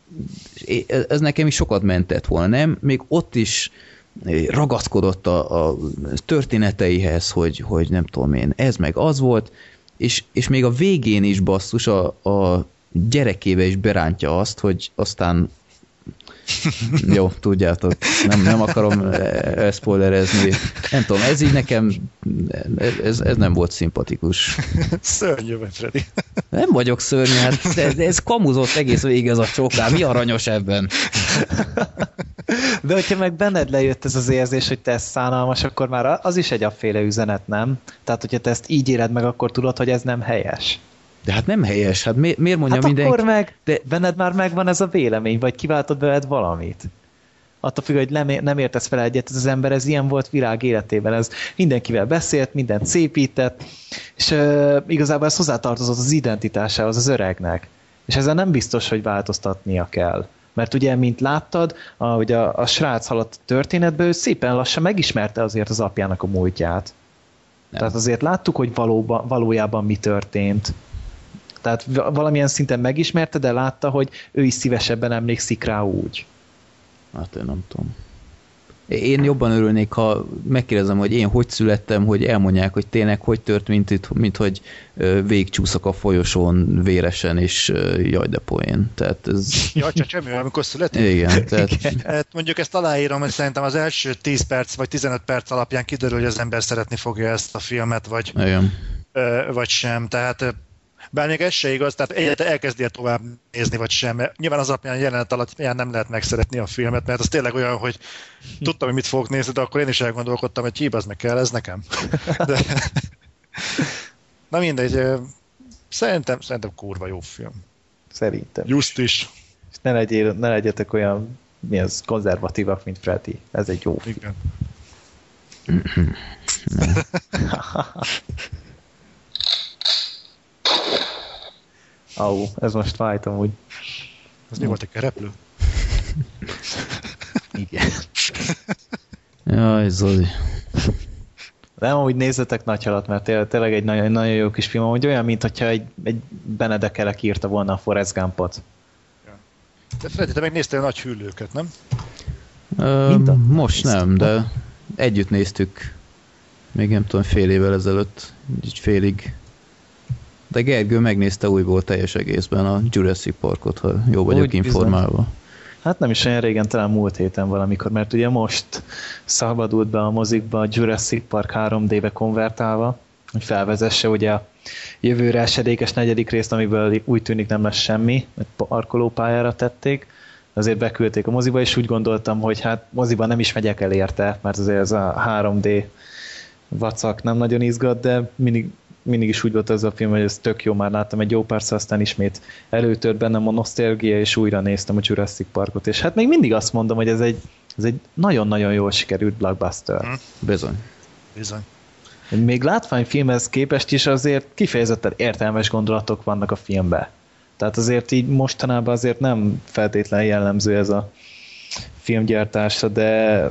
ez nekem is sokat mentett volna, nem? Még ott is ragaszkodott a, a történeteihez, hogy, hogy nem tudom én, ez meg az volt, és, és még a végén is basszus a, a gyerekébe is berántja azt, hogy aztán jó, tudjátok, nem, nem akarom spoilerezni. Nem tudom, ez így nekem ez, ez nem volt szimpatikus. Szörnyű vagy, Freddy. Nem vagyok szörnyű, hát ez, ez kamuzott egész végig ez a csókám. Mi aranyos ebben? De hogyha meg benned lejött ez az érzés, hogy te ez szánalmas, akkor már az is egy afféle üzenet, nem? Tehát, hogyha te ezt így éled meg, akkor tudod, hogy ez nem helyes. De hát nem helyes, hát mi, miért mondja hát mindenki? akkor meg, de benned már megvan ez a vélemény, vagy kiváltod veled valamit. Attól függ, hogy nem, nem értesz fel egyet, ez az ember, ez ilyen volt világ életében, ez mindenkivel beszélt, mindent szépített, és uh, igazából ez hozzátartozott az identitásához az öregnek. És ezzel nem biztos, hogy változtatnia kell. Mert ugye, mint láttad, ahogy a, a srác haladt a történetből, ő szépen lassan megismerte azért az apjának a múltját. Nem. Tehát azért láttuk, hogy valóban, valójában mi történt. Tehát valamilyen szinten megismerte, de látta, hogy ő is szívesebben emlékszik rá úgy. Hát én nem tudom. Én jobban örülnék, ha megkérdezem, hogy én hogy születtem, hogy elmondják, hogy tényleg hogy tört, mint, mint hogy végigcsúszok a folyosón véresen, és jaj, de poén. Tehát ez... Jaj, csak semmi, amikor születik? Igen. Tehát... Igen. Hát mondjuk ezt aláírom, hogy szerintem az első tíz perc vagy tizenöt perc alapján kiderül, hogy az ember szeretni fogja ezt a filmet, vagy, vagy sem. Tehát bár még ez se igaz, tehát egyáltalán elkezdél tovább nézni, vagy sem. Nyilván az alapján jelenet alatt nem lehet megszeretni a filmet, mert az tényleg olyan, hogy tudtam, hogy mit fogok nézni, de akkor én is elgondolkodtam, hogy híb, az meg kell, ez nekem. De... Na mindegy, szerintem, szerintem kurva jó film. Szerintem. Just is. És ne, legyél, ne legyetek olyan, mi az, konzervatívak, mint Freddy. Ez egy jó film. Igen. Au, ez most fájt amúgy. Ez mi volt, egy kereplő? Igen. Jaj, Zoli. Nem, amúgy nézzetek Nagy halat, mert tényleg, tényleg egy nagyon, nagyon jó kis film, amúgy olyan, mint hogyha egy, egy Benedek Elek írta volna a Forrest Gumpot. Ja. De Freddy, te megnéztél a Nagy hüllőket, nem? Ö, most nem, de együtt néztük. Még nem tudom, fél évvel ezelőtt. Így félig. De Gergő megnézte újból teljes egészben a Jurassic Parkot, ha jó vagyok úgy informálva. Bizony. Hát nem is olyan régen, talán múlt héten valamikor, mert ugye most szabadult be a mozikba a Jurassic Park három dé-be konvertálva, hogy felvezesse ugye a jövőre esedékes negyedik részt, amiből úgy tűnik nem lesz semmi, egy parkolópályára tették, azért beküldték a moziba, és úgy gondoltam, hogy hát moziba nem is megyek el érte, mert azért ez a három dé vacak nem nagyon izgat, de mindig, mindig is úgy volt ez a film, hogy ez tök jó, már láttam egy jó párszor, aztán ismét előtört bennem a nosztalgia, és újra néztem a Jurassic Parkot, és hát még mindig azt mondom, hogy ez egy, ez egy nagyon-nagyon jól sikerült blockbuster. Hmm. Bizony. Bizony. Még látványfilmhez képest is azért kifejezetten értelmes gondolatok vannak a filmben. Tehát azért így mostanában azért nem feltétlenül jellemző ez a filmgyártása, de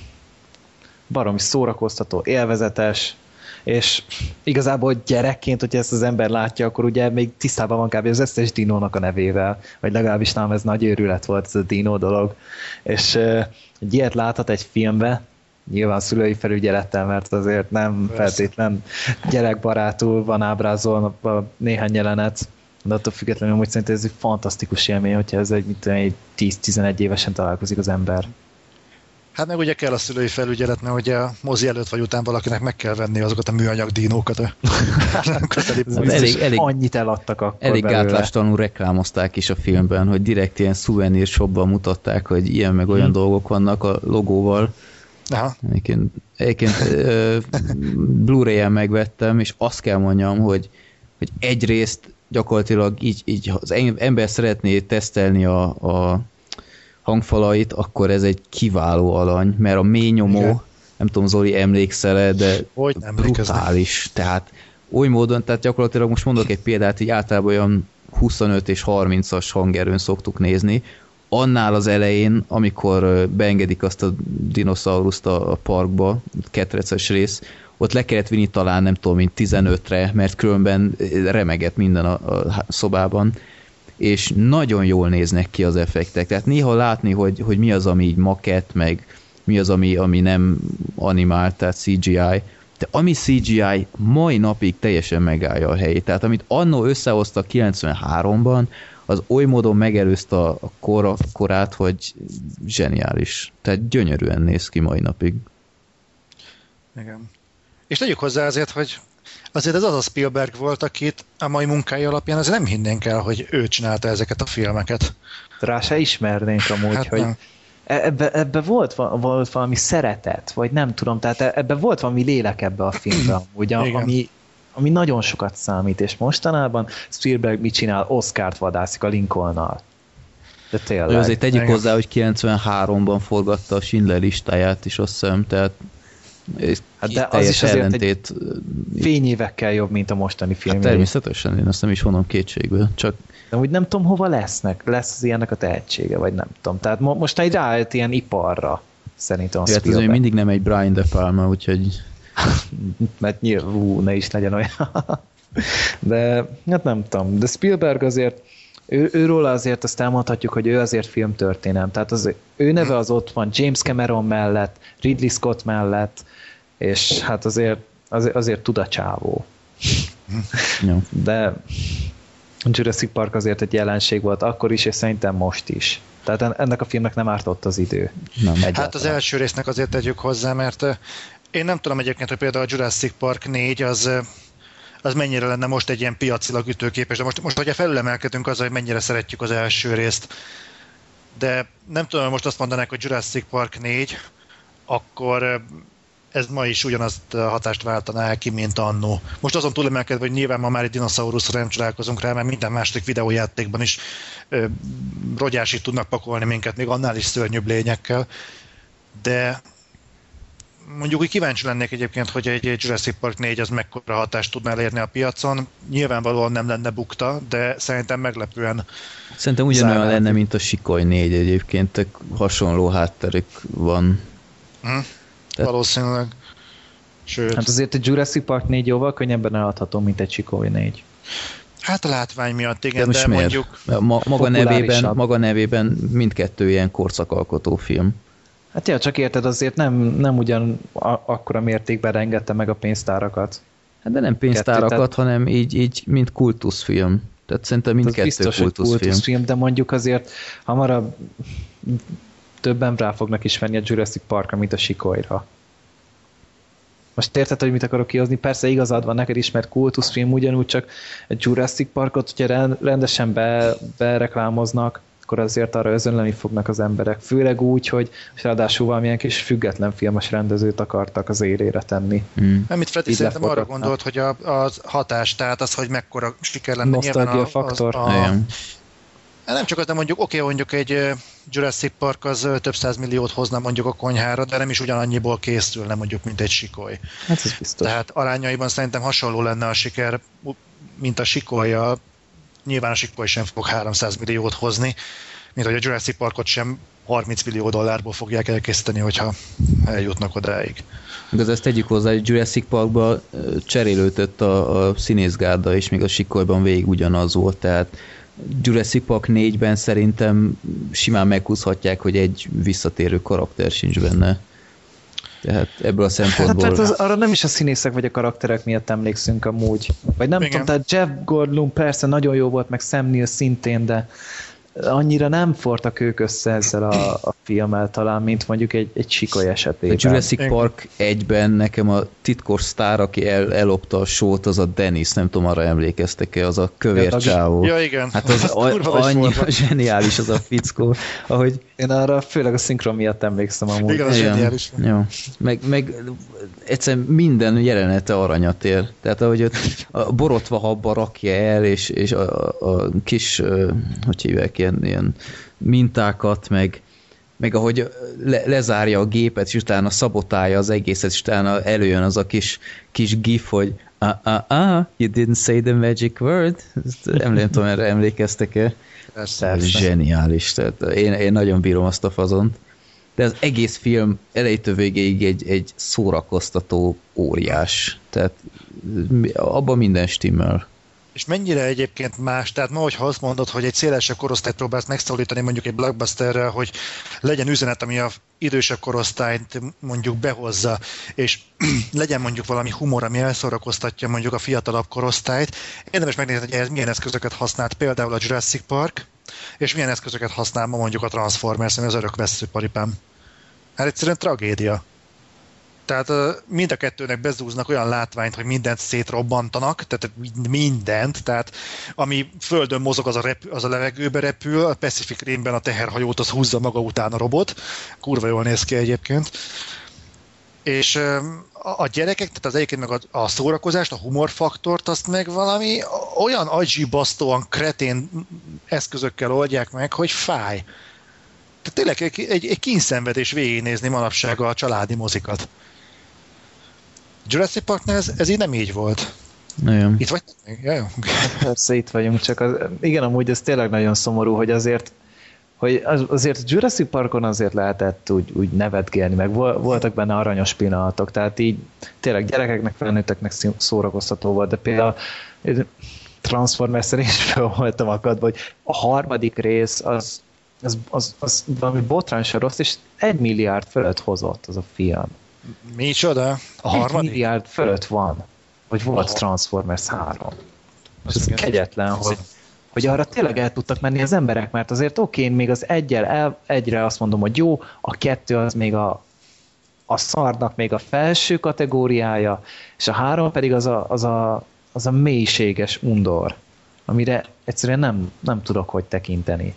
baromi szórakoztató, élvezetes, és igazából gyerekként, hogyha ezt az ember látja, akkor ugye még tisztában van kb. Az összes dinónak a nevével, vagy legalábbis nálam ez nagy őrület volt ez a dinó dolog, és egy ilyet láthat egy filmbe, nyilván szülői felügyelettel, mert azért nem Persze. feltétlen gyerekbarátul van ábrázolva néhány jelenet, de attól függetlenül, hogy szerintem ez egy fantasztikus élmény, hogyha ez egy, mint egy tíz-tizenegy évesen találkozik az ember. Hát meg ugye kell a szülői felügyelet, mert ugye a mozi előtt vagy után valakinek meg kell venni azokat a műanyag dínókat. elég, elég, annyit eladtak akkor Elég belőle. Gátlástalanul reklámozták is a filmben, hogy direkt ilyen szuvenír shopban mutatták, hogy ilyen meg olyan hmm. dolgok vannak a logóval. Aha. Egyébként, egyébként Blu-ray-en megvettem, és azt kell mondjam, hogy, hogy egyrészt gyakorlatilag így, így az ember szeretné tesztelni a, a hangfalait, akkor ez egy kiváló alany, mert a mély nyomó, igen. nem tudom, Zoli, emlékszel-e, de brutális. Tehát oly módon, tehát gyakorlatilag most mondok egy példát, így általában olyan huszonöt és harmincas hangerőn szoktuk nézni, annál az elején, amikor beengedik azt a dinoszauruszt a parkba, ketreces rész, ott le kellett vinni talán nem tudom, mint tizenötre, mert különben remegett minden a, a szobában, és nagyon jól néznek ki az effektek. Tehát néha látni, hogy, hogy mi az, ami így makett, meg mi az, ami, ami nem animált, tehát cé gé i, de ami cé gé i mai napig teljesen megállja a helyét. Tehát amit annó összehoztak kilencvenháromban, az oly módon megelőzte a kor, korát, hogy zseniális. Tehát gyönyörűen néz ki mai napig. Igen. És tegyük hozzá azért, hogy azért ez az a Spielberg volt, akit a mai munkái alapján azért nem hinnénk el, hogy ő csinálta ezeket a filmeket. Rá se ismernénk amúgy, hát hogy ebbe, ebbe volt, volt valami szeretet, vagy nem tudom, tehát ebbe volt valami lélek ebbe a filmben, ugye, ami, ami nagyon sokat számít, és mostanában Spielberg mit csinál? Oscart vadászik a Lincolnnal. De tényleg. Azért tegyük igen. hozzá, hogy kilencvenháromban forgatta a Schindler listáját is, azt hiszem, tehát hát de az is azért ellentét... egy fényévekkel jobb, mint a mostani film. Hát természetesen, én azt nem is vonom kétségből, csak... De úgy nem tudom, hova lesznek, lesz az ilyennek a tehetsége, vagy nem tudom. Tehát mo- most egy ráállt ilyen iparra, szerintem a Spielberg. Hát mindig nem egy Brian De Palma, úgyhogy... Mert nyilván, hú, ne is legyen olyan. De hát nem tudom, de Spielberg azért, ő, őról azért azt elmondhatjuk, hogy ő azért filmtörténelem. Tehát az, ő neve az ott van James Cameron mellett, Ridley Scott mellett, és hát azért, azért, azért tud a csávó. De Jurassic Park azért egy jelenség volt akkor is, és szerintem most is. Tehát ennek a filmnek nem ártott az idő. Nem. Hát az első résznek azért tegyük hozzá, mert én nem tudom egyébként, hogy például a Jurassic Park négy az, az mennyire lenne most egy ilyen piacilag ütőképes, de most, most hogyha felülemelkedünk azzal, hogy mennyire szeretjük az első részt, de nem tudom, most azt mondanák, hogy Jurassic Park négy, akkor ez ma is ugyanazt a hatást váltaná ki, mint annó. Most azon túlemelkedve, hogy nyilván ma már egy dinoszauruszra nem csodálkozunk rá, mert minden második videójátékban is ö, rogyásít tudnak pakolni minket, még annál is szörnyűbb lényekkel. De mondjuk úgy kíváncsi lennék egyébként, hogy egy Jurassic Park négy az mekkora hatást tudná elérni a piacon. Nyilvánvalóan nem lenne bukta, de szerintem meglepően Szerintem ugyanolyan lenne, mint a Sikoly négy egyébként, hasonló hátterük van. Hm. Tehát... Valószínűleg. Sőt. Hát azért egy Jurassic Park négy jóval könnyebben eladható, mint egy Sikoly négy. Hát a látvány miatt, igen, de, de mondjuk... Ma, maga, nevében, maga nevében mindkettő ilyen korszakalkotó film. Hát ja, csak érted, azért nem, nem ugyan a- akkora mértékben rengette meg a pénztárakat. Hát de nem pénztárakat, Kettő, tehát... hanem így, így mint kultuszfilm. Tehát szerintem mindkettő biztos, kultuszfilm. kultuszfilm. De mondjuk azért hamarabb többen rá fognak is venni a Jurassic Parkra, mint a Sikolyra. Most érted, hogy mit akarok kihozni? Persze igazad van neked is, mert kultuszfilm ugyanúgy, csak egy Jurassic Parkot, hogyha rendesen be, bereklámoznak, akkor azért arra özönleni fognak az emberek. Főleg úgy, hogy ráadásul valamilyen kis független filmes rendezőt akartak az élére tenni. Mm. Amit Freddy szerintem arra gondolt, hogy a, a hatás, tehát az, hogy mekkora siker lenne. Nosztalgia faktor. Az, a, nem csak az, de mondjuk, oké, okay, mondjuk egy Jurassic Park az több száz milliót hozna mondjuk a konyhára, de nem is ugyanannyiból készülne mondjuk, mint egy Sikoly. Hát ez biztos. Tehát arányaiban szerintem hasonló lenne a siker, mint a Sikollyal. Nyilván a Sikoly sem fog háromszáz milliót hozni, mint hogy a Jurassic Parkot sem harminc millió dollárból fogják elkészíteni, hogyha eljutnak odáig. Igaz, ezt tegyük hozzá, hogy Jurassic Parkban cserélődött a, a színészgárda, és még a Sikolyban végig ugyanaz volt, tehát Jurassic Park négyben szerintem simán meghúzhatják, hogy egy visszatérő karakter sincs benne. Tehát ebből a szempontból... Hát mert az, arra nem is a színészek vagy a karakterek miatt emlékszünk amúgy. Vagy nem Igen. tudom, tehát Jeff Goldblum persze nagyon jó volt, meg Sam Neill szintén, de annyira nem fortak ők össze ezzel a, a filmmel talán, mint mondjuk egy, egy Sikoly esetében. A Jurassic Park egyben nekem a titkos sztár, aki el, ellopta a sót, az a Dennis, nem tudom, arra emlékeztek-e, az a kövér csávó. Ja, igen. Hát az annyira zseniális az a fickó, ahogy... Én arra főleg a szinkron miatt emlékszem amúgy. Igen, az zseniális. Jó. Meg, meg egyszerűen minden jelenete aranyat ér. Tehát ahogy ott a borotva habba rakja el, és, és a, a kis, hogy hívják, ilyen, ilyen mintákat, meg, meg ahogy le, lezárja a gépet, és utána szabotálja az egészet, és utána előjön az a kis, kis gif, hogy ah, ah, ah, you didn't say the magic word. Ezt nem tudom, erre emlékeztek-e? Persze. Zseniális. Tehát én, én nagyon bírom azt a fazont. De az egész film elejétől végéig egy, egy szórakoztató óriás. Tehát abban minden stimmel. És mennyire egyébként más, tehát ma, hogyha azt mondod, hogy egy szélesebb korosztályt próbálsz megszólítani mondjuk egy blockbusterrel, hogy legyen üzenet, ami a idősebb korosztályt mondjuk behozza, és legyen mondjuk valami humor, ami elszórakoztatja mondjuk a fiatalabb korosztályt. Érdemes megnézni, hogy ez milyen eszközöket használt például a Jurassic Park, és milyen eszközöket használ ma mondjuk a Transformers, ami az örökvesző paripám. Hát egyszerűen tragédia. Tehát mind a kettőnek bezúznak olyan látványt, hogy mindent szétrobbantanak, tehát mindent, tehát ami földön mozog, az a, repül, az a levegőbe repül, a Pacific Rimben a teherhajót az húzza maga után a robot, kurva jól néz ki egyébként. És a gyerekek, tehát az egyébként meg a, a szórakozást, a humorfaktort, azt meg valami olyan agybasztóan kretén eszközökkel oldják meg, hogy fáj. Tehát tényleg egy, egy, egy kínszenvedés végignézni manapság a családi mozikat. Jurassic Parknál ez, ez így nem így volt. Nagyon. Itt vagy? Ja, persze itt vagyunk, csak az, igen, amúgy ez tényleg nagyon szomorú, hogy azért hogy az, azért Jurassic Parkon azért lehetett úgy, úgy nevetgélni, meg voltak benne aranyos pillanatok, tehát így tényleg gyerekeknek, felnőtteknek szórakoztató volt, de például Transformers-en is fel voltam akadva, hogy a harmadik rész az, az, az, az valami botránsan rossz, és egy milliárd fölött hozott az a film. Micsoda? A harmadik? Egy milliárd fölött van, hogy volt Transformers három. És ez kegyetlen, hogy, hogy arra tényleg el tudtak menni az emberek, mert azért oké, én még az egyel el, egyre azt mondom, hogy jó, a kettő az még a, a szarnak még a felső kategóriája, és a három pedig az a, az a, az a mélységes undor, amire egyszerűen nem, nem tudok hogy tekinteni.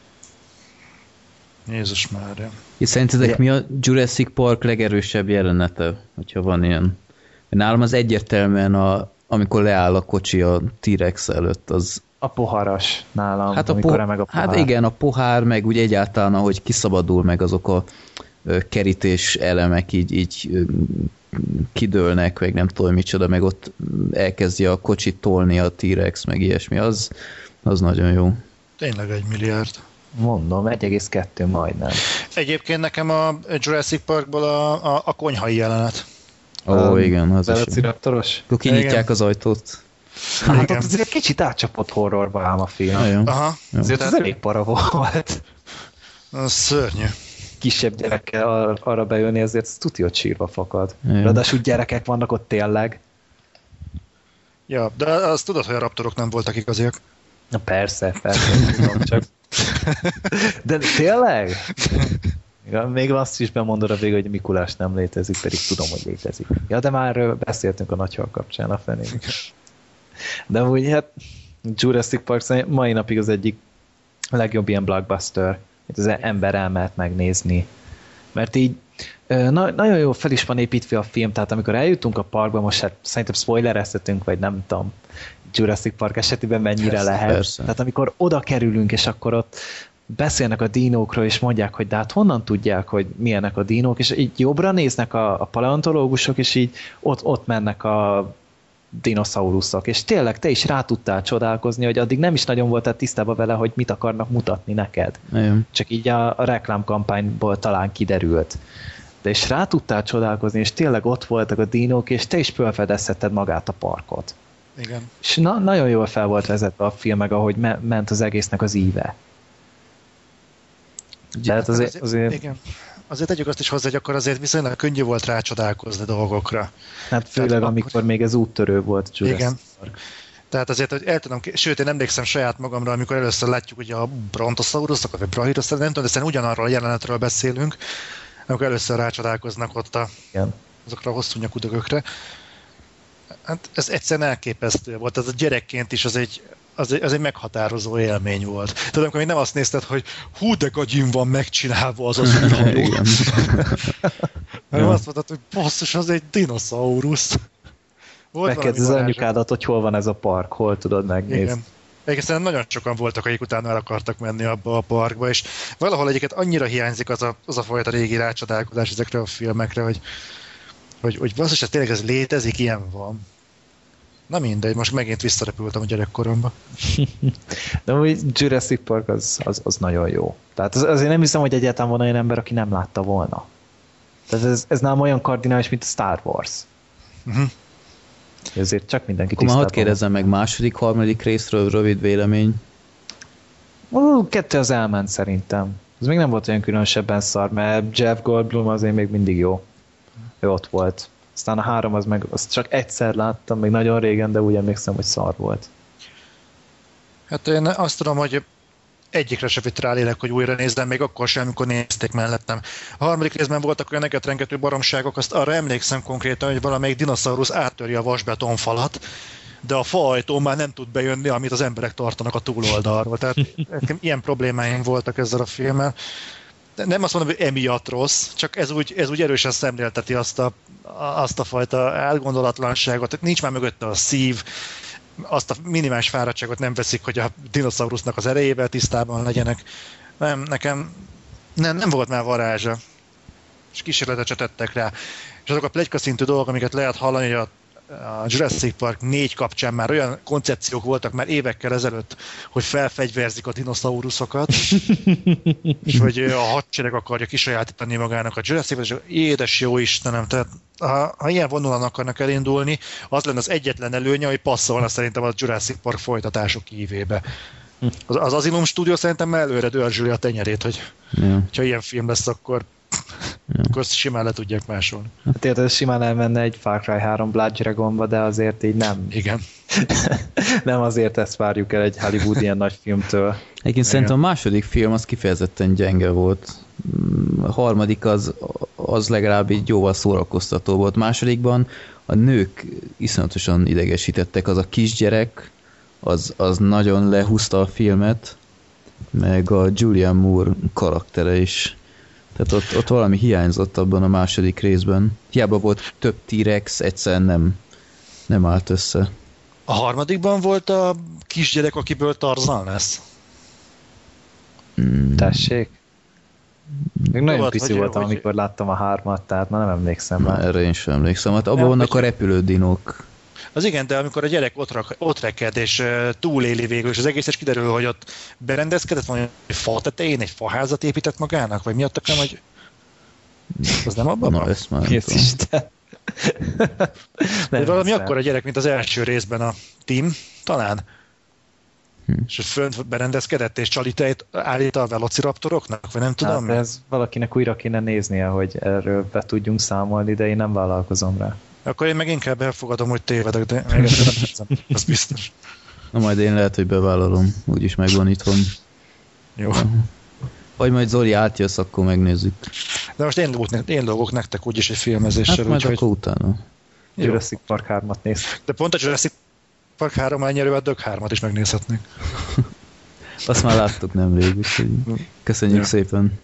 Jézus Mária. És szerintetek yeah. mi a Jurassic Park legerősebb jelenete, hogyha van ilyen? Nálam az egyértelműen, a, amikor leáll a kocsi a T-Rex előtt, az... A poharas nálam, hát a amikor po- meg a pohár. Hát igen, a pohár, meg úgy egyáltalán, ahogy kiszabadul, meg azok a ö, kerítés elemek így, így ö, kidőlnek, meg nem tudom micsoda, meg ott elkezdi a kocsit tolni a T-Rex, meg ilyesmi, az, az nagyon jó. Tényleg egy milliárd. Mondom, egy egész kettő majdnem. Egyébként nekem a Jurassic Parkból a, a, a konyhai jelenet. Ó, um, igen, az is. Velociraptoros? Akkor kinyitják az ajtót. Hát igen. Ott azért egy kicsit átcsapott horrorba ám a film. Ah, jó. Aha. Jó. Azért az elég para volt. Az szörnyű. Kisebb gyerekkel ar- arra bejönni, azért tuti, sírva fakad. Ráadásul gyerekek vannak ott tényleg. Ja, de azt tudod, hogy a raptorok nem voltak igaziak. Na persze, persze, tudom, csak... De tényleg? Még azt is bemondod a végül, hogy Mikulás nem létezik, pedig tudom, hogy létezik. Ja, de már beszéltünk a nagyhal kapcsán a fenén. De úgy, hát Jurassic Park mai napig az egyik legjobb ilyen blockbuster, amit az ember elmehet megnézni. Mert így na, nagyon jól fel is van építve a film, tehát amikor eljutunk a parkba, most hát szerintem spoilereztetünk, vagy nem tudom, Jurassic Park esetében mennyire persze, lehet. Persze. Tehát amikor oda kerülünk, és akkor ott beszélnek a dinókról, és mondják, hogy de hát honnan tudják, hogy milyenek a dinók, és így jobbra néznek a, a paleontológusok, és így ott, ott mennek a dinoszauruszok, és tényleg te is rá tudtál csodálkozni, hogy addig nem is nagyon voltál tisztában vele, hogy mit akarnak mutatni neked. Igen. Csak így a, a reklámkampányból talán kiderült. De és rá tudtál csodálkozni, és tényleg ott voltak a dinók, és te is felfedezheted magát a parkot. Igen. És na, nagyon jól fel volt vezetve a film, meg ahogy me- ment az egésznek az íve. Tehát azért, azért... Igen. Azért tegyük azt is hozzá, hogy akkor azért viszonylag könnyű volt rácsodálkozni dolgokra. Hát főleg, tehát amikor akkor... még ez úttörő volt Jurassic Igen. Park. Tehát azért, hogy el tudom, sőt, én emlékszem saját magamra, amikor először látjuk ugye a brontosauruszok, vagy brachiosaurus, nem tudom, de szerintem ugyanarról a jelenetről beszélünk, amikor először rácsodálkoznak ott a, azokra a hosszú nyakú dögökre. Hát ez egyszerűen elképesztő volt. Ez a gyerekként is az egy, az egy, az egy meghatározó élmény volt. Tudom, amikor még nem azt nézted, hogy hú, de gagyin van megcsinálva az az űrhajó. Hanem azt mondtad, hogy basszus, az egy dinoszaurusz. Megkérdez az anyukádat, hogy hol van ez a park, hol tudod megnézni. Igen. Egyébként nagyon sokan voltak, akik utána el akartak menni abba a parkba, és valahol egyiket annyira hiányzik az a, az a fajta régi rácsodálkozás ezekre a filmekre, hogy hogy, hogy basszus, ez tényleg ez létezik, ilyen van. Na mindegy, most megint visszarepültem a gyerekkoromba. De úgy Jurassic Park az, az, az nagyon jó. Tehát az, azért nem hiszem, hogy egyáltalán van olyan ember, aki nem látta volna. Tehát ez, ez nálam olyan kardinális, mint a Star Wars. Uh-huh. Ezért csak mindenki tisztában. Akkor már hadd kérdezzem meg második, harmadik részről rövid vélemény. Ó, kettő az elment szerintem. Ez még nem volt olyan különösebben szar, mert Jeff Goldblum azért még mindig jó. Ő ott volt. Aztán a három az meg, azt csak egyszer láttam, még nagyon régen, de úgy emlékszem, hogy szar volt. Hát én azt tudom, hogy egyikre se fit rálélek, hogy újra nézzem, még akkor sem, amikor nézték mellettem. A harmadik részben voltak olyan negetrengető baromságok, azt arra emlékszem konkrétan, hogy valamelyik dinoszaurusz áttörje a vasbetonfalat, de a faajtó már nem tud bejönni, amit az emberek tartanak a túloldalról. Tehát ilyen problémáink voltak ezzel a filmmel. Nem azt mondom, hogy emiatt rossz, csak ez úgy, ez úgy erősen szemlélteti azt a, azt a fajta átgondolatlanságot. Nincs már mögötte a szív, azt a minimális fáradtságot nem veszik, hogy a dinoszaurusznak az erejével tisztában legyenek. Nem, nekem nem, nem volt már varázsa. És kísérletet se tettek rá. És azok a pletyka szintű dolgok, amiket lehet hallani, hogy a a Jurassic Park négy kapcsán már olyan koncepciók voltak már évekkel ezelőtt, hogy felfegyverzik a dinoszauruszokat, és hogy a hadsereg akarja kisajátítani magának a Jurassic Park, és édes jó Istenem, tehát ha, ha ilyen vonalon akarnak elindulni, az lenne az egyetlen előnye, hogy passzolna szerintem a Jurassic Park folytatások ívébe. Az, az Asylum Studio szerintem már előre dörzsüli a tenyerét, hogy ja. ha ilyen film lesz, akkor ja. akkor ezt simán le tudják másolni. Hát érted, simán elmenne egy Far Cry három Blood Dragonba, de azért így nem. Igen. Nem azért ezt várjuk el egy Hollywood ilyen nagy filmtől. Egyébként szerintem a második film az kifejezetten gyenge volt. A harmadik az, az legalább így jóval szórakoztató volt. Másodikban a nők iszonyatosan idegesítettek. Az a kisgyerek, az, az nagyon lehúzta a filmet, meg a Julianne Moore karaktere is. Tehát ott, ott valami hiányzott abban a második részben. Hiába volt több T-rex, egyszerűen nem, nem állt össze. A harmadikban volt a kisgyerek, akiből Tarzan lesz? Hmm. Tessék? Még nagyon volt, pici voltam, hogy... amikor láttam a hármat, tehát már nem emlékszem. Na, erre én sem emlékszem. Hát abban vannak hogy... a repülődinók. Az igen, de amikor a gyerek ott, rak, ott reked, és uh, túléli végül, és az egész is kiderül, hogy ott berendezkedett, valami fa tetején, egy faházat épített magának, vagy miatt nem, hogy az nem abban Na, van? ezt már nem tudom. Valami akkor a gyerek, mint az első részben a Tim, talán. Hm. És fönt berendezkedett, és csalitejt állít a velociraptoroknak, vagy nem tudom. Hát ez valakinek újra kéne néznie, hogy erről be tudjunk számolni, de én nem vállalkozom rá. Akkor én meg inkább elfogadom, hogy tévedek, de még egyszer nem hiszem, az biztos. Na majd én lehet, hogy bevállalom, úgyis megvan itthon. Jó. Vagy majd Zoli átjössz, akkor megnézzük. De most én dolgok, én dolgok nektek úgyis egy filmezéssel. Hát majd úgyhogy... akkor utána. Jurassic Park hármat néz. De pont a Jurassic Park három elnyerővel Dög hármat is megnézhetnék. Azt már láttuk nemrég, úgyhogy köszönjük Ja. szépen.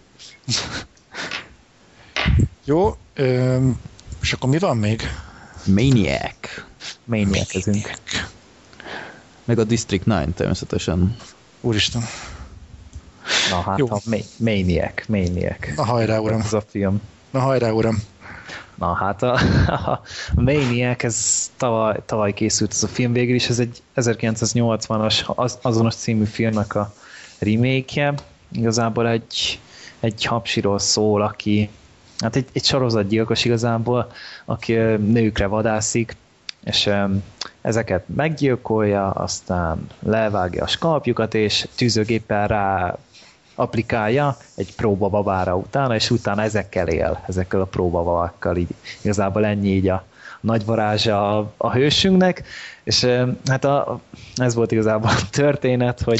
Jó, öm, és akkor mi van még? Maniac. Maniac-ezünk. Meg a District kilenc természetesen. Úristen. Na hát Jó. a Ma- Maniac, Maniac. Na hajrá, uram. Ez a film. Na hajrá, uram. Na hát a, a Maniac, ez tavaly, tavaly készült ez a film végül is, ez egy ezerkilencszáznyolcvanas az, azonos című filmnek a remake-je. Igazából egy, egy hapsiról szól, aki, hát egy, egy sorozatgyilkos igazából, aki ö, nőkre vadászik, és ö, ezeket meggyilkolja, aztán levágja a skalpjukat, és tűzőgéppel rá applikálja egy próbababára utána, és utána ezekkel él, ezekkel a próbababákkal, így igazából ennyi így a nagy varázsa a, a hősünknek, és hát a, ez volt igazából a történet, hogy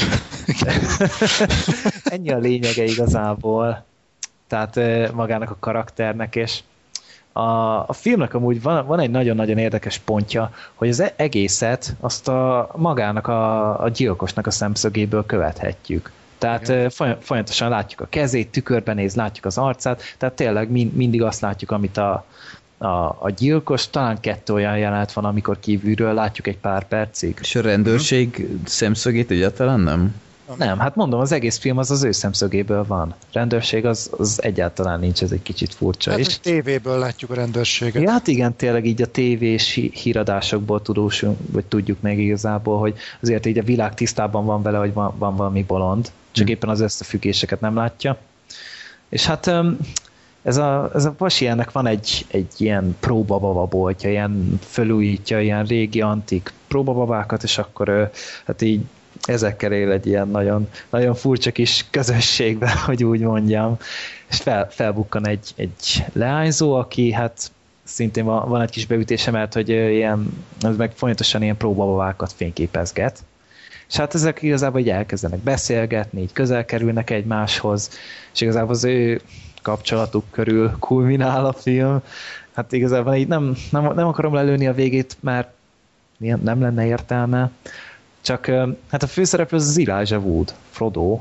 ennyi a lényege igazából, tehát magának a karakternek, és a, a filmnek amúgy van, van egy nagyon-nagyon érdekes pontja, hogy az egészet azt a magának a, a gyilkosnak a szemszögéből követhetjük. Tehát igen. Folyamatosan látjuk a kezét, tükörben néz, látjuk az arcát, tehát tényleg mind, mindig azt látjuk, amit a, a, a gyilkos, talán kettő olyan jelenet van, amikor kívülről látjuk egy pár percig. És a rendőrség uh-huh. szemszögét egyáltalán nem? Nem, hát mondom, az egész film az az ő szemszögéből van. Rendőrség az, az egyáltalán nincs, ez egy kicsit furcsa. Hát és tévéből látjuk a rendőrséget. Ja, hát igen, tényleg így a tévés híradásokból tudósunk, vagy tudjuk meg igazából, hogy azért így a világ tisztában van vele, hogy van, van valami bolond, csak hmm. éppen az összefüggéseket nem látja. És hát ez a, ez a pasi ennek van egy, egy ilyen próbababa-boltja, ilyen fölújítja ilyen régi antik próbababákat, és akkor hát így ezekkel él egy ilyen nagyon, nagyon furcsa kis közösségben, hogy úgy mondjam. És fel, felbukkan egy, egy leányzó, aki hát szintén van, van egy kis beütése, mert hogy ilyen, ez meg folyamatosan ilyen próbababákat fényképezget. És hát ezek igazából így elkezdenek beszélgetni, így közel kerülnek egymáshoz, és igazából az ő kapcsolatuk körül kulminál a film. Hát igazából így nem, nem, nem akarom lelőni a végét, mert nem lenne értelme. Csak hát a főszereplő az az Elijah Wood, Frodo,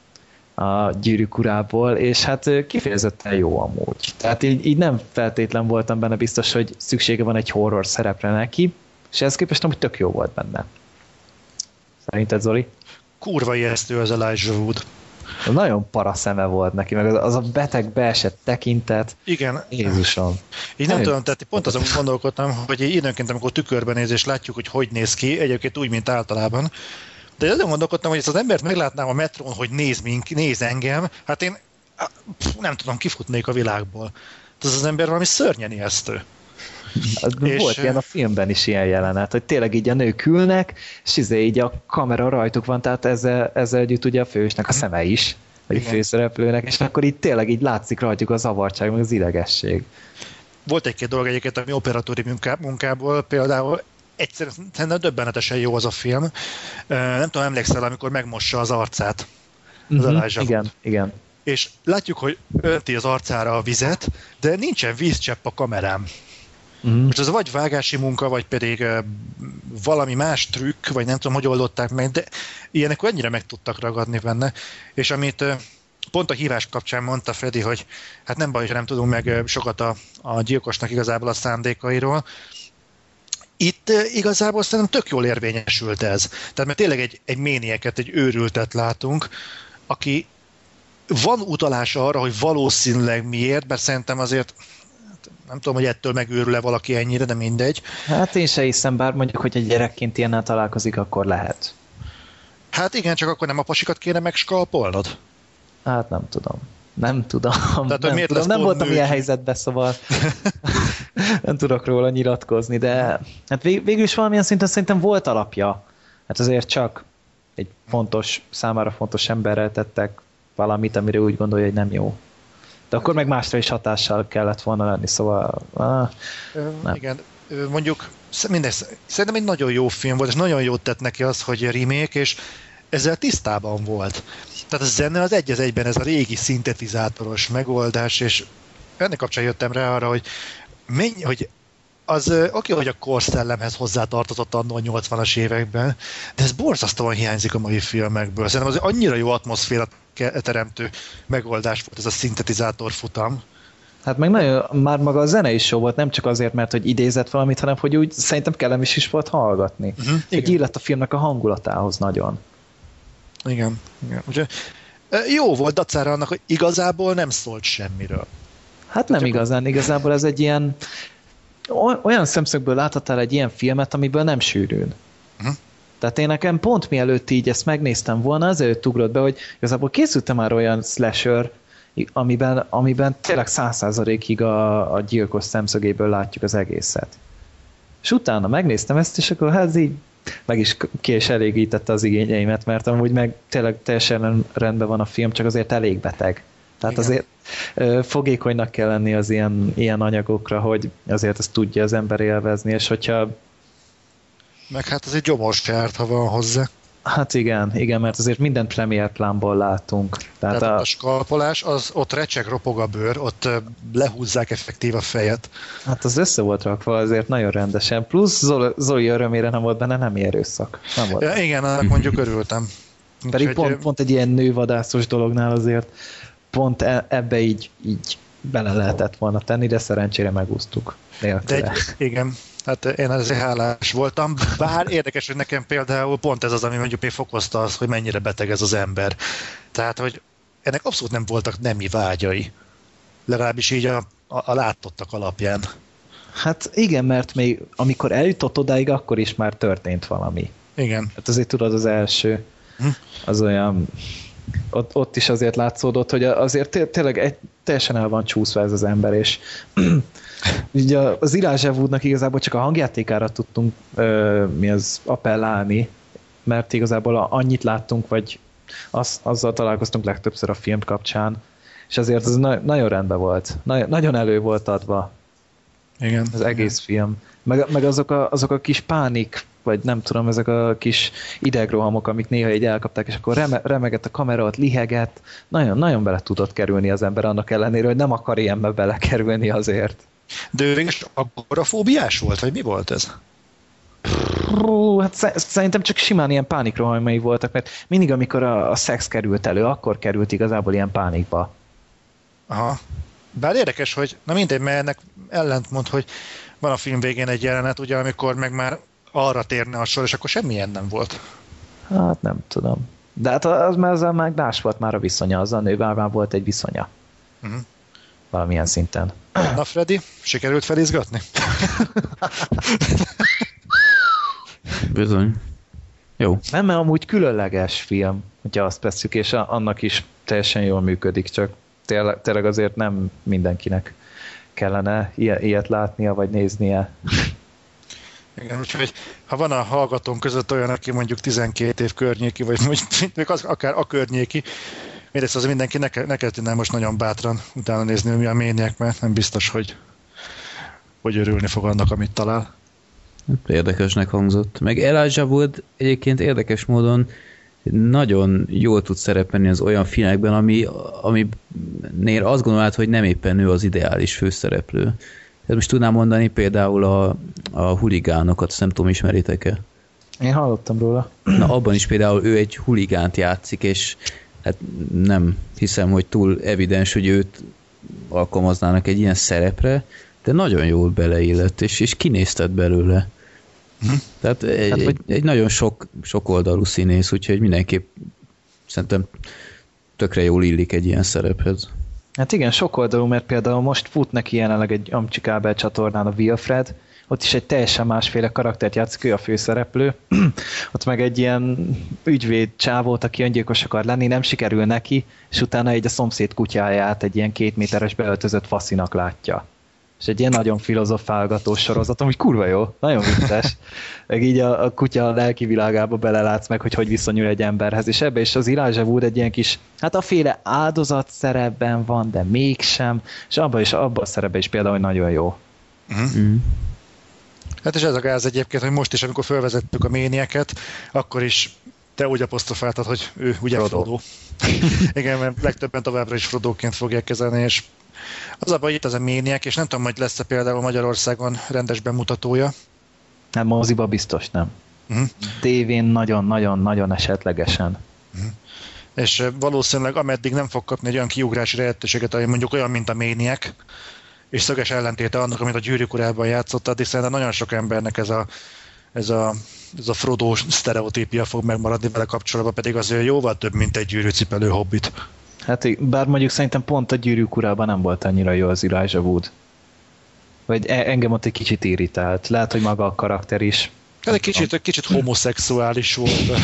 a Gyűrűk urából, és hát kifejezetten jó amúgy. Tehát így, így nem feltétlen voltam benne biztos, hogy szüksége van egy horror szerepre neki, és ehhez képest amúgy tök jó volt benne. Szerinted, Zoli? Kurva ijesztő az Elijah Wood. Nagyon para szeme volt neki, meg az, az a beteg beesett tekintet. Igen. Jézusom. Így nem tudom, tehát pont azon gondolkodtam, hogy időnként, amikor tükörben néz, és látjuk, hogy hogy néz ki, egyébként úgy, mint általában. De azon gondolkodtam, hogy ezt az embert meglátnám a metrón, hogy néz, mink, néz engem, hát én nem tudom, kifutnék a világból. Ez az ember valami szörnyen ijesztő. Volt és... ilyen a filmben is ilyen jelenet, hogy tényleg így a nők ülnek, és izé így a kamera rajtuk van, tehát ezzel, ezzel együtt ugye a fősnek a szeme is, vagy a főszereplőnek, és akkor így tényleg így látszik rajtuk a zavartság, meg az idegesség. Volt egy-két dolog egyébként a mi operatőri munkából, például egyszerűen döbbenetesen jó az a film. Nem tudom, emlékszel, amikor megmossa az arcát. Az uh-huh, igen, igen. És látjuk, hogy önti az arcára a vizet, de nincsen vízcsepp a kamerám. Uh-huh. Most ez vagy vágási munka, vagy pedig uh, valami más trükk, vagy nem tudom, hogy oldották meg, de ilyenek annyira meg tudtak ragadni benne. És amit uh, pont a hívás kapcsán mondta Freddy, hogy hát nem baj, hogy nem tudunk meg uh, sokat a, a gyilkosnak igazából a szándékairól. Itt uh, igazából szerintem tök jól érvényesült ez. Tehát mert tényleg egy, egy ménieket, egy őrültet látunk, aki van utalása arra, hogy valószínűleg miért, mert szerintem azért nem tudom, hogy ettől megőrül-e valaki ennyire, de mindegy. Hát én se hiszem, bár mondjuk, hogy egy gyerekként ilyennel találkozik, akkor lehet. Hát igen, csak akkor nem a pasikat kéne megskalpolnod? Hát nem tudom. Nem tudom. Tehát, nem, tudom. nem voltam nők? Ilyen helyzetben, szóval nem tudok róla nyilatkozni, de hát vég, végül is valamilyen szinten szerintem volt alapja. Hát azért csak egy fontos, számára fontos emberrel tettek valamit, amire úgy gondolja, hogy nem jó. De akkor meg másra is hatással kellett volna lenni, szóval... Ah, nem. Igen, mondjuk mindez, szerintem egy nagyon jó film volt, és nagyon jót tett neki az, hogy remake, és ezzel tisztában volt. Tehát a zene az egy az egyben ez a régi szintetizátoros megoldás, és ennek kapcsán jöttem rá arra, hogy, mennyi, hogy az oké, okay, hogy a korszellemhez hozzátartozott annó a nyolcvanas években, de ez borzasztóan hiányzik a mai filmekből. Szerintem az annyira jó atmoszféra teremtő megoldás volt ez a szintetizátor futam. Hát meg nagyon, már maga a zene is jó volt, nem csak azért, mert hogy idézett valamit, hanem hogy úgy szerintem kellemes is volt hallgatni. Uh-huh, hogy illett a filmnek a hangulatához nagyon. Igen, igen. Úgyhogy jó volt dacára annak, hogy igazából nem szólt semmiről. Hát nem csak igazán, igazából ez egy ilyen olyan szemszögből láthatál egy ilyen filmet, amiből nem sűrűn. Uh-huh. Tehát én nekem pont mielőtt így ezt megnéztem volna, azért ugrott be, hogy igazából készültem már olyan slasher, amiben, amiben tényleg száz százalékig a, a gyilkos szemszögéből látjuk az egészet. És utána megnéztem ezt, és akkor hát így meg is ki is elégítette az igényeimet, mert amúgy meg tényleg teljesen rendben van a film, csak azért elég beteg. Tehát igen. Azért ö, fogékonynak kell lenni az ilyen, ilyen anyagokra, hogy azért ezt tudja az ember élvezni, és hogyha... Meg hát az egy gyomors járt, ha van hozzá. Hát igen, igen, mert azért minden premier plánból látunk. Tehát, Tehát a... a skalpolás, az ott recseg, ropog a bőr, ott lehúzzák effektív a fejet. Hát az össze volt rakva azért nagyon rendesen. Plusz Zoli, Zoli örömére nem volt benne nem erőszak. Nem volt. Ja, igen, annak mondjuk örültem. Pedig Úgy, pont, hogy... pont egy ilyen nővadászos dolognál azért pont e, ebbe így, így bele lehetett volna tenni, de szerencsére megúsztuk. De egy, igen. Hát én ezért hálás voltam, bár érdekes, hogy nekem például pont ez az, ami mondjuk még fokozta az, hogy mennyire beteg ez az ember. Tehát, hogy ennek abszolút nem voltak nemi vágyai. Legalábbis így a, a, a látottak alapján. Hát igen, mert még amikor eljutott odáig, akkor is már történt valami. Igen. Hát azért tudod, az első, hm. az olyan... Ott, ott is azért látszódott, hogy azért té- tényleg egy, teljesen el van csúszva ez az ember, és ugye az Elijah Woodnak igazából csak a hangjátékára tudtunk ö, mi az appellálni, mert igazából annyit láttunk, vagy az, azzal találkoztunk legtöbbször a film kapcsán, és azért az na- nagyon rendben volt. Na- nagyon elő volt adva. Igen. Az egész igen. film. Meg, meg azok, a, azok a kis pánik, vagy nem tudom, ezek a kis idegrohamok, amik néha így elkapták, és akkor reme, remegett a kamera, ott lihegett. Nagyon, nagyon bele tudott kerülni az ember annak ellenére, hogy nem akar ilyenbe belekerülni azért. De ő végül agorafóbiás volt, vagy mi volt ez? Pró, hát szerintem csak simán ilyen pánikrohamai voltak, mert mindig, amikor a, a szex került elő, akkor került igazából ilyen pánikba. Aha. Bár érdekes, hogy, na mindegy, mert ennek ellentmond, hogy van a film végén egy jelenet, ugye, amikor meg már arra térne a sor, és akkor semmilyen nem volt. Hát nem tudom. De hát az már azzal már más volt már a viszonya, azzal a nővel már volt egy viszonya. Uh-huh. Valamilyen szinten. Na Freddy, sikerült felizgatni? Bizony. Jó. Nem, mert amúgy különleges film, hogyha azt vesszük, és annak is teljesen jól működik, csak tényleg, tényleg azért nem mindenkinek kellene ilyet látnia, vagy néznie. Igen, úgyhogy ha van a hallgatónk között olyan, aki mondjuk tizenkét év környéki, vagy mondjuk az, akár a környéki, mindez az mindenki ne, ne kezdjen most nagyon bátran utána nézni, mi a mények, mert nem biztos, hogy, hogy örülni fog annak, amit talál. Érdekesnek hangzott. Meg Elijah Wood egyébként érdekes módon nagyon jól tud szerepelni az olyan filmekben, ami, aminél azt gondolod, hogy nem éppen ő az ideális főszereplő. Tehát most tudnám mondani például a, a huligánokat, azt nem tudom, ismeritek-e? Én hallottam róla. Na, abban is például ő egy huligánt játszik, és hát nem hiszem, hogy túl evidens, hogy őt alkalmaznának egy ilyen szerepre, de nagyon jól beleillett, és, és kinézted belőle. Hm. Tehát egy, hát, egy, egy nagyon sok, sok oldalú színész, úgyhogy mindenképp szerintem tökre jól illik egy ilyen szerephez. Hát igen, sok oldalú, mert például most fut neki jelenleg egy Amcsi kábel csatornán a Wilfred, ott is egy teljesen másféle karaktert játszik, ő a főszereplő. Ott meg egy ilyen ügyvéd csávót, aki öngyilkos akar lenni, nem sikerül neki, és utána egy a szomszéd kutyáját egy ilyen két méteres beöltözött faszinak látja. És egy ilyen nagyon filozofálgatós sorozat, amúgy kurva jó, nagyon vicces. Meg így a, a kutya lelki világába belelátsz meg, hogy hogy viszonyul egy emberhez. És ebbe is az Elijah Wood egy ilyen kis, hát a féle áldozat szerepben van, de mégsem. És abban is, abban a szerepben is például nagyon jó. Uh-huh. Uh-huh. Hát és ez a gáz egyébként, hogy most is, amikor felvezettük a ménieket, akkor is te úgy apostrofáltad, hogy ő ugye Frodo. Frodo. Igen, mert legtöbben továbbra is Frodoként fogják kezelni, és az a baj, itt az a Maniac, és nem tudom, hogy lesz-e például Magyarországon rendes bemutatója. Hát moziba biztos nem. Uh-huh. Tévén nagyon-nagyon-nagyon esetlegesen. Uh-huh. És valószínűleg ameddig nem fog kapni egy olyan kiugrási lehetőséget, ami mondjuk olyan, mint a Maniac, és szöges ellentéte annak, amit a Gyűrűk Urában játszott, addig szerintem nagyon sok embernek ez a, ez a, ez a Frodo sztereotípia fog megmaradni vele kapcsolatban, pedig azért jóval több, mint egy gyűrűcipelő hobbit. Hát bár mondjuk szerintem pont a Gyűrűk Urában nem volt annyira jó az Elijah Wood. Vagy engem ott egy kicsit irritált. Lehet, hogy maga a karakter is. Hát egy kicsit, egy kicsit homoszexuális volt. De...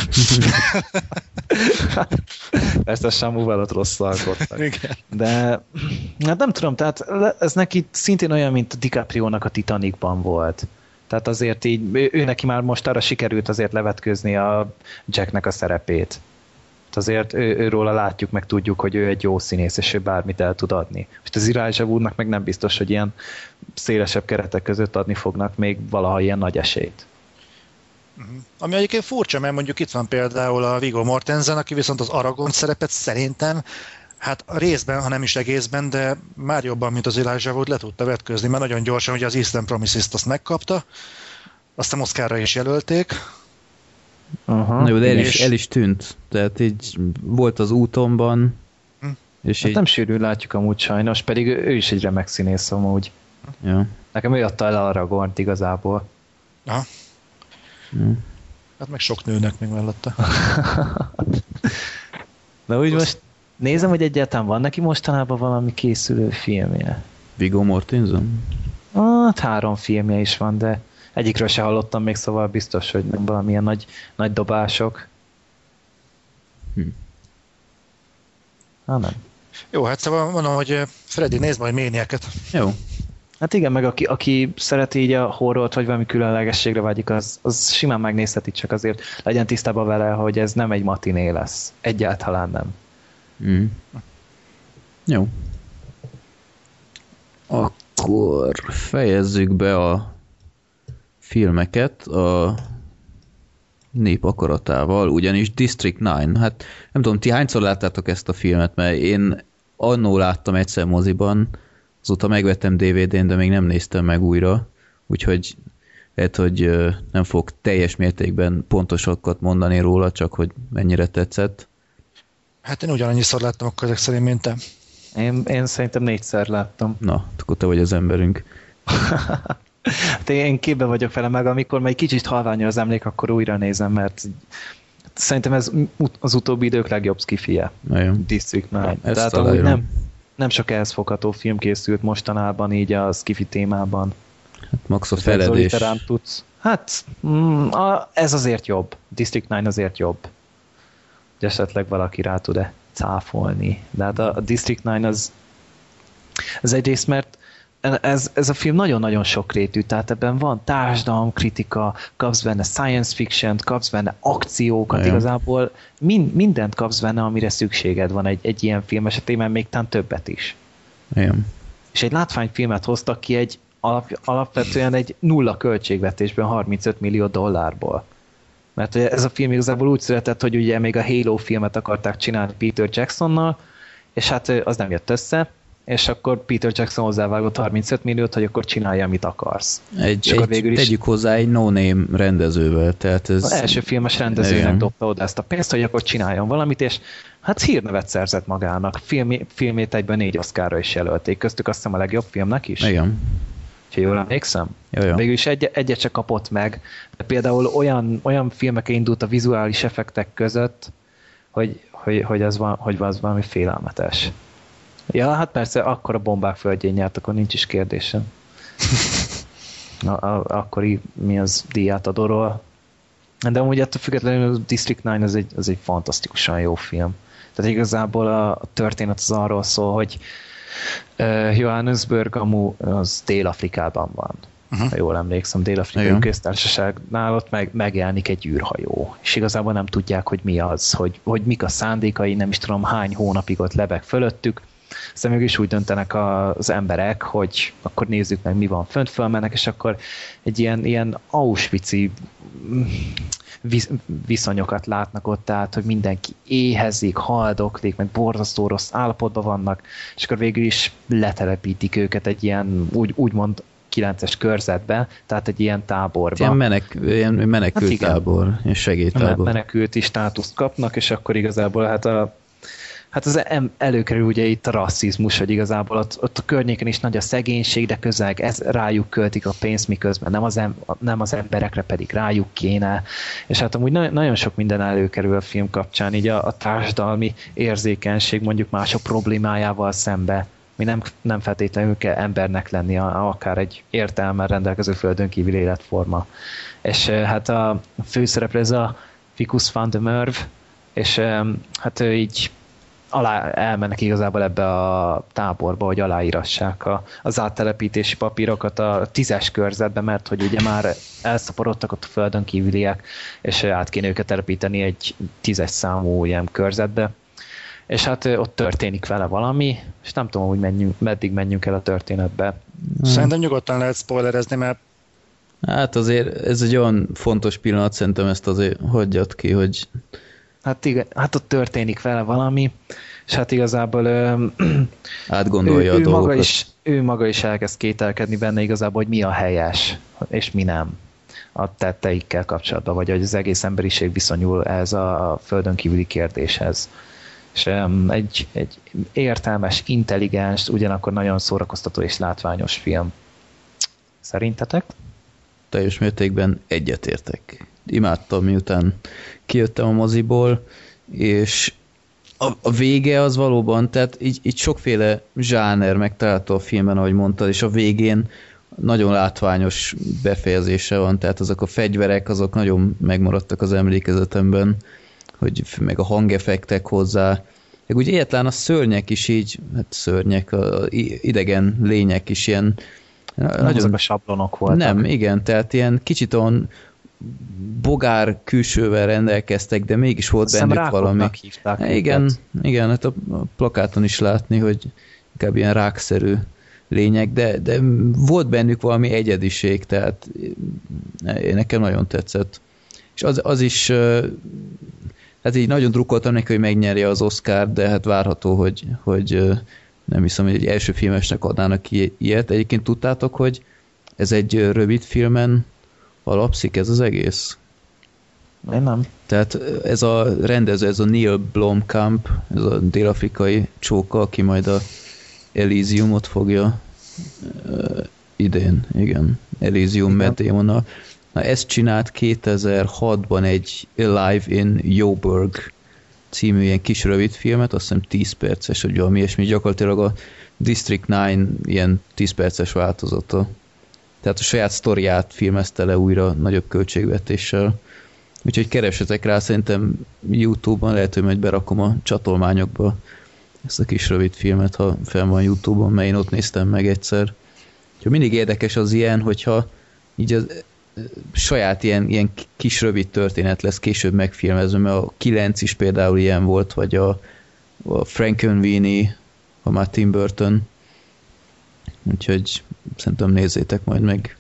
Ezt a Samuval ott rosszul alkottak. De hát nem tudom, tehát ez neki szintén olyan, mint a DiCaprio-nak a Titanicban volt. Tehát azért így, ő, ő neki már most arra sikerült azért levetkőzni a Jacknek a szerepét. Azért ő, őróla látjuk, meg tudjuk, hogy ő egy jó színész, és ő bármit el tud adni. Most az Elijah Woodnak meg nem biztos, hogy ilyen szélesebb keretek között adni fognak még valaha ilyen nagy esélyt. Uh-huh. Ami egyébként furcsa, mert mondjuk itt van például a Viggo Mortensen, aki viszont az Aragorn szerepet szerintem, hát a részben, ha nem is egészben, de már jobban, mint az Elijah Wood le tudta vetközni, mert nagyon gyorsan ugye az Eastern Promises-t azt megkapta, aztán Oscarra is jelölték. Aha. Na jó, de el is, el is tűnt. Tehát így volt az útomban. Hm. És hát így... nem sűrűn látjuk amúgy sajnos, pedig ő is egy remek színész amúgy. Ja. Nekem ő adta el Aragornt igazából. Aha. Hm. Hát meg sok nőnek még mellette. Na úgy most nézem, hogy egyáltalán van neki mostanában valami készülő filmje. Viggo Mortensen? Hát három filmje is van, de egyikről se hallottam még, szóval biztos, hogy nem valamilyen nagy, nagy dobások. Hm. Hát nem. Jó, hát szóval mondom, hogy Freddy, nézd majd Maniac-et. Jó. Hát igen, meg aki, aki szereti így a horrort, vagy valami különlegességre vágyik, az, az simán megnézheti, csak azért legyen tisztában vele, hogy ez nem egy matiné lesz. Egyáltalán nem. Mm. Jó. Akkor fejezzük be a filmeket a nép akaratával, ugyanis District kilenc, hát nem tudom, ti hányszor láttátok ezt a filmet, mert én annó láttam egyszer moziban, azóta megvettem dé vé dén, de még nem néztem meg újra, úgyhogy lehet, hogy nem fog teljes mértékben pontosakat mondani róla, csak hogy mennyire tetszett. Hát én ugyanannyiszor láttam akkor ezek szerint, mint te. Én, én szerintem négyszer láttam. Na, akkor te vagy az emberünk. Hát én képbe vagyok vele, meg amikor már egy kicsit halványol az emlék, akkor újra nézem, mert szerintem ez az utóbbi idők legjobb skifije. District kilenc. Ja, tehát amúgy nem, nem sok ehhez fogható film készült mostanában így a skifi témában. Hát max a feledés. Hát mm, a, ez azért jobb. District kilenc azért jobb. Hogy esetleg valaki rá tud-e cáfolni. De hát a, a District kilenc az ez egyrészt, mert Ez, ez a film nagyon-nagyon sokrétű, tehát ebben van társadalomkritika, kapsz benne science fiction-t, kapsz benne akciókat, igen. Igazából mind, mindent kapsz benne, amire szükséged van egy, egy ilyen film esetében, még talán többet is. Igen. És egy látványfilmet hoztak ki egy alap, alapvetően egy nulla költségvetésben harmincöt millió dollárból. Mert ez a film igazából úgy született, hogy ugye még a Halo filmet akarták csinálni Peter Jacksonnal, és hát az nem jött össze, és akkor Peter Jackson hozzávágott harmincöt milliót, hogy akkor csinálja, amit akarsz. Egy, egy, is... Tegyük hozzá egy no-name rendezővel. Tehát ez... Az első filmes rendezőnek igen. Dobta oda ezt a pénzt, hogy akkor csináljon valamit, és hát hírnevet szerzett magának. Filmi, filmét egyben négy Oscarra is jelölték, köztük azt hiszem a legjobb filmnek is. Igen. Úgyhogy jól emlékszem? Jaj, végül is egy, egyet se kapott meg, de például olyan, olyan filmekre indult a vizuális effektek között, hogy, hogy, hogy, az, van, hogy az valami félelmetes. Ja, hát persze, akkor a bombák földjén nyert, akkor nincs is kérdésem. a, a, akkori mi az díjátadóról. De amúgy ettől függetlenül a District kilenc az egy, az egy fantasztikusan jó film. Tehát igazából a, a történet az arról szól, hogy uh, Johannesburg amú az Dél-Afrikában van. Uh-huh. Ha jól emlékszem, Dél-Afrikai Köztársaságnál ott meg, megjelenik egy űrhajó. És igazából nem tudják, hogy mi az, hogy, hogy mik a szándékai, nem is tudom hány hónapig ott lebeg fölöttük. aztán mégis úgy döntenek az emberek, hogy akkor nézzük meg, mi van fönt, fölmennek, és akkor egy ilyen, ilyen Auschwitz-i viszonyokat látnak ott, tehát, hogy mindenki éhezik, haldoklik, meg borzasztó rossz állapotban vannak, és akkor végül is letelepítik őket egy ilyen, úgy, úgymond kilences körzetbe, tehát egy ilyen táborba. Ilyen, menek, ilyen menekült hát tábor, és segélytábor. Menekülti státuszt kapnak, és akkor igazából hát a Hát az előkerül ugye itt a rasszizmus, hogy igazából ott, ott a környéken is nagy a szegénység, de közel ez rájuk költik a pénzt, miközben nem az, em, nem az emberekre pedig rájuk kéne. És hát amúgy na- nagyon sok minden előkerül a film kapcsán, így a, a társadalmi érzékenység mondjuk mások problémájával szembe. Mi nem, nem feltétlenül kell embernek lenni, a, akár egy értelmen rendelkező földön kívül életforma. És hát a főszereplő ez a Ficus van der Merwe, és hát ő így alá, elmennek igazából ebbe a táborba, hogy aláírassák a, az áttelepítési papírokat a tízes körzetbe, mert hogy ugye már elszaporodtak ott a földön kívüliek, és át kéne őket telepíteni egy tízes számú ilyen körzetbe. És hát ott történik vele valami, és nem tudom, hogy menjünk, meddig menjünk el a történetbe. Szerintem nyugodtan lehet spoilerezni, mert hát azért ez egy olyan fontos pillanat, szerintem ezt azért hagyjad ki, hogy Hát, igen, hát ott történik vele valami, és hát igazából ö, átgondolja ő, a ő dolgokat. Maga is, ő maga is elkezd kételkedni benne igazából, hogy mi a helyes, és mi nem a tetteikkel kapcsolatban, vagy hogy az egész emberiség viszonyul ez a földön kívüli kérdéshez. És um, egy, egy értelmes, intelligens, ugyanakkor nagyon szórakoztató és látványos film. Szerintetek? Teljes mértékben egyetértek. Imádtam, miután kijöttem a moziból, és a, a vége az valóban, tehát így, így sokféle zsáner megtalálta a filmben, ahogy mondtad, és a végén nagyon látványos befejezése van, tehát azok a fegyverek, azok nagyon megmaradtak az emlékezetemben, hogy meg a hangeffektek hozzá, meg úgy egyetlen a szörnyek is így, hát szörnyek, a idegen lények is ilyen nem nagyon... azok a sablonok voltak. Nem, igen, tehát ilyen kicsit olyan bogár külsővel rendelkeztek, de mégis volt Aztán bennük valami. Hívták igen, őket. igen, hát a, a plakáton is látni, hogy inkább ilyen rákszerű lények, de, de volt bennük valami egyediség, tehát nekem nagyon tetszett. És az, az is, hát így nagyon drukkoltam neki, hogy megnyerje az Oscart, de hát várható, hogy, hogy nem hiszem, hogy egy első filmesnek adnának ilyet. Egyébként tudtátok, hogy ez egy rövid filmen alapszik ez az egész? Én nem. Tehát ez a rendező, ez a Neil Blomkamp, ez a dél-afrikai csóka, aki majd a Elysiumot fogja uh, idén, igen, Elysium Matt Damonnal. Na, ezt csinált kétezer-hatban egy Alive in Joburg című ilyen kis rövid filmet, azt hiszem tíz perces, vagy valami ilyesmi, gyakorlatilag a District kilenc ilyen tíz perces változata. Tehát a saját sztoriát filmezte le újra nagyobb költségvetéssel. Úgyhogy keresetek rá, szerintem YouTube-on, lehet, hogy majd berakom a csatolmányokba ezt a kis rövid filmet, ha fenn van YouTube-on, mert én ott néztem meg egyszer. Úgyhogy mindig érdekes az ilyen, hogyha így az saját ilyen, ilyen kis rövid történet lesz később megfilmezve, mert a kilenc is például ilyen volt, vagy a, a Frankenweenie, a már Tim Burton. Úgyhogy szerintem nézzétek majd meg.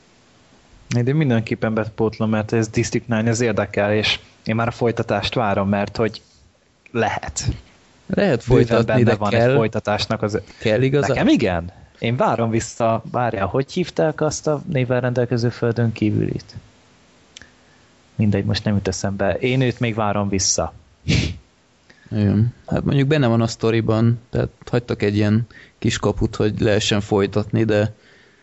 De mindenképpen bepótlom, mert ez District kilenc, ez érdekel, és én már a folytatást várom, mert hogy lehet. Lehet folytatni, de van kell. Egy folytatásnak az... Kell igazán? Nekem igen. Én várom vissza, várjál, hogy hívták azt a névvel rendelkező földön kívülit? Mindegy, most nem jut eszembe. Én őt még várom vissza. Igen. Hát mondjuk benne van a sztoriban, tehát hagytak egy ilyen kis kaput, hogy lehessen folytatni, de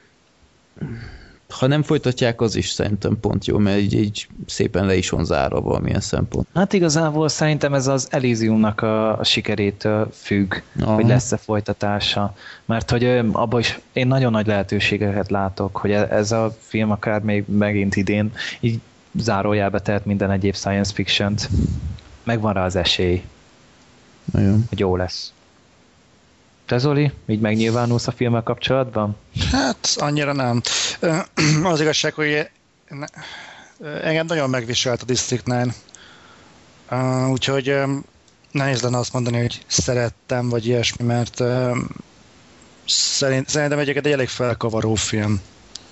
ha nem folytatják, az is szerintem pont jó, mert így, így szépen le is van zárva valamilyen szempont. Hát igazából szerintem ez az Elysiumnak a, a sikerétől függ, aha, hogy lesz-e folytatása. Mert hogy abban is én nagyon nagy lehetőségeket látok, hogy ez a film akár még megint idén így zárójelbe tehet minden egyéb science fiction-t. Megvan rá az esély, nagyon, hogy jó lesz. Te, Zoli, így megnyilvánulsz a filmmel kapcsolatban? Hát, annyira nem. Az igazság, hogy engem nagyon megviselt a District kilenc. Úgyhogy nehéz lenne azt mondani, hogy szerettem, vagy ilyesmi, mert uh, szerint, szerintem egyébként egy elég felkavaró film.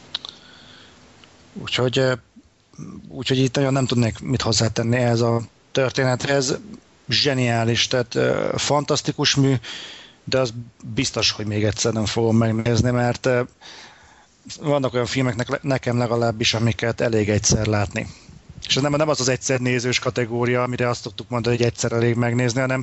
Úgyhogy, uh, úgyhogy itt nagyon nem tudnék mit hozzátenni ehhez a történethez. Zseniális, tehát uh, fantasztikus mű, de az biztos, hogy még egyszer nem fogom megnézni, mert uh, vannak olyan filmek nekem legalábbis, amiket elég egyszer látni. És nem, nem az az egyszer nézős kategória, amire azt szoktuk mondani, hogy egyszer elég megnézni, hanem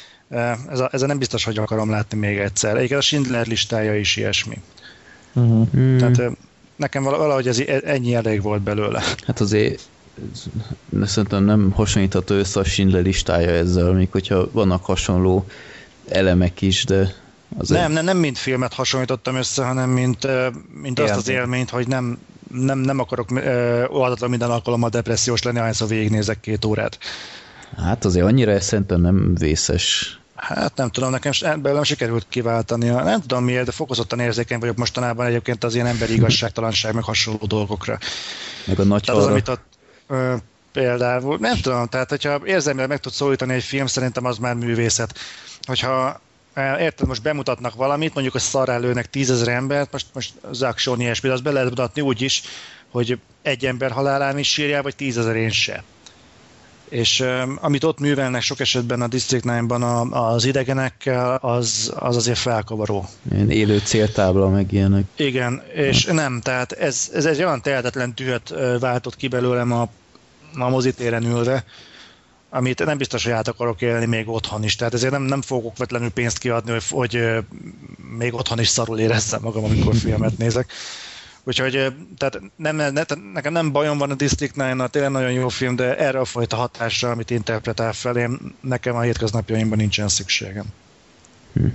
ez a, ez a nem biztos, hogy akarom látni még egyszer. Egyébként a Schindler listája is ilyesmi. Uh-huh. Hmm. Tehát nekem valahogy ez ennyi elég volt belőle. Hát azért szerintem nem hasonlítható össze a Schindler listája ezzel, még hogyha vannak hasonló elemek is, de azért... Nem, nem, nem mint filmet hasonlítottam össze, hanem mint, mint azt az élményt, hogy nem, nem, nem akarok oldatlan minden alkalommal depressziós lenni, ahányszor végignézek két órát. Hát azért annyira ez szerintem nem vészes. Hát nem tudom, nekem belőlem sikerült kiváltani. Nem tudom miért, de fokozottan érzékeny vagyok mostanában egyébként az ilyen emberi igazságtalanság, meg hasonló dolgokra. Meg a nagy tehát az, amit ott, ö, például, nem tudom, tehát hogyha érzelmileg meg tud szólítani egy film, szerintem az már művészet. Hogyha érted, most bemutatnak valamit, mondjuk a szarrá lőnek tízezer embert, most, most az action ilyesmit, azt be lehet mutatni úgy is, hogy egy ember halálán is sírjál, vagy tízezerén se. És um, amit ott művelnek sok esetben a District kilencben a, az idegenekkel, az, az azért felkavaró. Ilyen élő céltábla, meg ilyenek. Igen, és ha. nem, tehát ez, ez egy olyan tehetetlen dühöt váltott ki belőlem a, a mozitéren ülve, amit nem biztos, hogy át akarok élni még otthon is. Tehát ezért nem, nem fogok okvetlenül pénzt kiadni, hogy, hogy még otthon is szarul érezzem magam, amikor filmet nézek. Úgyhogy tehát nem, ne, nekem nem bajom van a District kilenc, tényleg nagyon jó film, de erre a fajta hatásra, amit interpretál felém, nekem a hétköznapjaimban nincsen szükségem. Hm.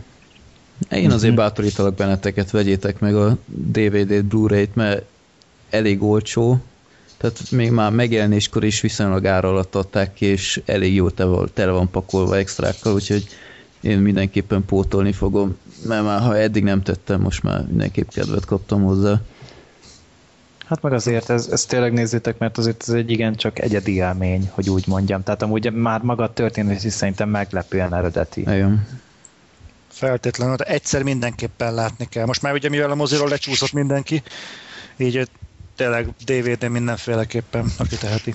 Én azért bátorítalak benneteket, vegyétek meg a dé vé dét, Blu-ray-t, mert elég olcsó, tehát még már megjelenéskor is viszonylag ára alatt adták ki, és elég jó tele van pakolva extrákkal, úgyhogy én mindenképpen pótolni fogom, mert már ha eddig nem tettem, most már mindenképp kedvet kaptam hozzá. Hát meg azért, ez, ezt tényleg nézzétek, mert azért ez egy igen csak egyedi élmény, hogy úgy mondjam. Tehát amúgy már maga a történet is szerintem meglepően eredeti. Igen. Feltétlenül, de egyszer mindenképpen látni kell. Most már ugye mivel a moziról lecsúszott mindenki, így tényleg dé vé dé mindenféleképpen, aki teheti.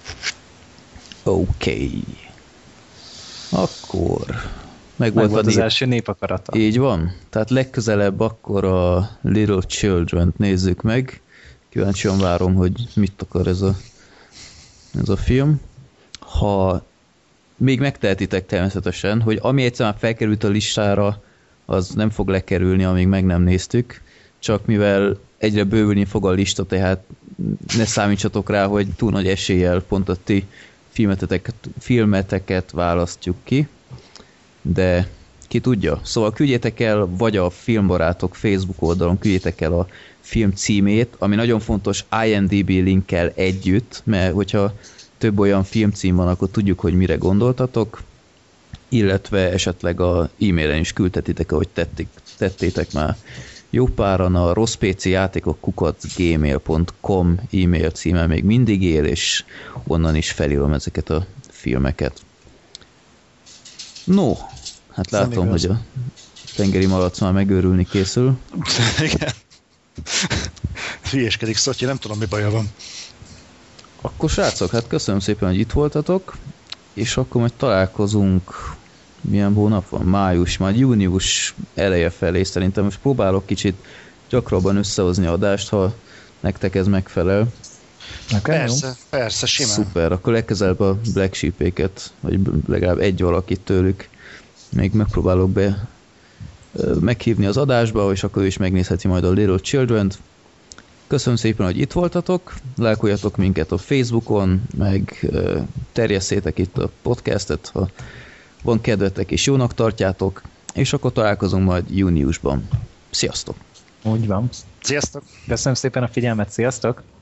Oké. Okay. Akkor... Meg, meg volt volt az nép... első népakarata. Így van. Tehát legközelebb akkor a Little Children-t nézzük meg. Kíváncsian várom, hogy mit akar ez a, ez a film. Ha még megtehetitek természetesen, hogy ami egyszer már felkerült a listára, az nem fog lekerülni, amíg meg nem néztük. Csak mivel egyre bővülni fog a lista, tehát ne számítsatok rá, hogy túl nagy eséllyel pont a ti filmeteket, filmeteket választjuk ki. De ki tudja. Szóval küldjétek el, vagy a Filmbarátok Facebook oldalon küldjétek el a film címét, ami nagyon fontos i em dé bé linkkel együtt, mert hogyha több olyan filmcím van, akkor tudjuk, hogy mire gondoltatok, illetve esetleg a e-mailen is küldhetitek, ahogy tették, tettétek már jó páran, a rosszpcjátékok kukac gmail pont com e-mail címe még mindig él, és onnan is felírom ezeket a filmeket. No, hát látom, hogy a tengeri malac már megőrülni készül. Igen. Hülyéskedik Szotyi, nem tudom, mi baja van. Akkor srácok, hát köszönöm szépen, hogy itt voltatok, és akkor majd találkozunk, milyen hónap van? Május, majd június eleje felé szerintem. Most próbálok kicsit gyakrabban összehozni adást, ha nektek ez megfelel. Persze, jó? Persze, simán. Szuper, akkor legközelebb a Black Sheep-éket, vagy legalább egy valakit tőlük még megpróbálok be meghívni az adásba, és akkor ő is megnézheti majd a Little Children-t. Köszönöm szépen, hogy itt voltatok, lájkoljatok minket a Facebookon, meg terjesszétek itt a podcastet, ha van kedvetek és jónak tartjátok, és akkor találkozunk majd júniusban. Sziasztok! Úgy van. Sziasztok! Köszönöm szépen a figyelmet, sziasztok!